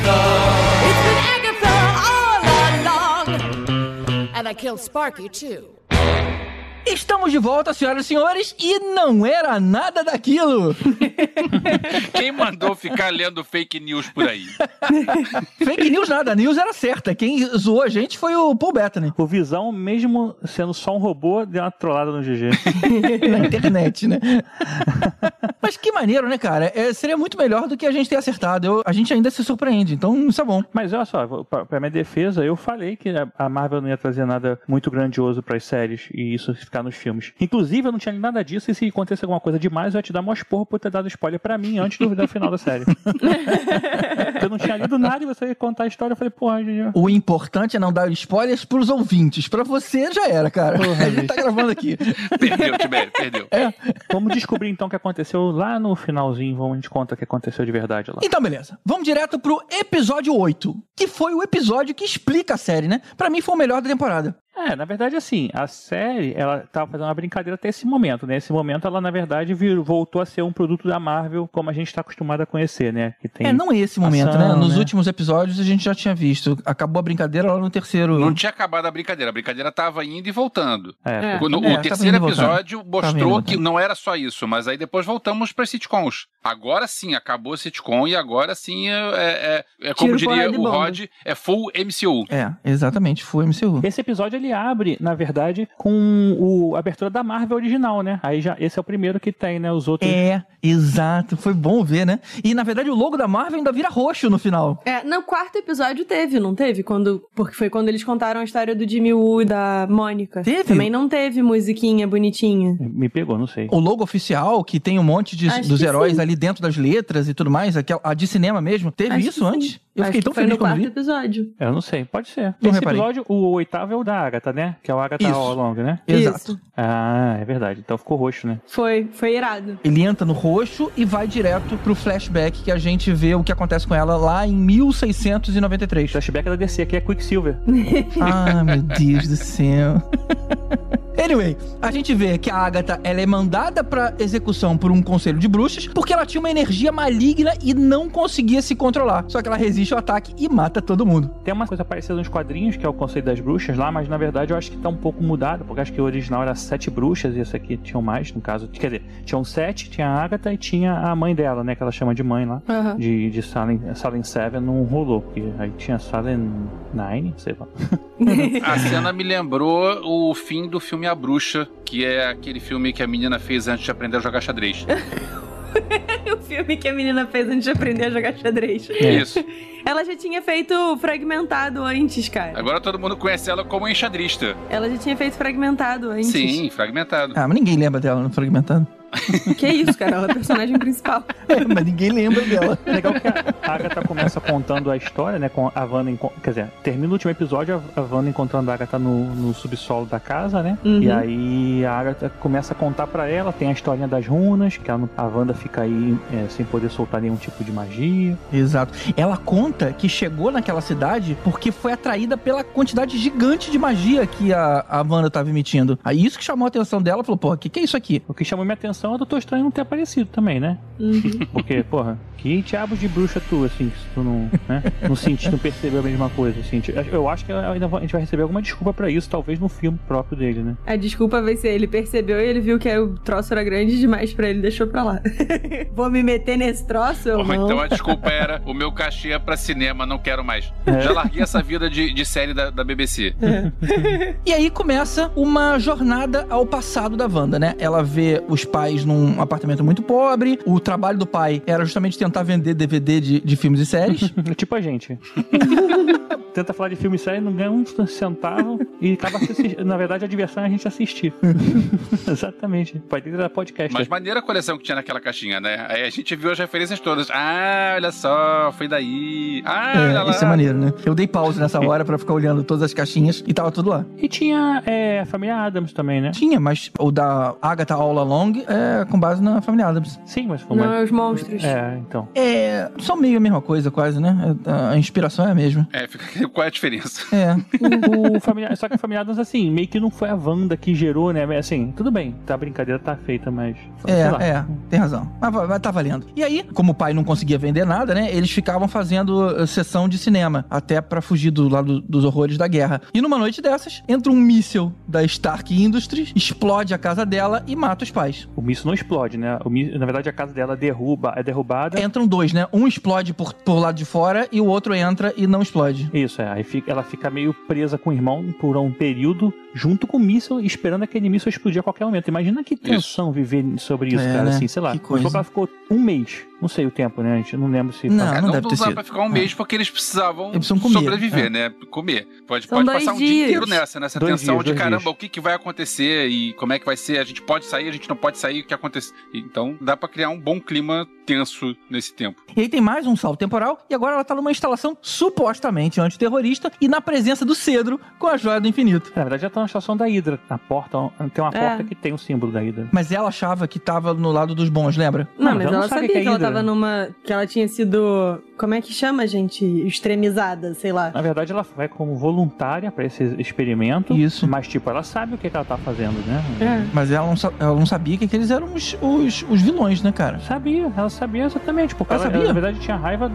Agatha. It's been Agatha all along. And I killed Sparky too. Estamos de volta, senhoras e senhores, e não era nada daquilo. Quem mandou ficar lendo fake news por aí? Fake news nada, a news era certa. Quem zoou a gente foi o Paul Bettany. O Visão, mesmo sendo só um robô, deu uma trollada no GG. Na internet, né? Mas que maneiro, né, cara? Seria muito melhor do que a gente ter acertado. A gente ainda se surpreende, então isso é bom. Mas olha só, pra minha defesa, eu falei que a Marvel não ia trazer nada muito grandioso pras séries e isso ficar nos filmes. Inclusive, eu não tinha nada disso e se acontecer alguma coisa demais, eu ia te dar uma esporra por ter dado spoiler pra mim antes do final da série. Eu não tinha lido nada e você ia contar a história, eu falei, porra, gente... O importante é não dar spoilers pros ouvintes. Pra você, já era, cara. A gente tá gravando aqui. Perdeu, Tibério, perdeu. Vamos descobrir então o que aconteceu lá no finalzinho, a gente conta o que aconteceu de verdade lá. Então, beleza. Vamos direto pro episódio 8, que foi o episódio que explica a série, né? Pra mim foi o melhor da temporada. Na verdade, assim, a série, ela tava fazendo uma brincadeira até esse momento, né? Esse momento, ela, na verdade, voltou a ser um produto da Marvel, como a gente tá acostumado a conhecer, né? Que tem não esse momento, ação, né? Nos né? últimos episódios a gente já tinha visto. Acabou a brincadeira lá no terceiro. Não tinha acabado a brincadeira tava indo e voltando. É. O tava terceiro indo e episódio voltando. Tava indo e mostrou voltando. que não era só isso, mas aí depois voltamos para sitcoms. Agora sim, acabou a sitcom e agora sim como Tiro, diria porrada e o bomba. Rod, é full MCU. Exatamente, foi MCU. Esse episódio, ele abre, na verdade, com a abertura da Marvel original, né? Aí já, esse é o primeiro que tem, né? Os outros... Exato. Foi bom ver, né? E, na verdade, o logo da Marvel ainda vira roxo no final. No quarto episódio teve, não teve? Porque foi quando eles contaram a história do Jimmy Woo e da Mônica. Teve? Também não teve musiquinha bonitinha. Me pegou, não sei. O logo oficial, que tem um monte Acho dos que heróis sim. ali dentro das letras e tudo mais, a de cinema mesmo, teve Acho isso que antes? sim. Eu Acho fiquei que tão foi feliz no quando quarto vi. episódio. Eu não sei, pode ser. Não Esse reparei. episódio, o 8º é o da Agatha, né? Que é o Agatha Isso. All Along, né? Exato. Isso. Ah, é verdade. Então ficou roxo, né? Foi irado. Ele entra no roxo e vai direto pro flashback que a gente vê o que acontece com ela lá em 1693. O flashback da DC aqui é Quicksilver. Ah, meu Deus do céu. Anyway, a gente vê que a Agatha, ela é mandada pra execução por um conselho de bruxas porque ela tinha uma energia maligna e não conseguia se controlar. Só que ela resiste ao ataque e mata todo mundo. Tem uma coisa parecida nos quadrinhos, que é o Conselho das Bruxas lá, mas na verdade eu acho que tá um pouco mudado, porque acho que o original era 7 bruxas e esse aqui tinham mais, no caso. Quer dizer, tinham 7, tinha a Agatha e tinha a mãe dela, né? Que ela chama de mãe lá. Aham. De Salem 7 não rolou, porque aí tinha Salem 9, sei lá. A cena me lembrou o fim do filme A Bruxa, que é aquele filme que a menina fez antes de aprender a jogar xadrez. O filme que a menina fez antes de aprender a jogar xadrez. Isso. Ela já tinha feito Fragmentado antes, cara. Agora todo mundo conhece ela como enxadrista. Ela já tinha feito Fragmentado antes. Sim, fragmentado. Ah, mas ninguém lembra dela no Fragmentado. Que isso, cara? Ela é a personagem principal. Mas ninguém lembra dela. Legal que a Agatha começa contando a história, né? Com a Wanda, quer dizer, termina o último episódio a Wanda encontrando a Agatha no subsolo da casa, né? Uhum. E aí a Agatha começa a contar pra ela, tem a historinha das runas, que a Wanda fica aí sem poder soltar nenhum tipo de magia. Exato. Ela conta que chegou naquela cidade porque foi atraída pela quantidade gigante de magia que a Wanda estava emitindo. Aí isso que chamou a atenção dela, falou, pô, o que é isso aqui? O que chamou minha atenção é o Doutor Estranho não ter aparecido também, né? Uhum. Porque, porra, que diabo de bruxa tu, assim, se tu não, né? Não sentiu, não percebeu a mesma coisa, assim. Eu acho que ainda a gente vai receber alguma desculpa pra isso, talvez no filme próprio dele, né? A desculpa vai ser, ele percebeu e ele viu que o troço era grande demais pra ele, deixou pra lá. Vou me meter nesse troço? Eu Ou não. então a desculpa era, o meu cachê é pra cinema, não quero mais. Já larguei essa vida de série da BBC. E aí começa uma jornada ao passado da Wanda, né? Ela vê os pais num apartamento muito pobre, o trabalho do pai era justamente tentar vender DVD de filmes e séries. Tipo a gente. Tenta falar de filme e série, não ganha um centavo e acaba na verdade a diversão é a gente assistir. Exatamente. Pode ter podcast. Mas maneira a coleção que tinha naquela caixinha, né? Aí a gente viu as referências todas. Ah, olha só, foi daí. Ah, olha lá. Isso é maneiro, né? Eu dei pause nessa hora pra ficar olhando todas as caixinhas e tava tudo lá. E tinha a família Adams também, né? Tinha, mas o da Agatha All Along é com base na família Adams. Sim, mas como Não, é os monstros. então. É só meio a mesma coisa, quase, né? A inspiração é a mesma. Qual é a diferença? É. Só que a família Adams, assim, meio que não foi a Wanda que gerou, né? Assim, tudo bem, a brincadeira tá feita, mas... sei lá. Tem razão. Mas tá valendo. E aí, como o pai não conseguia vender nada, né? Eles ficavam fazendo sessão de cinema, até pra fugir do lado dos horrores da guerra. E numa noite dessas, entra um míssil da Stark Industries, explode a casa dela e mata os pais. O míssil não explode, né? Na verdade, a casa dela é derrubada. Entram dois, né? Um explode por lado de fora e o outro entra e não explode. Isso, aí ela fica meio presa com o irmão por um período, junto com o míssil, esperando aquele míssil explodir a qualquer momento. Imagina que tensão viver sobre isso, cara, né? assim, sei lá. Que coisa. Ela ficou um mês, não sei o tempo, né? A gente não lembra se... Não, Não deve ter dá sido. pra ficar um mês porque eles precisavam precisam comer, sobreviver, né? Comer. Pode São passar 2 um dia dias. inteiro nessa 2 tensão dias, de 2 caramba, dias. o que vai acontecer e como é que vai ser, a gente pode sair, a gente não pode sair, o que acontece. Então dá pra criar um bom clima tenso nesse tempo. E aí tem mais um salto temporal e agora ela tá numa instalação supostamente antiterrorista e na presença do Cedro com a Joia do Infinito. Na verdade, já tá na estação da Hydra. Na porta, tem uma porta que tem o símbolo da Hydra. Mas ela achava que tava no lado dos bons, lembra? Não, Não, mas eu não ela sabia sabia que que ela Hydra- tava numa... Que ela tinha sido... Como é que chama, gente? Extremizada, sei lá. Na verdade, ela vai como voluntária pra esse experimento. Isso. Mas, tipo, ela sabe o que ela tá fazendo, né? É. Mas ela não sabia que eles eram os vilões, né, cara? Ela sabia exatamente. Porque Ela ela, sabia? na verdade, tinha raiva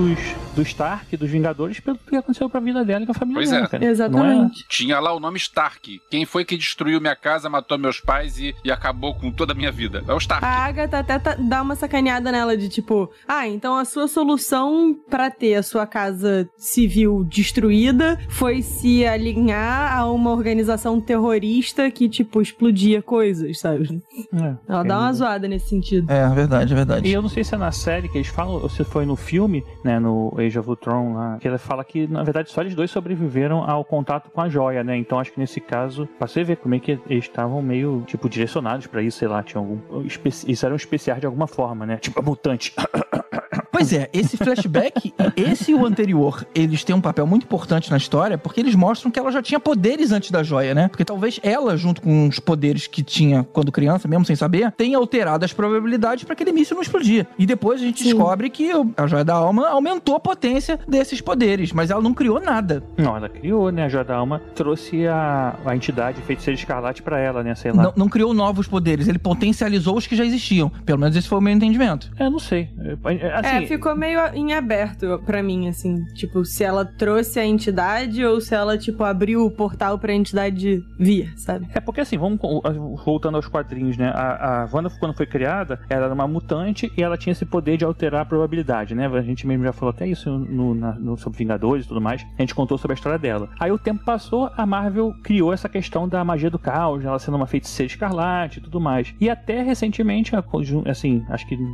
do Stark, dos Vingadores, pelo que aconteceu pra vida dela e com a família Pois dela, é. cara. Exatamente. Tinha lá o nome Stark. Quem foi que destruiu minha casa, matou meus pais e acabou com toda a minha vida? É o Stark. A Agatha até dá uma sacaneada nela de tipo, então a sua solução pra ter a sua casa civil destruída foi se alinhar a uma organização terrorista que, tipo, explodia coisas, sabe? Ela dá uma zoada nesse sentido. É, verdade, é verdade. E eu não sei se é na série que eles falam, ou se foi no filme, né, no Age of Ultron lá, que ela fala que, na verdade, só eles dois sobreviveram ao contato com a joia, né? Então acho que nesse caso, pra você ver como é que eles estavam meio, tipo, direcionados pra isso, sei lá, tinha algum... Eles eram especiais de alguma forma, né? Tipo, a mutante. Pois é, esse flashback, esse e o anterior, eles têm um papel muito importante na história, porque eles mostram que ela já tinha poderes antes da joia, né? Porque talvez ela, junto com os poderes que tinha quando criança, mesmo sem saber, tenha alterado as probabilidades para aquele míssil não explodir. E depois a gente descobre que a joia da alma aumentou a potência desses poderes, mas ela não criou nada. Não, ela criou, né? A Joia da Alma trouxe a entidade Feiticeira Escarlate pra ela, né? Sei lá. Não criou novos poderes, ele potencializou os que já existiam. Pelo menos esse foi o meu entendimento. Não sei. Assim, ficou meio em aberto pra mim, assim. Tipo, se ela trouxe a entidade ou se ela, tipo, abriu o portal pra entidade vir, sabe? Porque assim, vamos voltando aos quadrinhos, né? A Wanda, quando foi criada, ela era uma mutante e ela tinha esse poder de alterar a probabilidade, né? A gente mesmo já falou até isso sobre Vingadores e tudo mais. A gente contou sobre a história dela. Aí o tempo passou, a Marvel criou essa questão da magia do caos, ela sendo uma feiticeira escarlate e tudo mais. E até recentemente, assim, acho que em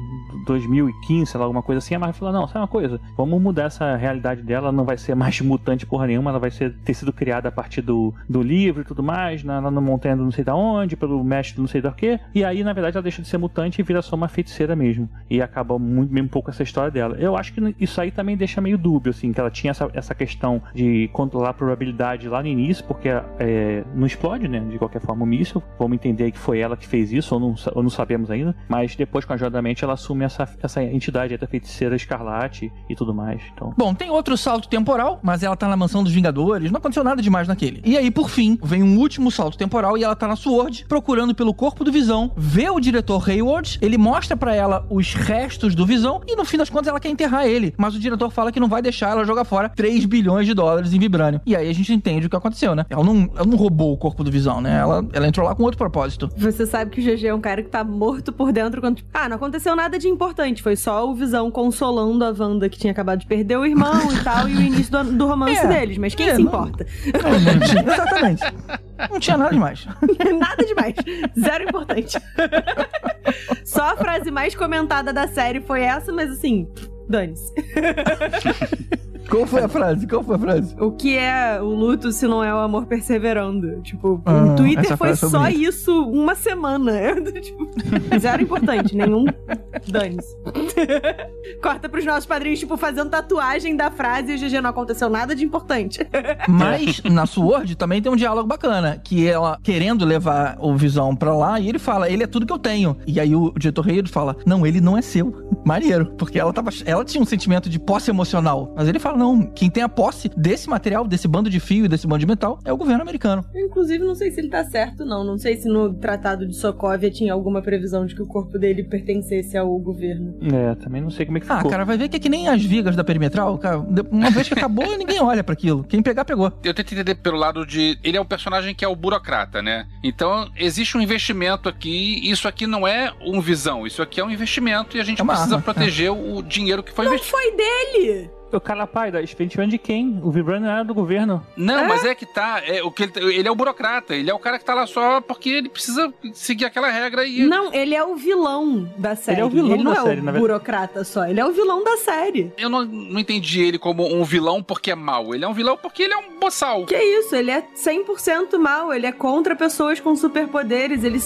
2015, sei lá, alguma coisa assim, a Marvel falou, não, sabe uma coisa? Vamos mudar essa realidade dela, não vai ser mais mutante porra nenhuma, ela vai ter sido criada a partir do livro e tudo mais, lá na montanha do não sei da onde, pelo mestre do não sei da quê. E aí, na verdade, ela deixa de ser mutante e vira só uma feiticeira mesmo. E acaba muito, um pouco essa história dela. Eu acho que isso aí também deixa meio dúbio, assim, que ela tinha essa questão de controlar a probabilidade lá no início, porque não explode, né, de qualquer forma o míssil. Vamos entender que foi ela que fez isso, ou não sabemos ainda. Mas depois, com a Joia da Mente, ela assume essa entidade da Feiticeira Escarlate e tudo mais. Então... Bom, tem outro salto temporal, mas ela tá na mansão dos Vingadores, não aconteceu nada demais naquele. E aí, por fim, vem um último salto temporal e ela tá na SWORD, procurando pelo corpo do Visão, vê o diretor Hayward, ele mostra pra ela os restos do Visão e no fim das contas ela quer enterrar ele, mas o diretor fala que não vai deixar ela jogar fora 3 bilhões de dólares em vibrânio. E aí a gente entende o que aconteceu, né? Ela não roubou o corpo do Visão, né? Ela entrou lá com outro propósito. Você sabe que o GG é um cara que tá morto por dentro quando... não aconteceu nada de importante, foi só o Visão consolando a Wanda que tinha acabado de perder o irmão e tal, e o início do romance deles, mas quem se importa? Exatamente. Não tinha nada demais. Nada demais. Zero importante. Só a frase mais comentada da série foi essa, mas assim, dane-se. Qual foi a frase? O que é o luto se não é o amor perseverando? Tipo, no Twitter foi só isso uma semana. Tipo, zero importante, nenhum dane-se. Corta pros nossos padrinhos, tipo, fazendo tatuagem da frase e o GG não aconteceu nada de importante. Mas na SWORD também tem um diálogo bacana, que ela querendo levar o Visão pra lá, e ele fala, ele é tudo que eu tenho. E aí o diretor Hayward fala, não, ele não é seu. Maneiro, porque ela tinha um sentimento de posse emocional, mas ele fala, não, quem tem a posse desse material, desse bando de fio e desse bando de metal é o governo americano. Inclusive, não sei se ele tá certo, não. Não sei se no Tratado de Sokovia tinha alguma previsão de que o corpo dele pertencesse ao governo. Também não sei como é que ficou. Cara, vai ver que é que nem as vigas da perimetral, cara. Uma vez que acabou, ninguém olha pra aquilo. Quem pegar, pegou. Eu tento entender pelo lado de... Ele é um personagem que é o burocrata, né? Então, existe um investimento aqui, e isso aqui não é um Visão, isso aqui é um investimento e a gente precisa proteger o dinheiro que foi investido. Não foi dele! O Calapai, da investimento de quem? O Vibranium era do governo. Não, mas é que tá. Ele é o burocrata. Ele é o cara que tá lá só porque ele precisa seguir aquela regra e... Não, ele é o vilão da série. Ele é o vilão da série, Ele não é o burocrata só. Ele é o vilão da série. Eu não entendi ele como um vilão porque é mau. Ele é um vilão porque ele é um boçal. Que isso? Ele é 100% mau. Ele é contra pessoas com superpoderes. Ele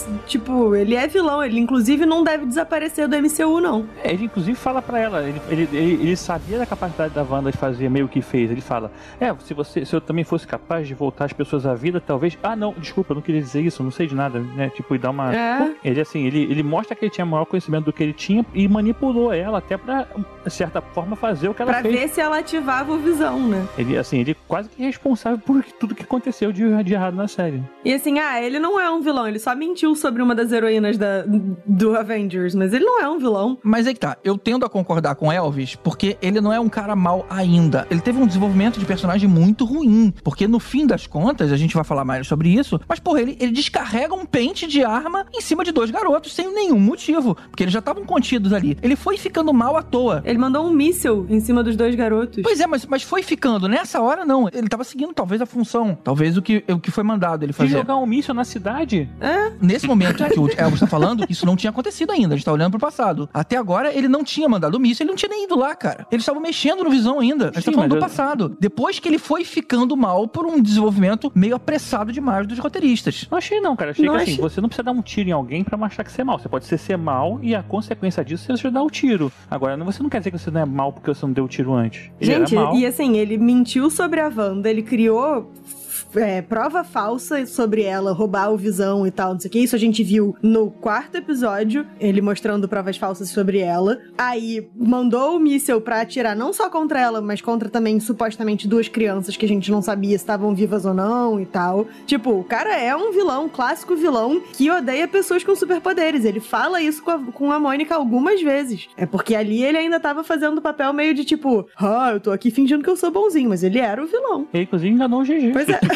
é vilão. Ele, inclusive, não deve desaparecer do MCU, não. Ele, inclusive, fala pra ela. Ele sabia da capacidade da Wanda de fazer meio que fez. Ele fala, se eu também fosse capaz de voltar as pessoas à vida, talvez... não, desculpa, eu não queria dizer isso, eu não sei de nada, né? Tipo, e dar uma... Ele, assim, ele mostra que ele tinha maior conhecimento do que ele tinha e manipulou ela até pra, de certa forma, fazer o que ela fez. Pra ver se ela ativava o Visão, né? Ele, assim, ele quase que é responsável por tudo que aconteceu de errado na série. E assim, ele não é um vilão, ele só mentiu sobre uma das heroínas do Avengers, mas ele não é um vilão. Mas aí que tá, eu tendo a concordar com Elvis, porque ele não é um cara mau ainda. Ele teve um desenvolvimento de personagem muito ruim, porque no fim das contas, a gente vai falar mais sobre isso, mas porra, ele descarrega um pente de arma em cima de 2 garotos sem nenhum motivo, porque eles já estavam contidos ali. Ele foi ficando mal à toa. Ele mandou um míssil em cima dos 2 garotos. Pois é, mas foi ficando. Nessa hora, não. Ele tava seguindo talvez a função, talvez o que foi mandado ele fazer. De jogar um míssil na cidade? Nesse momento que o Elvis tá falando, isso não tinha acontecido ainda. A gente tá olhando pro passado. Até agora, ele não tinha mandado o míssil, ele não tinha nem ido lá, cara. Eles estavam mexendo no Visão ainda. A gente tá Sim, falando do mas passado. Depois que ele foi ficando mal por um desenvolvimento meio apressado demais dos roteiristas. Não achei não, cara. Achei Não que assim, achei. você não precisa dar um tiro em alguém pra mostrar que você é mal. Você pode ser mal e a consequência disso é você dar o tiro. Agora, você não quer dizer que você não é mal porque você não deu o tiro antes. Ele Gente, era mal. e assim, ele mentiu sobre a Wanda, ele criou prova falsa sobre ela, roubar o Visão e tal, não sei o que. Isso a gente viu no 4º episódio, ele mostrando provas falsas sobre ela. Aí mandou o míssel pra atirar não só contra ela, mas contra também, supostamente, 2 crianças que a gente não sabia se estavam vivas ou não e tal. Tipo, o cara é um vilão, clássico vilão, que odeia pessoas com superpoderes. Ele fala isso com a Mônica algumas vezes. É porque ali ele ainda tava fazendo o papel meio de tipo, eu tô aqui fingindo que eu sou bonzinho, mas ele era o vilão. Ele, inclusive, enganou o GG. Pois é.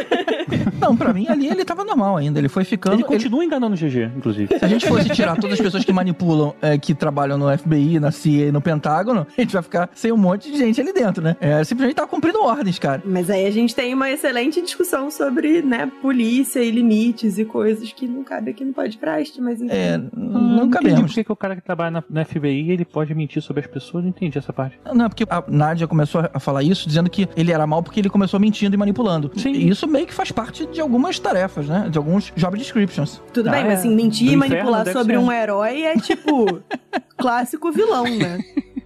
Não, pra mim ali ele tava normal ainda. Ele foi ficando... Ele continua enganando o GG, inclusive. Se a gente fosse tirar todas as pessoas que manipulam, que trabalham no FBI, na CIA e no Pentágono, a gente vai ficar sem um monte de gente ali dentro, né? Simplesmente tava cumprindo ordens, cara. Mas aí a gente tem uma excelente discussão sobre, né, polícia e limites e coisas que não cabe aqui no podcast, mas enfim. Não Entendi cabemos. por que o cara que trabalha na FBI, ele pode mentir sobre as pessoas. Não entendi essa parte. Não, porque a Nádia começou a falar isso, dizendo que ele era mal porque ele começou mentindo e manipulando. Sim. E isso meio que faz parte de algumas tarefas, né? De alguns job descriptions. Tudo bem, mas assim, mentir e manipular sobre um herói é tipo clássico vilão, né?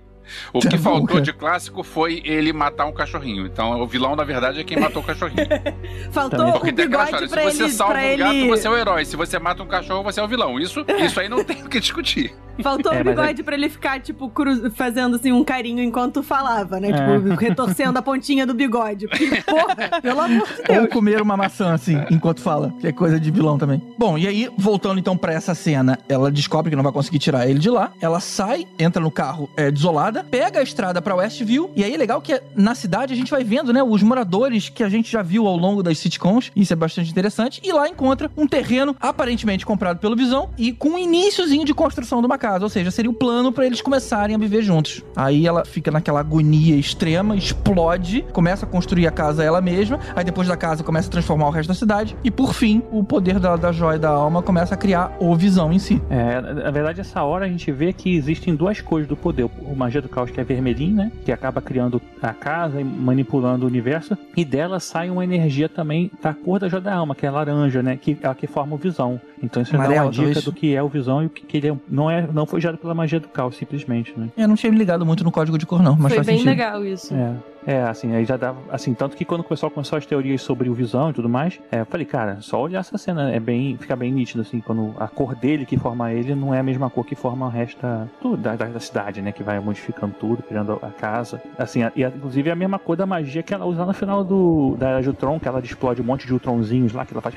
O que Tá bom, faltou cara. de clássico foi ele matar um cachorrinho. Então o vilão, na verdade, é quem matou o cachorrinho. Faltou Porque o tem aquela bigode história, pra se você ele... salva pra um gato, ele... você é o herói. Se você mata um cachorro, você é o vilão. Isso aí não tem o que discutir. Faltou o mas bigode pra ele ficar, tipo, fazendo assim um carinho enquanto falava, né? Tipo, retorcendo a pontinha do bigode. Porque, porra, pelo amor de Deus. Ou comer uma maçã, assim, enquanto fala. Que é coisa de vilão também. Bom, e aí, voltando então pra essa cena, ela descobre que não vai conseguir tirar ele de lá. Ela sai, entra no carro desolada, pega a estrada pra Westview. E aí é legal que na cidade a gente vai vendo, né, os moradores que a gente já viu ao longo das sitcoms. Isso é bastante interessante. E lá encontra um terreno aparentemente comprado pelo Visão e com um iniciozinho de construção de uma casa. Ou seja, seria o plano pra eles começarem a viver juntos. Aí ela fica naquela agonia extrema, explode, começa a construir a casa ela mesma. Aí depois da casa começa a transformar o resto da cidade. E por fim, o poder da joia da alma começa a criar o Visão em si. Na verdade, essa hora a gente vê que existem 2 cores do poder. O Magia do Caos, que é vermelhinho, né? Que acaba criando a casa e manipulando o universo. E dela sai uma energia também da cor da joia da alma, que é laranja, né? Que é a que forma o Visão. Então isso dá Amarelo, uma dica talvez. do que é o Visão e o que ele não foi gerado pela magia do caos, simplesmente, né? Eu não tinha me ligado muito no código de cor, não, mas Foi faz bem sentido. legal isso. Assim, aí já dava, assim, tanto que quando o pessoal começou as teorias sobre o Visão e tudo mais, eu falei, cara, só olhar essa cena, fica bem nítido, assim, quando a cor dele que forma ele não é a mesma cor que forma o resto da cidade, né, que vai modificando tudo, criando a casa, assim, e inclusive é a mesma cor da magia que ela usa no final da Ultron, que ela explode um monte de Ultronzinhos lá, que ela faz,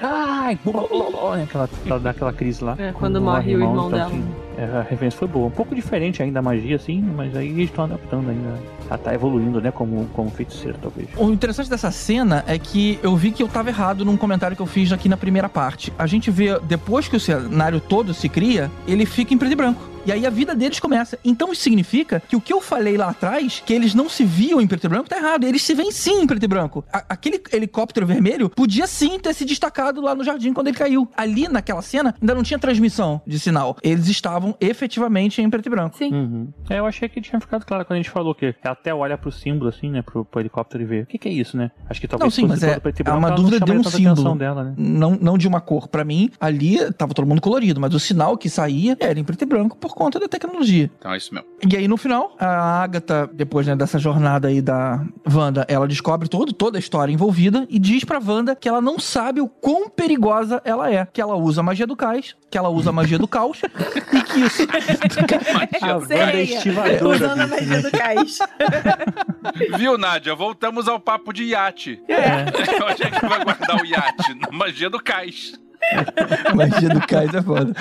ela dá aquela crise lá. Quando morre o irmão dela. Assim, a referência foi boa, um pouco diferente ainda a magia, assim, mas aí eles estão adaptando ainda, ela tá evoluindo, né, como feiticeiro, talvez. O interessante dessa cena é que eu vi que eu tava errado num comentário que eu fiz aqui na primeira parte. A gente vê, depois que o cenário todo se cria, ele fica em preto e branco. E aí a vida deles começa. Então isso significa que o que eu falei lá atrás, que eles não se viam em preto e branco, tá errado. Eles se veem sim em preto e branco. Aquele helicóptero vermelho podia sim ter se destacado lá no jardim quando ele caiu. Ali naquela cena ainda não tinha transmissão de sinal. Eles estavam efetivamente em preto e branco. Sim. Uhum. Eu achei que tinha ficado claro quando a gente falou que ela até olha pro símbolo assim, né, pro helicóptero e vê. O que é isso, né? Acho que talvez Não, sim, fosse mas todo preto e é branco, uma ela não dúvida de chamaria um tanta atenção símbolo. dela, né? Não de uma cor. Pra mim, ali tava todo mundo colorido, mas o sinal que saía era em preto e branco por conta da tecnologia. Então é isso mesmo. E aí, no final, a Agatha, depois, né, dessa jornada aí da Wanda, ela descobre toda a história envolvida e diz pra Wanda que ela não sabe o quão perigosa ela é. Que ela usa a magia do cais, que ela usa a magia do caos e que isso... A Wanda é estivadora. Usando a magia do cais. Viu, Nádia? Voltamos ao papo de iate. Onde é que vai guardar o iate? Na magia do cais. Magia do caos é foda.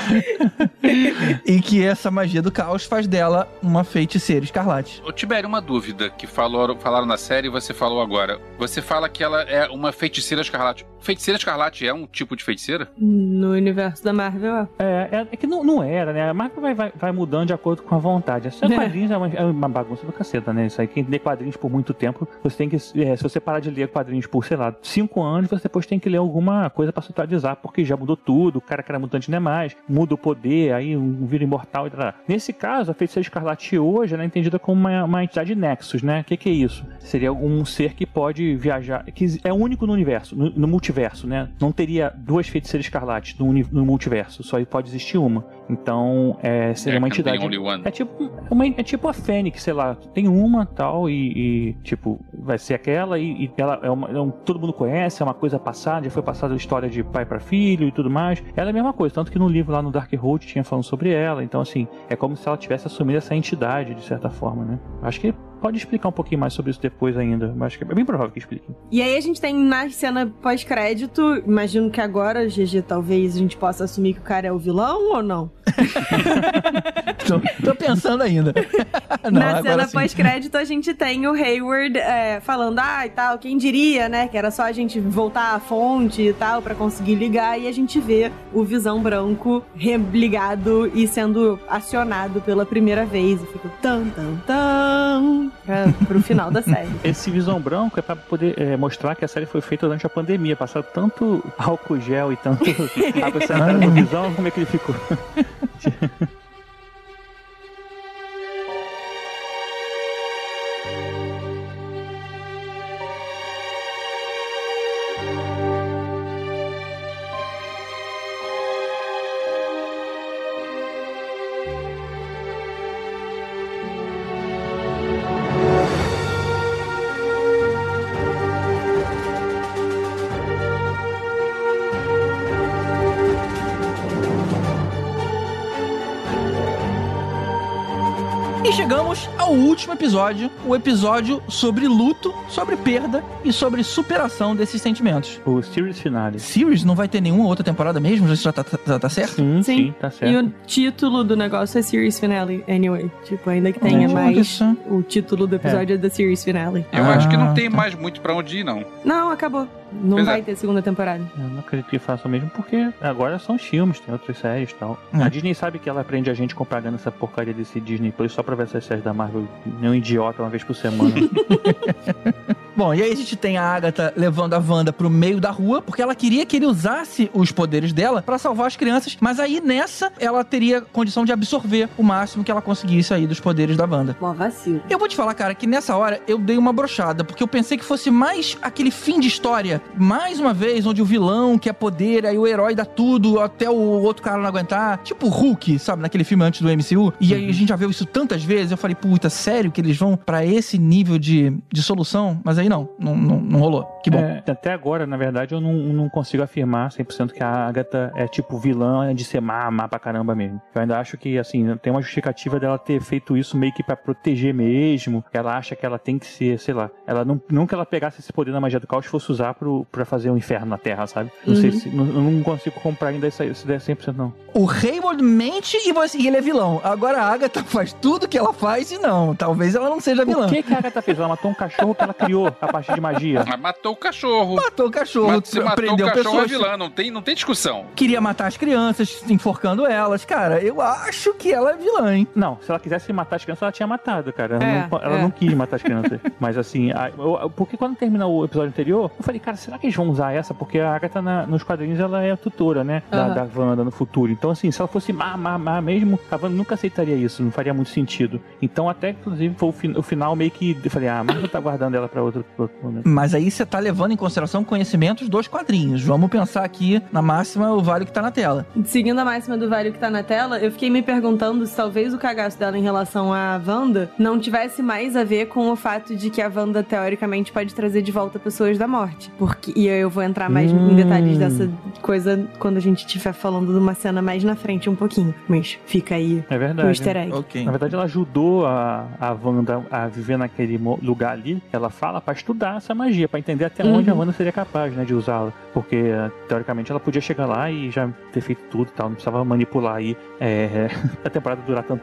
E que essa magia do caos faz dela uma feiticeira escarlate. Ô, Tibério, uma dúvida que falaram na série e você falou agora. Você fala que ela é uma feiticeira escarlate. Feiticeira escarlate é um tipo de feiticeira? No universo da Marvel, É que não era, né? A Marvel vai mudando de acordo com a vontade. Essa quadrinhos é uma bagunça do caceta, né? Isso aí, quem lê quadrinhos por muito tempo, você tem que... se você parar de ler quadrinhos por, sei lá, 5 anos, você depois tem que ler alguma coisa pra se atualizar, porque já mudou tudo, o cara que era mutante não é mais, muda o poder, aí vira imortal e tal. Nesse caso, a Feiticeira Escarlate hoje ela é entendida como uma entidade Nexus, né? O que é isso? Seria um ser que pode viajar, que é único no universo, no multiverso, né? Não teria duas Feiticeiras Escarlates no multiverso, só pode existir uma. Então, seria uma entidade... É tipo a Fênix, sei lá, tem uma tal e tipo, vai ser aquela e ela todo mundo conhece, é uma coisa passada, já foi passada a história de pai para filho e tudo mais. Ela é a mesma coisa, tanto que no livro lá no Darkhold tinha falando sobre ela, então assim, é como se ela tivesse assumido essa entidade de certa forma, né? Acho que pode explicar um pouquinho mais sobre isso depois ainda, mas acho que é bem provável que explique. E aí a gente tem na cena pós-crédito, imagino que agora, GG, talvez a gente possa assumir que o cara é o vilão ou não? Tô pensando ainda. Não, na cena pós-crédito a gente tem o Hayward falando, e tal, quem diria, né, que era só a gente voltar à fonte e tal, pra conseguir ligar, e a gente vê o Visão Branco ligado e sendo acionado pela primeira vez, e fica pro final da série. Esse Visão Branco é pra poder mostrar que a série foi feita durante a pandemia, passaram tanto álcool gel e tanto água sanitária no Visão, como é que ele ficou? E chegamos ao último episódio, o episódio sobre luto, sobre perda e sobre superação desses sentimentos. O Series Finale. Series? Não vai ter nenhuma outra temporada mesmo? Isso já tá certo? Sim, tá certo. E o título do negócio é Series Finale, anyway. Tipo, ainda que tenha mais, o título do episódio é The Series Finale. Eu acho que não tem mais muito pra onde ir, não. Não, acabou. Não vai ter segunda temporada. Eu não acredito que faça mesmo, porque agora são filmes, tem outras séries e tal. A Disney sabe que ela prende a gente pagando essa porcaria desse Disney Plus só pra ver essas séries da Marvel, nem um idiota, uma vez por semana. Bom, e aí a gente tem a Agatha levando a Wanda pro meio da rua, porque ela queria que ele usasse os poderes dela pra salvar as crianças, mas aí nessa ela teria condição de absorver o máximo que ela conseguisse aí dos poderes da Wanda. Mó vacilo. Eu vou te falar, cara, que nessa hora eu dei uma brochada, porque eu pensei que fosse mais aquele fim de história, mais uma vez, onde o vilão quer poder, aí o herói dá tudo, até o outro cara não aguentar, tipo o Hulk, sabe, naquele filme antes do MCU, e aí a gente já viu isso tantas vezes, eu falei, puta, sério que eles vão pra esse nível de solução? Mas aí não rolou. Que bom. Até agora, na verdade, eu não consigo afirmar 100% que a Agatha é tipo vilã de ser má pra caramba mesmo. Eu ainda acho que, assim, tem uma justificativa dela ter feito isso meio que pra proteger mesmo. Ela acha que ela tem que ser, sei lá, ela não que ela pegasse esse poder da magia do caos fosse usar pra fazer um inferno na Terra, sabe? Não sei se... Não consigo comprar ainda essa ideia 100% não. O Hayward mente e ele é vilão. Agora a Agatha faz tudo que ela faz e não. Talvez ela não seja vilã. O que a Agatha fez? Ela matou um cachorro que ela criou a partir de magia. Mas matou o cachorro. Matou o cachorro. Se matou prendeu o cachorro pessoas. é vilã, não tem discussão. Queria matar as crianças, enforcando elas. Cara, eu acho que ela é vilã, hein? Não, se ela quisesse matar as crianças, ela tinha matado, cara. Ela não quis matar as crianças. Mas assim, porque quando termina o episódio anterior, eu falei, cara, será que eles vão usar essa? Porque a Agatha nos quadrinhos, ela é a tutora, né? Da Wanda no futuro. Então assim, se ela fosse má mesmo, a Wanda nunca aceitaria isso, não faria muito sentido. Então até, inclusive, foi o final meio que eu falei, a Marvel tá guardando ela pra outro momento. Mas aí você tá levando em consideração conhecimentos dos quadrinhos. Vamos pensar aqui na máxima, o Vale que tá na tela. Seguindo a máxima do Vale que tá na tela, eu fiquei me perguntando se talvez o cagaço dela em relação à Wanda não tivesse mais a ver com o fato de que a Wanda, teoricamente, pode trazer de volta pessoas da morte. E eu vou entrar mais em detalhes dessa coisa quando a gente estiver falando de uma cena mais na frente um pouquinho. Mas fica aí o easter egg. Okay. Na verdade, ela ajudou a Wanda a viver naquele lugar ali. Ela fala pra estudar essa magia, pra entender até onde a Wanda seria capaz, né, de usá-la. Porque, teoricamente, ela podia chegar lá e já ter feito tudo e tal. Não precisava manipular aí a temporada durar tanto tempo.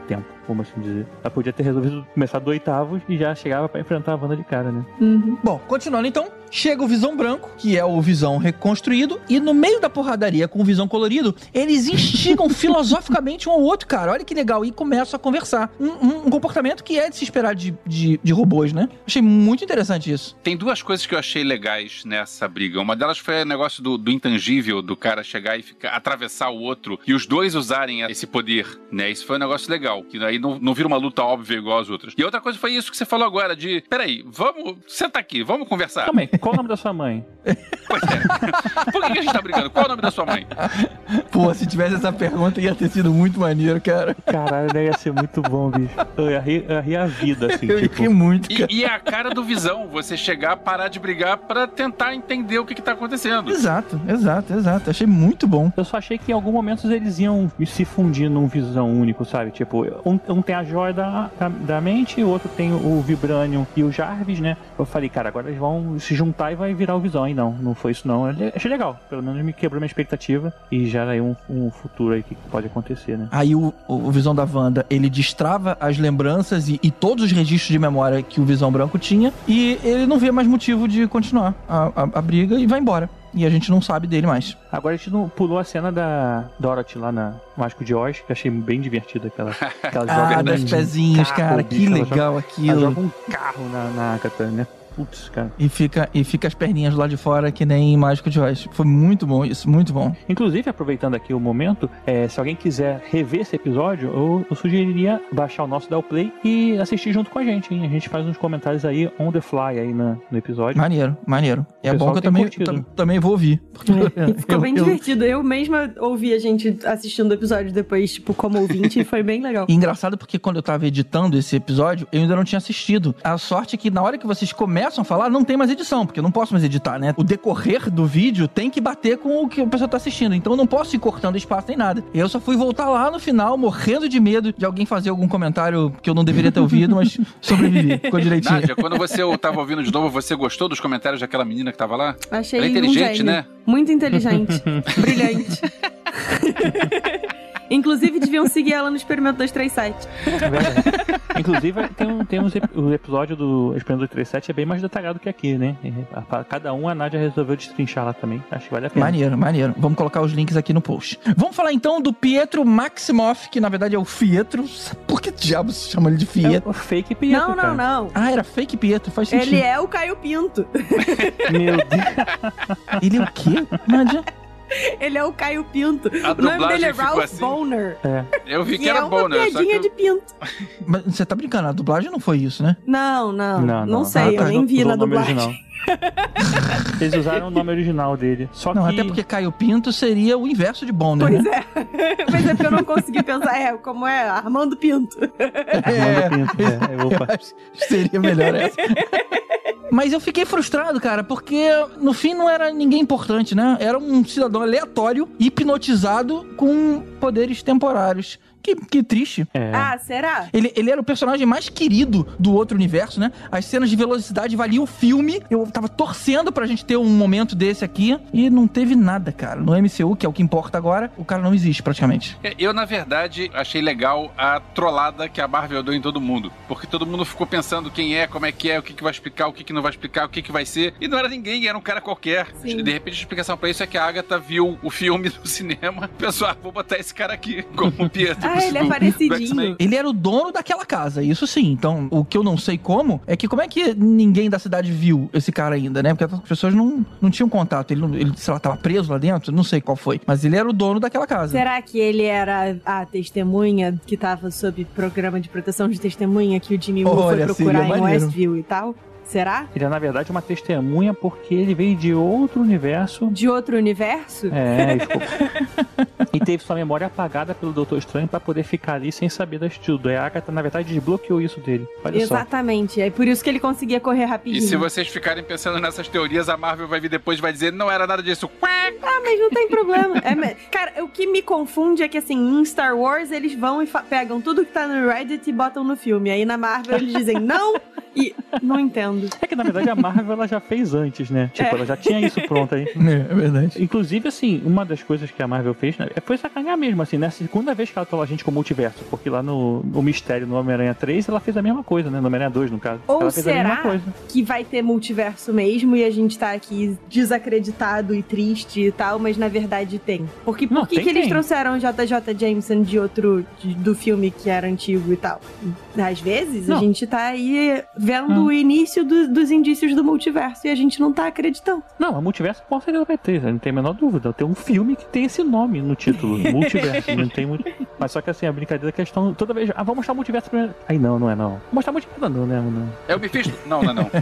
como assim dizer. Ela podia ter resolvido começar do 8º e já chegava pra enfrentar a Wanda de cara, né? Bom, continuando então, chega o Visão Branco, que é o Visão reconstruído, e no meio da porradaria com o Visão colorido, eles instigam filosoficamente um ao outro, cara. Olha que legal, e começam a conversar. Um comportamento que é de se esperar de robôs, né? Achei muito interessante isso. Tem duas coisas que eu achei legais nessa briga. Uma delas foi o negócio do intangível, do cara chegar e atravessar o outro, e os dois usarem esse poder, né? Isso foi um negócio legal, que aí não vira uma luta óbvia igual as outras. E outra coisa foi isso que você falou agora, de, peraí, senta aqui, vamos conversar. Também, qual o nome da sua mãe? Pois é. Por que a gente tá brigando? Qual o nome da sua mãe? Pô, se tivesse essa pergunta ia ter sido muito maneiro, cara. Caralho, daí ia ser muito bom, bicho. Eu ia rir a vida, assim, Eu tipo... ri muito, cara. E é a cara do Visão, você chegar, parar de brigar pra tentar entender o que tá acontecendo. Exato. Achei muito bom. Eu só achei que em algum momento eles iam se fundir num Visão único, sabe? Tipo, um tem a joia da mente, o outro tem o Vibranium e o Jarvis, né? Eu falei, cara, agora eles vão se juntar e vai virar o Visão. Aí não foi isso não. Eu achei legal. Pelo menos me quebrou minha expectativa e já era aí um futuro aí que pode acontecer, né? Aí o Visão da Wanda, ele destrava as lembranças e todos os registros de memória que o Visão Branco tinha, e ele não vê mais motivo de continuar a briga e vai embora. E a gente não sabe dele mais. Agora a gente não pulou a cena da Dorothy lá na Mágico de Oz, que achei bem divertida aquela joga das pezinhos, carro, cara, bicho, que legal ela aquilo. joga um carro na Agatha, né? Putz, cara. E fica as perninhas lá de fora, que nem Mágico de Oz. Foi muito bom isso, muito bom. Inclusive, aproveitando aqui o momento, se alguém quiser rever esse episódio, eu sugeriria baixar o nosso Downplay e assistir junto com a gente, hein? A gente faz uns comentários aí on the fly aí no episódio. Maneiro. É bom que eu também vou ouvir. Ficou bem divertido. Eu mesma ouvi a gente assistindo o episódio depois, tipo, como ouvinte, e foi bem legal. E engraçado porque quando eu tava editando esse episódio, eu ainda não tinha assistido. A sorte é que na hora que vocês começam a falar, não tem mais edição, porque eu não posso mais editar, né? O decorrer do vídeo tem que bater com o que a pessoa tá assistindo, então eu não posso ir cortando espaço nem nada. Eu só fui voltar lá no final, morrendo de medo de alguém fazer algum comentário que eu não deveria ter ouvido, mas sobrevivi, ficou direitinho. Nádia, quando você tava ouvindo de novo, você gostou dos comentários daquela menina que tava lá? Achei ela é inteligente, né? Muito inteligente. Brilhante. Inclusive, deviam seguir ela no Experimento 237. É verdade. Inclusive, o episódio do Experimento 237 é bem mais detalhado que aqui, né? Cada a Nádia resolveu destrinchar lá também. Acho que vale a pena. Maneiro. Vamos colocar os links aqui no post. Vamos falar então do Pietro Maximoff, que na verdade é o Fietro. Por que diabos chamam ele de Fietro? É o fake Pietro, Não. Ah, era fake Pietro, faz sentido. Ele é o Caio Pinto. Meu Deus. Ele é o quê, Nádia? Ele é o Caio Pinto. A O nome dele é ficou Ralph assim. Boner. Eu vi que E era é uma Bonner, só piadinha que de pinto. Mas você tá brincando, a dublagem não foi isso, né? Não sei, eu nem vi na dublagem. Eles usaram o nome original dele. Só Não, que... até porque Caio Pinto seria o inverso de Bonner, Pois né? é. Mas é porque eu não consegui pensar, como é Armando Pinto. Opa. Seria melhor essa. Mas eu fiquei frustrado, cara, porque no fim não era ninguém importante, né? Era um cidadão aleatório, hipnotizado com poderes temporários. Que triste. Ah, será? Ele era o personagem mais querido do outro universo, né? As cenas de velocidade valiam o filme. Eu tava torcendo pra gente ter um momento desse aqui. E não teve nada, cara. No MCU, que é o que importa agora, o cara não existe praticamente. Eu, na verdade, achei legal a trollada que a Marvel deu em todo mundo. Porque todo mundo ficou pensando quem é, como é, o que vai explicar, o que não vai explicar, o que vai ser. E não era ninguém, era um cara qualquer. Sim. De repente, a explicação pra isso é que a Agatha viu o filme no cinema. Pensou, vou botar esse cara aqui como o Pietro. Ele é parecidinho. Ele era o dono daquela casa, isso sim. Então, o que eu não sei como é que ninguém da cidade viu esse cara ainda, né? Porque as pessoas não tinham contato. Ele, sei lá, tava preso lá dentro, não sei qual foi. Mas ele era o dono daquela casa. Será que ele era a testemunha que tava sob programa de proteção de testemunha que o Jimmy Woo foi procurar em Westview e tal? Será? Ele é, na verdade, uma testemunha porque ele veio de outro universo. De outro universo? E teve sua memória apagada pelo Doutor Estranho pra poder ficar ali sem saber das tudo. A Agatha, na verdade, desbloqueou isso dele. Olha Exatamente. É por isso que ele conseguia correr rapidinho. E se vocês ficarem pensando nessas teorias, a Marvel vai vir depois e vai dizer, não era nada disso. Ah, mas não tem problema. Cara, o que me confunde é que, assim, em Star Wars, eles vão e pegam tudo que tá no Reddit e botam no filme. Aí na Marvel eles dizem não e não entendo. É que, na verdade, a Marvel ela já fez antes, né? Tipo, ela já tinha isso pronto aí. É verdade. Inclusive, assim, uma das coisas que a Marvel fez, né, foi sacanear mesmo, assim, né? Segunda vez que ela trola a gente com o multiverso, porque lá no Mistério, no Homem-Aranha 3, ela fez a mesma coisa, né? No Homem-Aranha 2, no caso. Ou ela fez a mesma será coisa. que vai ter multiverso mesmo e a gente tá aqui desacreditado e triste e tal, mas na verdade tem? Porque por que eles trouxeram o JJ Jameson do filme que era antigo e tal? Às vezes a gente tá aí vendo o início dos indícios do multiverso e a gente não tá acreditando. Não, a multiverso com certeza vai ter, não tem a menor dúvida. Tem um filme que tem esse nome no título, multiverso. Não tem muito. Mas só que assim, a brincadeira é que eles estão toda vez. Vamos mostrar o multiverso primeiro. Aí não é não. Vou mostrar o multiverso não, né? Não. É o Mephisto? Não.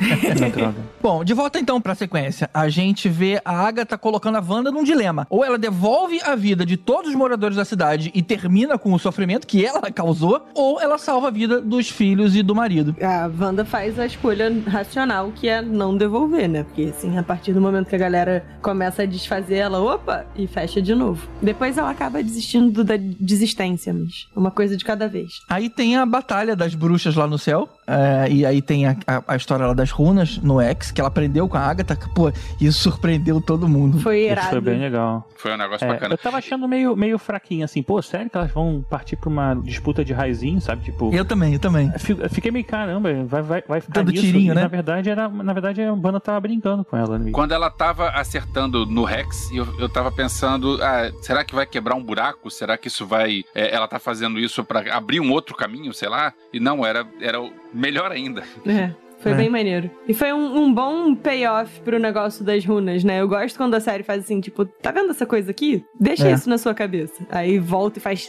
Bom, de volta então pra sequência. A gente vê a Agatha colocando a Wanda num dilema. Ou ela devolve a vida de todos os moradores da cidade e termina com o sofrimento que ela causou, ou ela salva a vida dos filhos e do marido. A Wanda faz a escolha racional, que é não devolver, né? Porque assim, a partir do momento que a galera começa a desfazer, ela, opa, e fecha de novo. Depois ela acaba desistindo da desistência, mas uma coisa de cada vez. Aí tem a batalha das bruxas lá no céu, e aí tem a história lá das runas no X, que ela aprendeu com a Agatha, que, pô, isso surpreendeu todo mundo. Foi irado. Isso foi bem legal. Foi um negócio bacana. Eu tava achando meio fraquinho, assim, pô, sério que elas vão partir pra uma disputa de raizinho, sabe? Tipo... Eu também. Fiquei meio, caramba, vai ficar dando nisso. tirinho, E, né? na verdade, a Wanda tava brincando com ela. Né? Quando ela tava acertando no Rex, eu tava pensando, será que vai quebrar um buraco? Será que isso vai... ela tá fazendo isso pra abrir um outro caminho, sei lá? E não, era melhor ainda. Foi bem maneiro. E foi um bom payoff pro negócio das runas, né? Eu gosto quando a série faz assim, tipo, tá vendo essa coisa aqui? Deixa isso na sua cabeça. Aí volta e faz...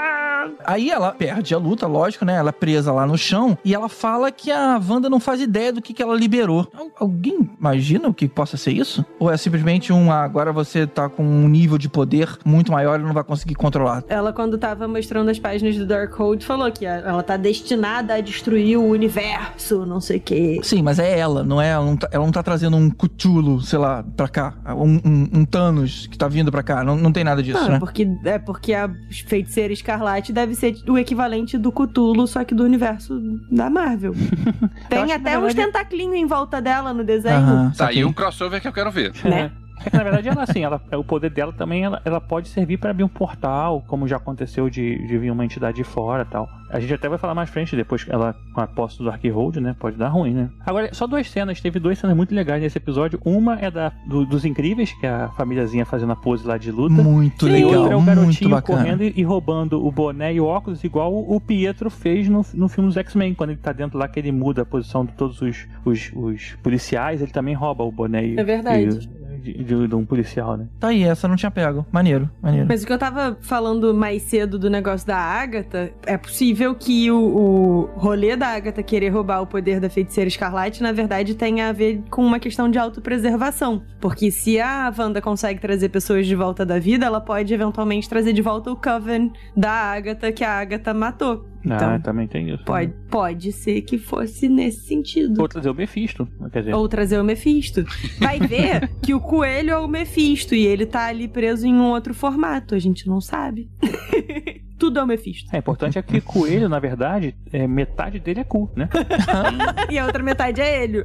Aí ela perde a luta, lógico, né? Ela é presa lá no chão e ela fala que a Wanda não faz ideia do que ela liberou. Alguém imagina o que possa ser isso? Ou é simplesmente agora você tá com um nível de poder muito maior e não vai conseguir controlar? Ela, quando tava mostrando as páginas do Darkhold, falou que ela tá destinada a destruir o universo, não sei o quê. Sim, mas é ela, não é? Ela não tá trazendo um Cthulhu, sei lá, pra cá. Um Thanos que tá vindo pra cá. Não tem nada disso, não, né? Porque a Feiticeira Escarlate deve ser o equivalente do Cthulhu, só que do universo da Marvel. Tem até uns tentaclinhos em volta dela no desenho. Tá aí um crossover que eu quero ver. Né? É que, na verdade, ela, assim, o poder dela também, ela pode servir pra abrir um portal, como já aconteceu de vir uma entidade de fora e tal. A gente até vai falar mais frente, depois que ela, com a posse do Darkhold, né, pode dar ruim, né? Agora, só teve duas cenas muito legais nesse episódio. Uma é dos Incríveis, que é a famíliazinha fazendo a pose lá de luta. Muito legal, outra é o garotinho muito correndo e roubando o boné e o óculos, igual o Pietro fez no filme dos X-Men, quando ele tá dentro lá, que ele muda a posição de todos os policiais, ele também rouba o boné É verdade. De um policial, né? Tá aí, essa não tinha pego. Maneiro. Mas o que eu tava falando mais cedo do negócio da Agatha, é possível que o rolê da Agatha querer roubar o poder da Feiticeira Escarlate, na verdade, tenha a ver com uma questão de autopreservação. Porque se a Wanda consegue trazer pessoas de volta da vida, ela pode eventualmente trazer de volta o Coven da Agatha, que a Agatha matou. Então, também tem isso. Pode ser que fosse nesse sentido. Ou trazer o Mephisto, quer dizer. Ou trazer o Mephisto. Vai ver que o coelho é o Mephisto e ele tá ali preso em um outro formato. A gente não sabe. Tudo é o Mephisto. É importante é que coelho, na verdade, metade dele é cu, né? E a outra metade é ele.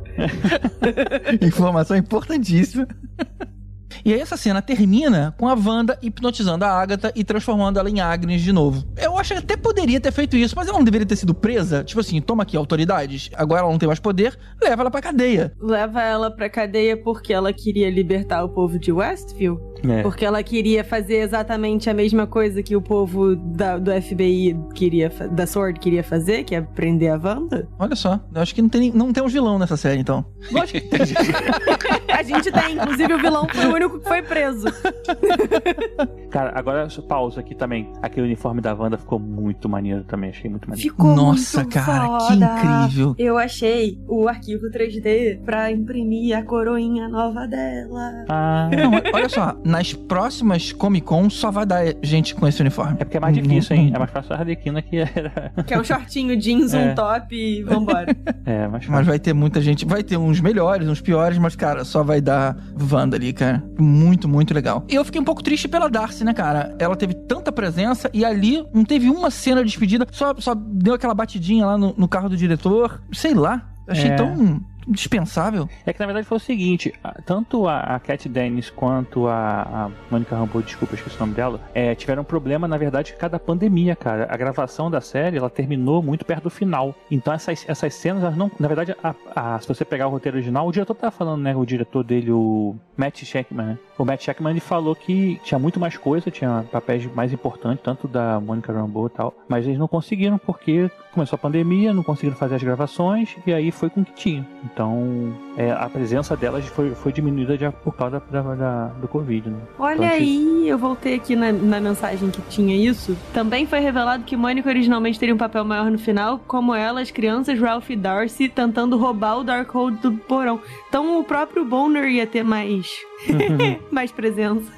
Informação importantíssima. E aí essa cena termina com a Wanda hipnotizando a Agatha e transformando ela em Agnes de novo. Eu acho que até poderia ter feito isso, mas ela não deveria ter sido presa? Tipo assim, toma aqui, autoridades, agora ela não tem mais poder, leva ela pra cadeia. Leva ela pra cadeia porque ela queria libertar o povo de Westview? Porque ela queria fazer exatamente a mesma coisa que o povo do FBI da SWORD queria fazer, que é prender a Wanda? Olha só, eu acho que não tem um vilão nessa série, então. Lógico que tem. A gente tem, inclusive o vilão foi o único que foi preso. Cara, agora pausa aqui também. Aquele uniforme da Wanda ficou muito maneiro também, achei muito maneiro. Ficou Nossa, muito cara, foda. que incrível. Eu achei o arquivo 3D pra imprimir a coroinha nova dela. Não, olha só, nas próximas Comic Con só vai dar gente com esse uniforme. É porque é mais difícil, hein? É mais fácil a Arlequina que era... Que é um shortinho jeans, um top e vambora. Mas vai ter muita gente, vai ter uns melhores, uns piores, mas cara, só vai dar Wanda ali, cara. Muito, muito legal. E eu fiquei um pouco triste pela Darcy, né, cara? Ela teve tanta presença e ali não teve uma cena de despedida, só deu aquela batidinha lá no carro do diretor. Sei lá. Achei tão dispensável. É que na verdade foi o seguinte, tanto a Kat Dennis quanto a Monica Rambeau, desculpa, esqueci o nome dela, tiveram um problema, na verdade, com cada pandemia, cara. A gravação da série, ela terminou muito perto do final. Então essas cenas, elas não... Na verdade, se você pegar o roteiro original, o diretor tava falando, né, o diretor dele, o Matt Shakman, né? O Matt Shakman, ele falou que tinha muito mais coisa, tinha papéis mais importantes, tanto da Monica Rambeau e tal, mas eles não conseguiram porque começou a pandemia, não conseguiram fazer as gravações, e aí foi com o que tinha. Então, a presença delas foi diminuída por causa do Covid, né? Olha então, aí, eu voltei aqui na mensagem que tinha isso. Também foi revelado que Mônica originalmente teria um papel maior no final, como ela, as crianças, Ralph e Darcy, tentando roubar o Darkhold do porão. Então o próprio Bonner ia ter mais presença.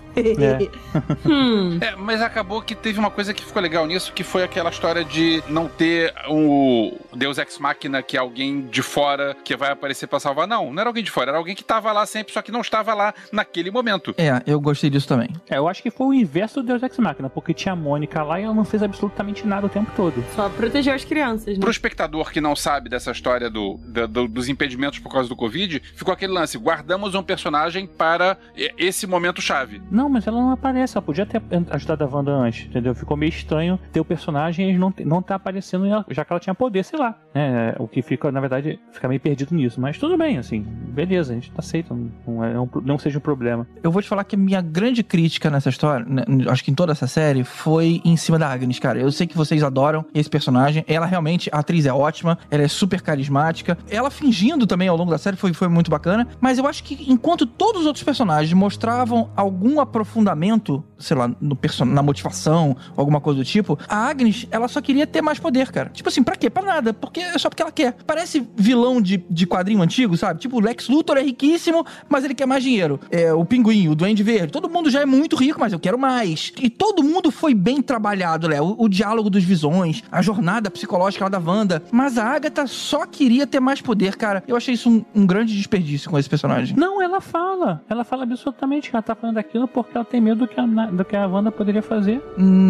Mas acabou que teve uma coisa que ficou legal nisso, que foi aquela história de não ter o Deus Ex Machina, que é alguém de fora que vai aparecer pra salvar. Não era alguém de fora, era alguém que tava lá sempre, só que não estava lá naquele momento. Eu gostei disso também. Eu acho que foi o inverso do Deus Ex Machina, porque tinha a Mônica lá e ela não fez absolutamente nada o tempo todo. Só proteger as crianças, né? Pro espectador que não sabe dessa história dos impedimentos por causa do Covid, ficou aquele lance, guardamos um personagem para esse momento chave. Não, mas ela não aparece, ela podia ter ajudado a Wanda antes, entendeu? Ficou meio estranho ter o personagem e não tá aparecendo, já que ela tinha poder, sei lá, né? O que fica, na verdade, fica meio perdido nisso, mas tudo bem, assim, beleza, a gente aceita, não seja um problema. Eu vou te falar que a minha grande crítica nessa história, acho que em toda essa série, foi em cima da Agnes, cara. Eu sei que vocês adoram esse personagem, ela realmente, a atriz é ótima, ela é super carismática, ela fingindo também ao longo da série foi muito bacana, mas eu acho que enquanto todos os outros personagens mostravam algum aprofundamento, sei lá, na motivação, alguma coisa do tipo, a Agnes, ela só queria ter mais poder, cara. Tipo assim, pra quê? Pra nada. É só porque ela quer. Parece vilão de quadrinho antigo, sabe? Tipo, o Lex Luthor é riquíssimo, mas ele quer mais dinheiro. O Pinguim, o Duende Verde, todo mundo já é muito rico, mas eu quero mais. E todo mundo foi bem trabalhado, Léo. O diálogo dos Visões, a jornada psicológica lá da Wanda. Mas a Agatha só queria ter mais poder, cara. Eu achei isso um grande desperdício com esse personagem. Não, ela fala absolutamente que ela tá falando aquilo porque ela tem medo do que a Wanda poderia fazer.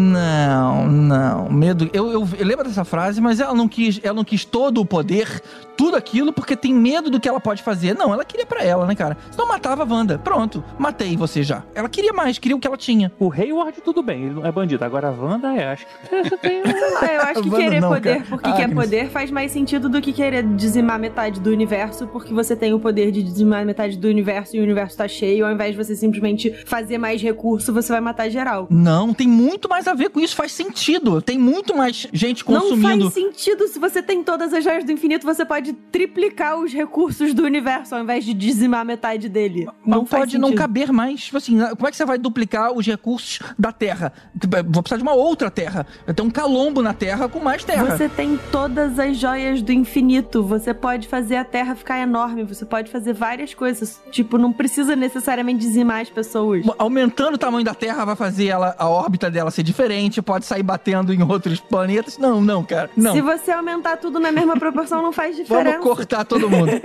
Não. Medo. Eu lembro dessa frase, mas ela não quis todo o poder, tudo aquilo, porque tem medo do que ela pode fazer. Não, ela queria pra ela, né, cara? Senão matava a Wanda. Pronto, matei você já. Ela queria mais, queria o que ela tinha. O Hayward, tudo bem, ele não é bandido. Agora a Wanda, acho que você tem... eu acho que querer poder porque quer poder faz mais sentido do que querer dizimar metade do universo, porque você tem o poder de dizimar metade do universo e o universo tá cheio, ao invés de você simplesmente fazer mais recurso, você vai matar geral. Não, tem muito mais a ver com isso, faz sentido. Tem muito mais gente consumindo. Não faz sentido. Se você tem todas as joias do infinito, você pode triplicar os recursos do universo, ao invés de dizimar metade dele. Não pode não caber mais. Tipo assim, como é que você vai duplicar os recursos da Terra? Vou precisar de uma outra Terra. Eu tenho um calombo na Terra com mais terra. Você tem todas as joias do infinito. Você pode fazer a Terra ficar enorme. Você pode fazer várias coisas. Tipo, não precisa necessariamente dizimar as pessoas. Aumentando o tamanho da Terra vai fazer a órbita dela ser diferente, pode sair batendo em outros planetas. Não, cara. Não. Se você aumentar tudo na mesma proporção, não faz diferença. Vamos cortar todo mundo.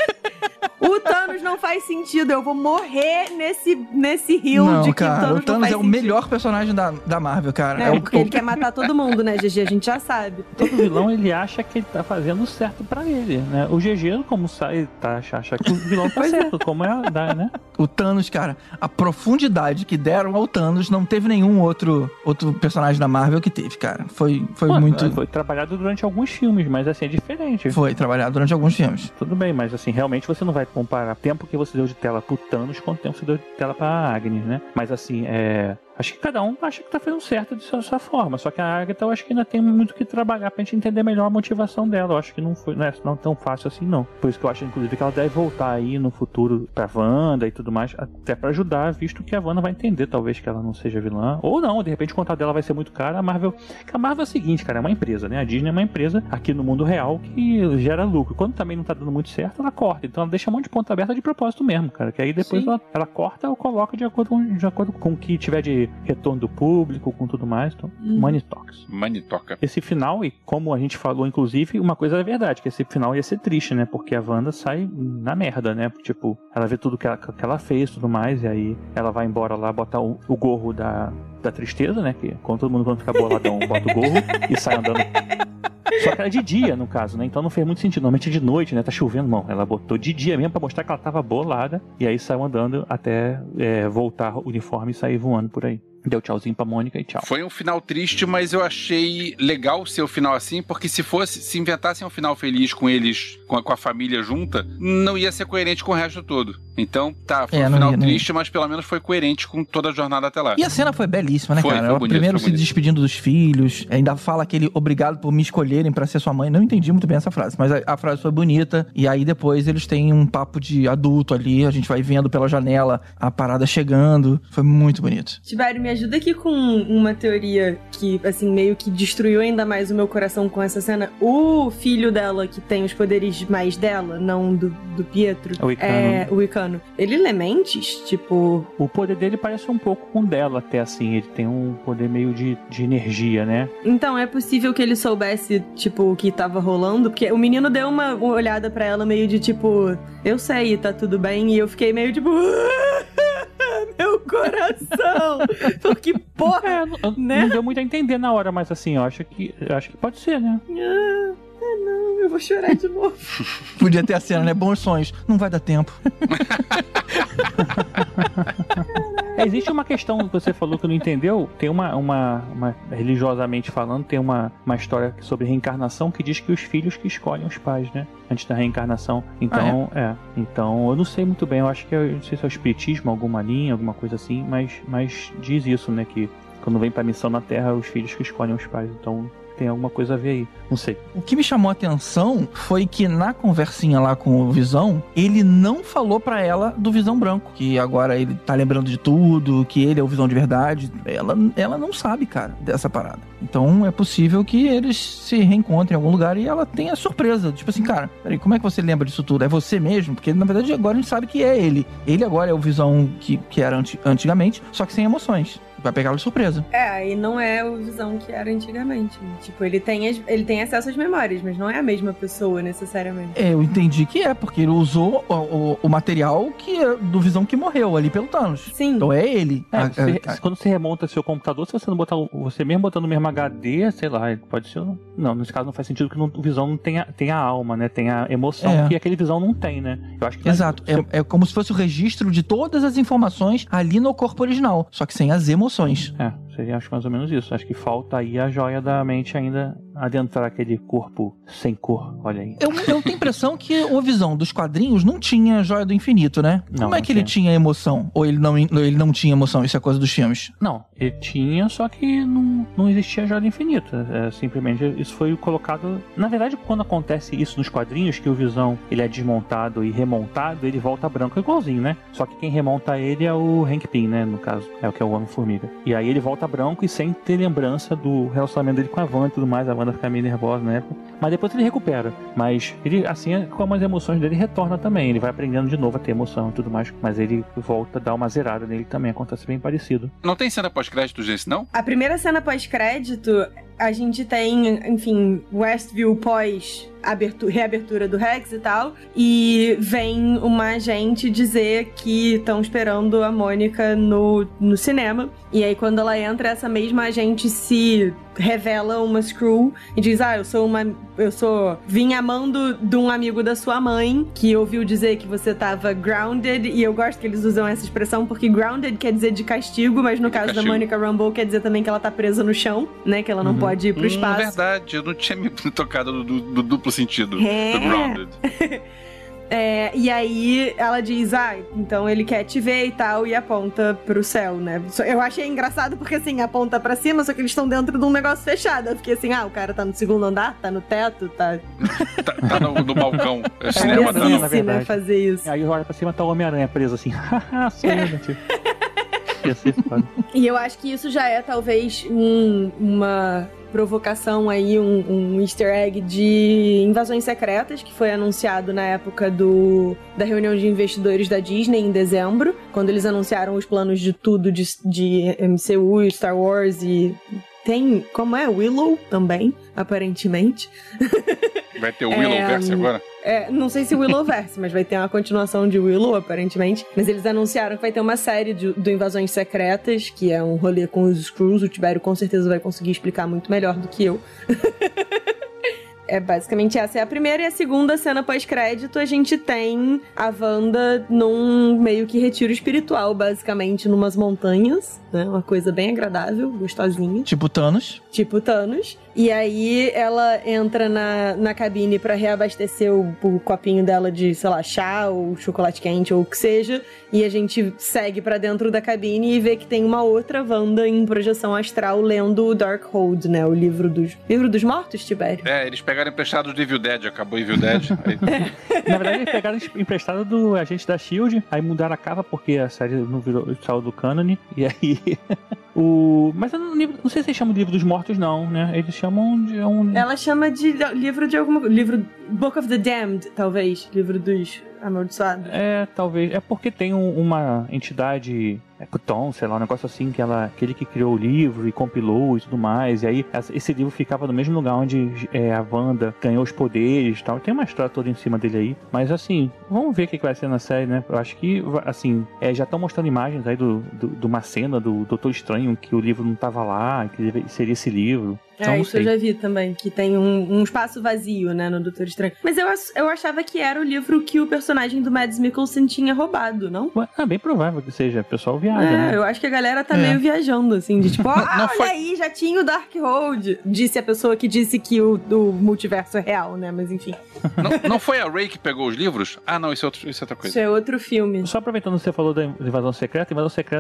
O Thanos não faz sentido. Eu vou morrer nesse rio não, de que cara, o Thanos não faz é o melhor personagem da Marvel, cara. Porque ele quer matar todo mundo, né, GG? A gente já sabe. Todo vilão, ele acha que ele tá fazendo certo pra ele, né? O GG, como sai, acha que o vilão tá certo, como né? O Thanos, cara, a profundidade que deram ao Thanos não teve nenhum outro personagem da Marvel que teve, cara. Foi muito... Foi trabalhado durante alguns filmes, mas assim, é diferente. Foi trabalhado durante alguns filmes. Tudo bem, mas assim, realmente você não vai comparar o tempo que você deu de tela pro Thanos com o tempo que você deu de tela pra Agnes, né? Mas assim, acho que cada um acha que tá fazendo certo de sua forma. Só que a Agatha, eu acho que ainda tem muito que trabalhar pra gente entender melhor a motivação dela. Eu acho que não é tão fácil assim, não. Por isso que eu acho, inclusive, que ela deve voltar aí no futuro pra Wanda e tudo mais, até pra ajudar, visto que a Wanda vai entender, talvez, que ela não seja vilã. Ou não, de repente o contrato dela vai ser muito caro. A Marvel é o seguinte, cara, é uma empresa, né? A Disney é uma empresa aqui no mundo real que gera lucro. Quando também não tá dando muito certo, ela corta. Então ela deixa um monte de ponta aberta de propósito mesmo, cara. Que aí depois ela corta ou coloca de acordo com o que tiver de retorno do público, com tudo mais. Então, money talks. Money toca. Esse final, e como a gente falou, inclusive, uma coisa é verdade, que esse final ia ser triste, né? Porque a Wanda sai na merda, né? Tipo, ela vê tudo que ela fez, tudo mais, e aí ela vai embora lá, botar o gorro da tristeza, né? Que quando todo mundo quando fica boladão, bota o gorro e sai andando Só que era de dia, no caso, né? Então não fez muito sentido. Normalmente é de noite, né? Tá chovendo, não. Ela botou de dia mesmo pra mostrar que ela tava bolada. E aí saiu andando até voltar o uniforme e sair voando por aí. Deu tchauzinho pra Mônica e tchau. Foi um final triste, mas eu achei legal ser o final assim, porque se inventassem um final feliz com eles, com a família junta, não ia ser coerente com o resto todo. Então, foi um final triste, mas pelo menos foi coerente com toda a jornada até lá. E a cena foi belíssima, né, cara? Foi Ela bonito, primeiro foi se despedindo dos filhos, ainda fala aquele obrigado por me escolherem pra ser sua mãe. Não entendi muito bem essa frase, mas a frase foi bonita. E aí depois eles têm um papo de adulto ali, a gente vai vendo pela janela a parada chegando. Foi muito bonito. Tibério, me ajuda aqui com uma teoria que, assim, meio que destruiu ainda mais o meu coração com essa cena. O filho dela, que tem os poderes mais dela, não do Pietro, o Icano. Ele lê mentes? Tipo... O poder dele parece um pouco com o dela até, assim. Ele tem um poder meio de energia, né? Então, é possível que ele soubesse, tipo, o que tava rolando? Porque o menino deu uma olhada pra ela meio de, tipo... Eu sei, tá tudo bem. E eu fiquei meio, tipo... Meu coração! Porque, porra, né? Não deu muito a entender na hora, mas assim, eu acho que pode ser, né? Não, eu vou chorar de novo. Podia ter a cena, né? Bons sonhos. Não vai dar tempo. Existe uma questão que você falou que não entendeu. Tem uma religiosamente falando, tem uma história sobre reencarnação que diz que os filhos que escolhem os pais, né? Antes da reencarnação. Então, Então, eu não sei muito bem. Eu acho que não sei se é o espiritismo, alguma linha, alguma coisa assim, mas diz isso, né? Que quando vem pra missão na Terra, os filhos que escolhem os pais. Então, tem alguma coisa a ver aí, não sei. O que me chamou a atenção foi que na conversinha lá com o Visão, ele não falou pra ela do Visão Branco, que agora ele tá lembrando de tudo, que ele é o Visão de verdade. Ela não sabe, cara, dessa parada. Então é possível que eles se reencontrem em algum lugar e ela tenha surpresa. Tipo assim, cara, peraí, como é que você lembra disso tudo? É você mesmo? Porque na verdade agora a gente sabe que é ele. Ele agora é o Visão que era antigamente, só que sem emoções. Vai pegar ela de surpresa. E não é o Visão que era antigamente. Tipo, ele tem acesso às memórias, mas não é a mesma pessoa, necessariamente. Eu entendi que porque ele usou o material que é do Visão que morreu ali pelo Thanos. Sim. Então é ele. Quando você remonta seu computador, se você não botar você mesmo botando no mesmo HD, sei lá, pode ser... Não, nesse caso não faz sentido que o Visão não tenha a alma, né? Tem a emoção que aquele Visão não tem, né? Eu acho que exato. É como se fosse o registro de todas as informações ali no corpo original, só que sem as emoções. Seria, acho mais ou menos isso. Acho que falta aí a joia da mente ainda adentrar aquele corpo sem cor. Olha aí. Eu tenho a impressão que o Visão dos quadrinhos não tinha joia do infinito, né? Como é que ele tinha emoção? Ou ele não tinha emoção? Isso é coisa dos filmes? Não, ele tinha, só que não existia joia do infinito. Simplesmente isso foi colocado... Na verdade, quando acontece isso nos quadrinhos, que o Visão ele é desmontado e remontado, ele volta branco igualzinho, né? Só que quem remonta ele é o Hank Pym, né? No caso, é o que é o Homem-Formiga. E aí ele volta branco e sem ter lembrança do relacionamento dele com a Wanda e tudo mais. A Wanda fica meio nervosa na época. Mas depois ele recupera. Mas ele, assim, como as emoções dele, retorna também. Ele vai aprendendo de novo a ter emoção e tudo mais. Mas ele volta a dar uma zerada nele também. Acontece bem parecido. Não tem cena pós-crédito, gente, não? A primeira cena pós-crédito, a gente tem, enfim, Westview pós reabertura do Rex e tal, e vem uma agente dizer que estão esperando a Mônica no cinema, e aí quando ela entra, essa mesma agente se revela uma Skrull e diz, vim amando de um amigo da sua mãe, que ouviu dizer que você tava grounded, e eu gosto que eles usam essa expressão, porque grounded quer dizer de castigo, mas no caso da Mônica Rambeau quer dizer também que ela tá presa no chão, né, que ela não pode ir pro espaço. É verdade, eu não tinha me tocado do duplo sentido, do grounded. E aí ela diz, então ele quer te ver e tal, e aponta pro céu, né? Eu achei engraçado porque, assim, aponta pra cima, só que eles estão dentro de um negócio fechado. Eu fiquei assim, o cara tá no segundo andar, tá no teto, tá no balcão. É cinema, na verdade. Né, fazer isso. Aí olha pra cima, tá o Homem-Aranha preso assim. Sou eu, gente. E eu acho que isso já é, talvez, uma provocação aí, um easter egg de Invasões Secretas, que foi anunciado na época da reunião de investidores da Disney em dezembro, quando eles anunciaram os planos de tudo de MCU, Star Wars e... Tem, como é? Willow também, aparentemente. Vai ter o Willowverse agora? Não sei se Willowverse, mas vai ter uma continuação de Willow, aparentemente. Mas eles anunciaram que vai ter uma série do Invasões Secretas, que é um rolê com os Skrulls. O Tibério com certeza vai conseguir explicar muito melhor do que eu. basicamente essa é a primeira e a segunda cena pós-crédito. A gente tem a Wanda num meio que retiro espiritual, basicamente, numas montanhas, né? Uma coisa bem agradável, gostosinha. Tipo Thanos. E aí ela entra na cabine pra reabastecer o copinho dela de, sei lá, chá ou chocolate quente ou o que seja. E a gente segue pra dentro da cabine e vê que tem uma outra Wanda em projeção astral lendo o Darkhold, né? O livro dos mortos, Tibério. Eles pegaram emprestado do Evil Dead, acabou Evil Dead. Aí... Na verdade, eles pegaram emprestado do agente da SHIELD, aí mudaram a capa porque a série não saiu do cânone, e aí... Mas eu não sei se eles chamam de livro dos mortos, não, né? Eles chamam de Ela chama de livro de alguma... Book of the Damned, talvez. Livro dos amaldiçoados. Talvez. É porque tem uma entidade... Cthon, sei lá, um negócio assim, aquele que criou o livro e compilou e tudo mais, e aí esse livro ficava no mesmo lugar onde a Wanda ganhou os poderes e tal. Tem uma história toda em cima dele aí, mas assim, vamos ver o que vai ser na série, né? Eu acho que, assim, já estão mostrando imagens aí de uma cena do Doutor Estranho, que o livro não tava lá, que seria esse livro. Então, isso eu já vi também, que tem um espaço vazio, né, no Doutor Estranho. Mas eu achava que era o livro que o personagem do Mads Mikkelsen tinha roubado, não? É bem provável que seja, o pessoal viaja, né? Eu acho que a galera tá meio viajando, assim, de tipo, olha aí, já tinha o Darkhold, disse a pessoa que disse que o multiverso é real, né, mas enfim. Não foi a Rey que pegou os livros? Ah, não, isso é outra coisa. Isso é outro filme. Só aproveitando que você falou da Invasão Secreta,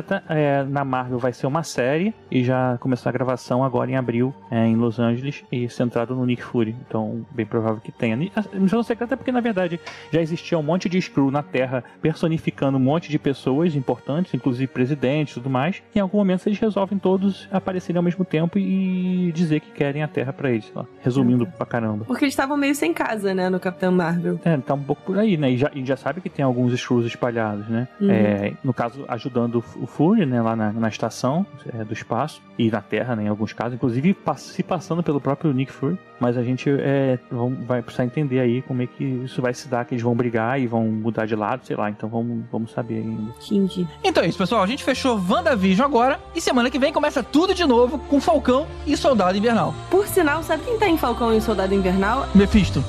na Marvel vai ser uma série e já começou a gravação agora em abril, em Los Angeles, e centrado no Nick Fury. Então, bem provável que tenha. A Missão Secreta é porque, na verdade, já existia um monte de Skrull na Terra personificando um monte de pessoas importantes, inclusive presidentes e tudo mais. Em algum momento, eles resolvem todos aparecerem ao mesmo tempo e dizer que querem a Terra pra eles. Ó, resumindo pra caramba. Porque eles estavam meio sem casa, né, no Capitão Marvel. Tá um pouco por aí, né? E já sabe que tem alguns Skrulls espalhados, né? No caso, ajudando o Fury, né, lá na estação do espaço e na Terra, né, em alguns casos. Inclusive, se passando pelo próprio Nick Fury, mas a gente vai precisar entender aí como é que isso vai se dar, que eles vão brigar e vão mudar de lado, sei lá, então vamos saber ainda. Entendi. Então é isso, pessoal, a gente fechou WandaVision agora, e semana que vem começa tudo de novo com Falcão e Soldado Invernal. Por sinal, sabe quem tá em Falcão e Soldado Invernal? Mephisto.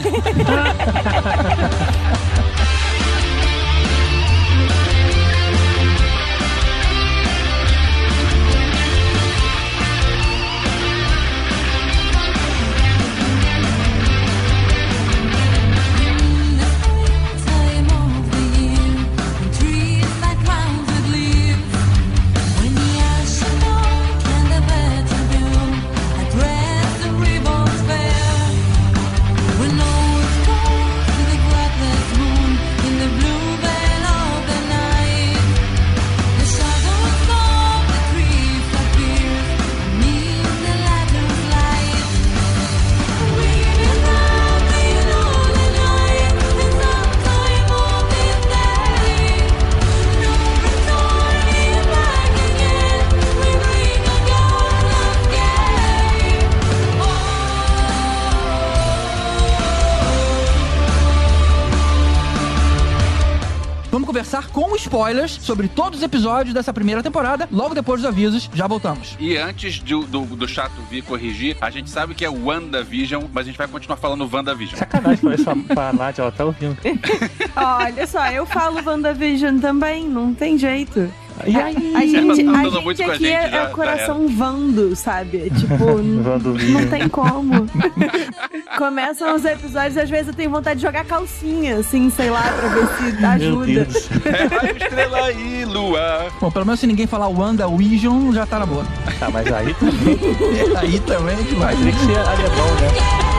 Conversar com spoilers sobre todos os episódios dessa primeira temporada, logo depois dos avisos. Já voltamos. E antes do chato vir corrigir, a gente sabe que é WandaVision, mas a gente vai continuar falando WandaVision. Sacanagem pra Nádia, ela tá ouvindo. Olha só, eu falo WandaVision também, não tem jeito. E aí? A gente muito com a aqui gente, é o coração Vando, sabe? Tipo, não tem como. Começam os episódios, às vezes eu tenho vontade de jogar calcinha, assim, sei lá, pra ver se ajuda. Raio, estrela e lua. Bom, pelo menos se ninguém falar WandaVision, já tá na boa. Tá, mas aí também. Aí também é demais. Tem que ser alemão, né?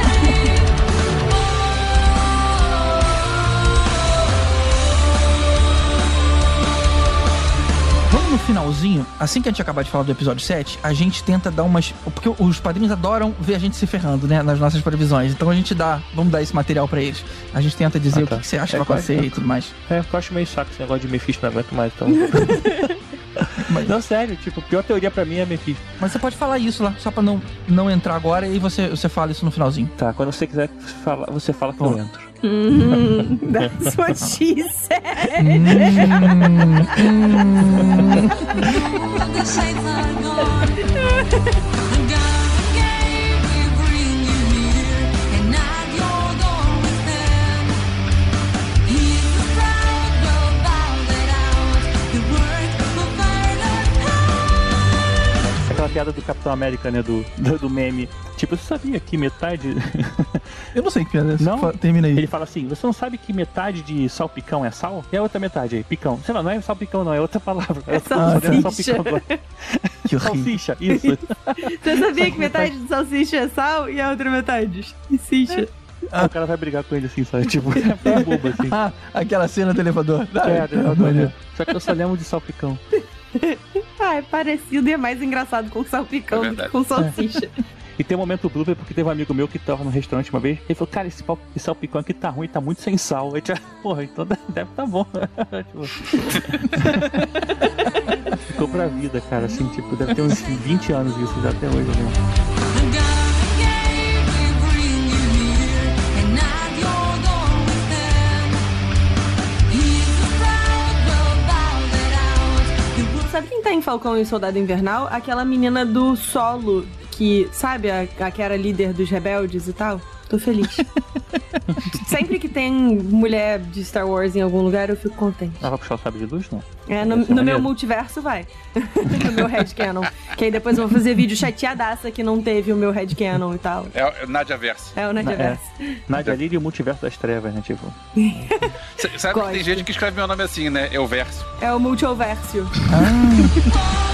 Vamos no finalzinho, assim que a gente acabar de falar do episódio 7, a gente tenta dar umas... Porque os padrinhos adoram ver a gente se ferrando, né, nas nossas previsões. Então vamos dar esse material pra eles. A gente tenta dizer o que você acha que vai acontecer e tudo mais. Eu acho meio saco esse negócio de Mephisto, não aguento mais, então... Mas, não, sério, tipo, a pior teoria pra mim é Mephisto. Mas você pode falar isso lá, só pra não entrar agora, e você fala isso no finalzinho. Tá, quando você quiser falar, você fala que eu entro. That's what she said. The shades are gone. The God gave, we bring you here, and piada do Capitão América, né? Do meme. Tipo, você sabia que metade... Eu não sei que piada é essa. Não? Termina aí. Ele fala assim, você não sabe que metade de salpicão é sal? E a outra metade aí, picão. Sei lá, não é salpicão não, é outra palavra. É salsicha. Que horrível. Salsicha, isso. Você sabia que metade de salsicha é sal e a outra metade salsicha? Aí o cara vai brigar com ele assim, sabe? Tipo, é bem bobo assim. Ah, aquela cena do elevador. Do elevador, né? Só que eu só lembro de salpicão. Ah, é parecido e é mais engraçado com salpicão do que com salsicha. E tem um momento blooper porque teve um amigo meu que tava no restaurante uma vez. Ele falou, cara, esse salpicão aqui tá ruim, tá muito sem sal. Aí, porra, então deve tá bom. Tipo... Ficou pra vida, cara. Assim, tipo, deve ter uns 20 anos isso já até hoje, né? Sabe quem tá em Falcão e o Soldado Invernal? Aquela menina do Solo, que, sabe, a que era líder dos rebeldes e tal? Tô feliz. Sempre que tem mulher de Star Wars em algum lugar, eu fico contente. Ela vai puxar o sabre de luz, não? É, no meu multiverso vai. No meu headcanon. Que aí depois eu vou fazer vídeo chateadaça que não teve o meu headcanon e tal. É o Nadiaverse. É o Nadiaverse. Nadia Lili e o multiverso das trevas, né? Tipo. Sabe que tem gente que escreve meu nome assim, né? Eu verso. É o multiverso. Ah.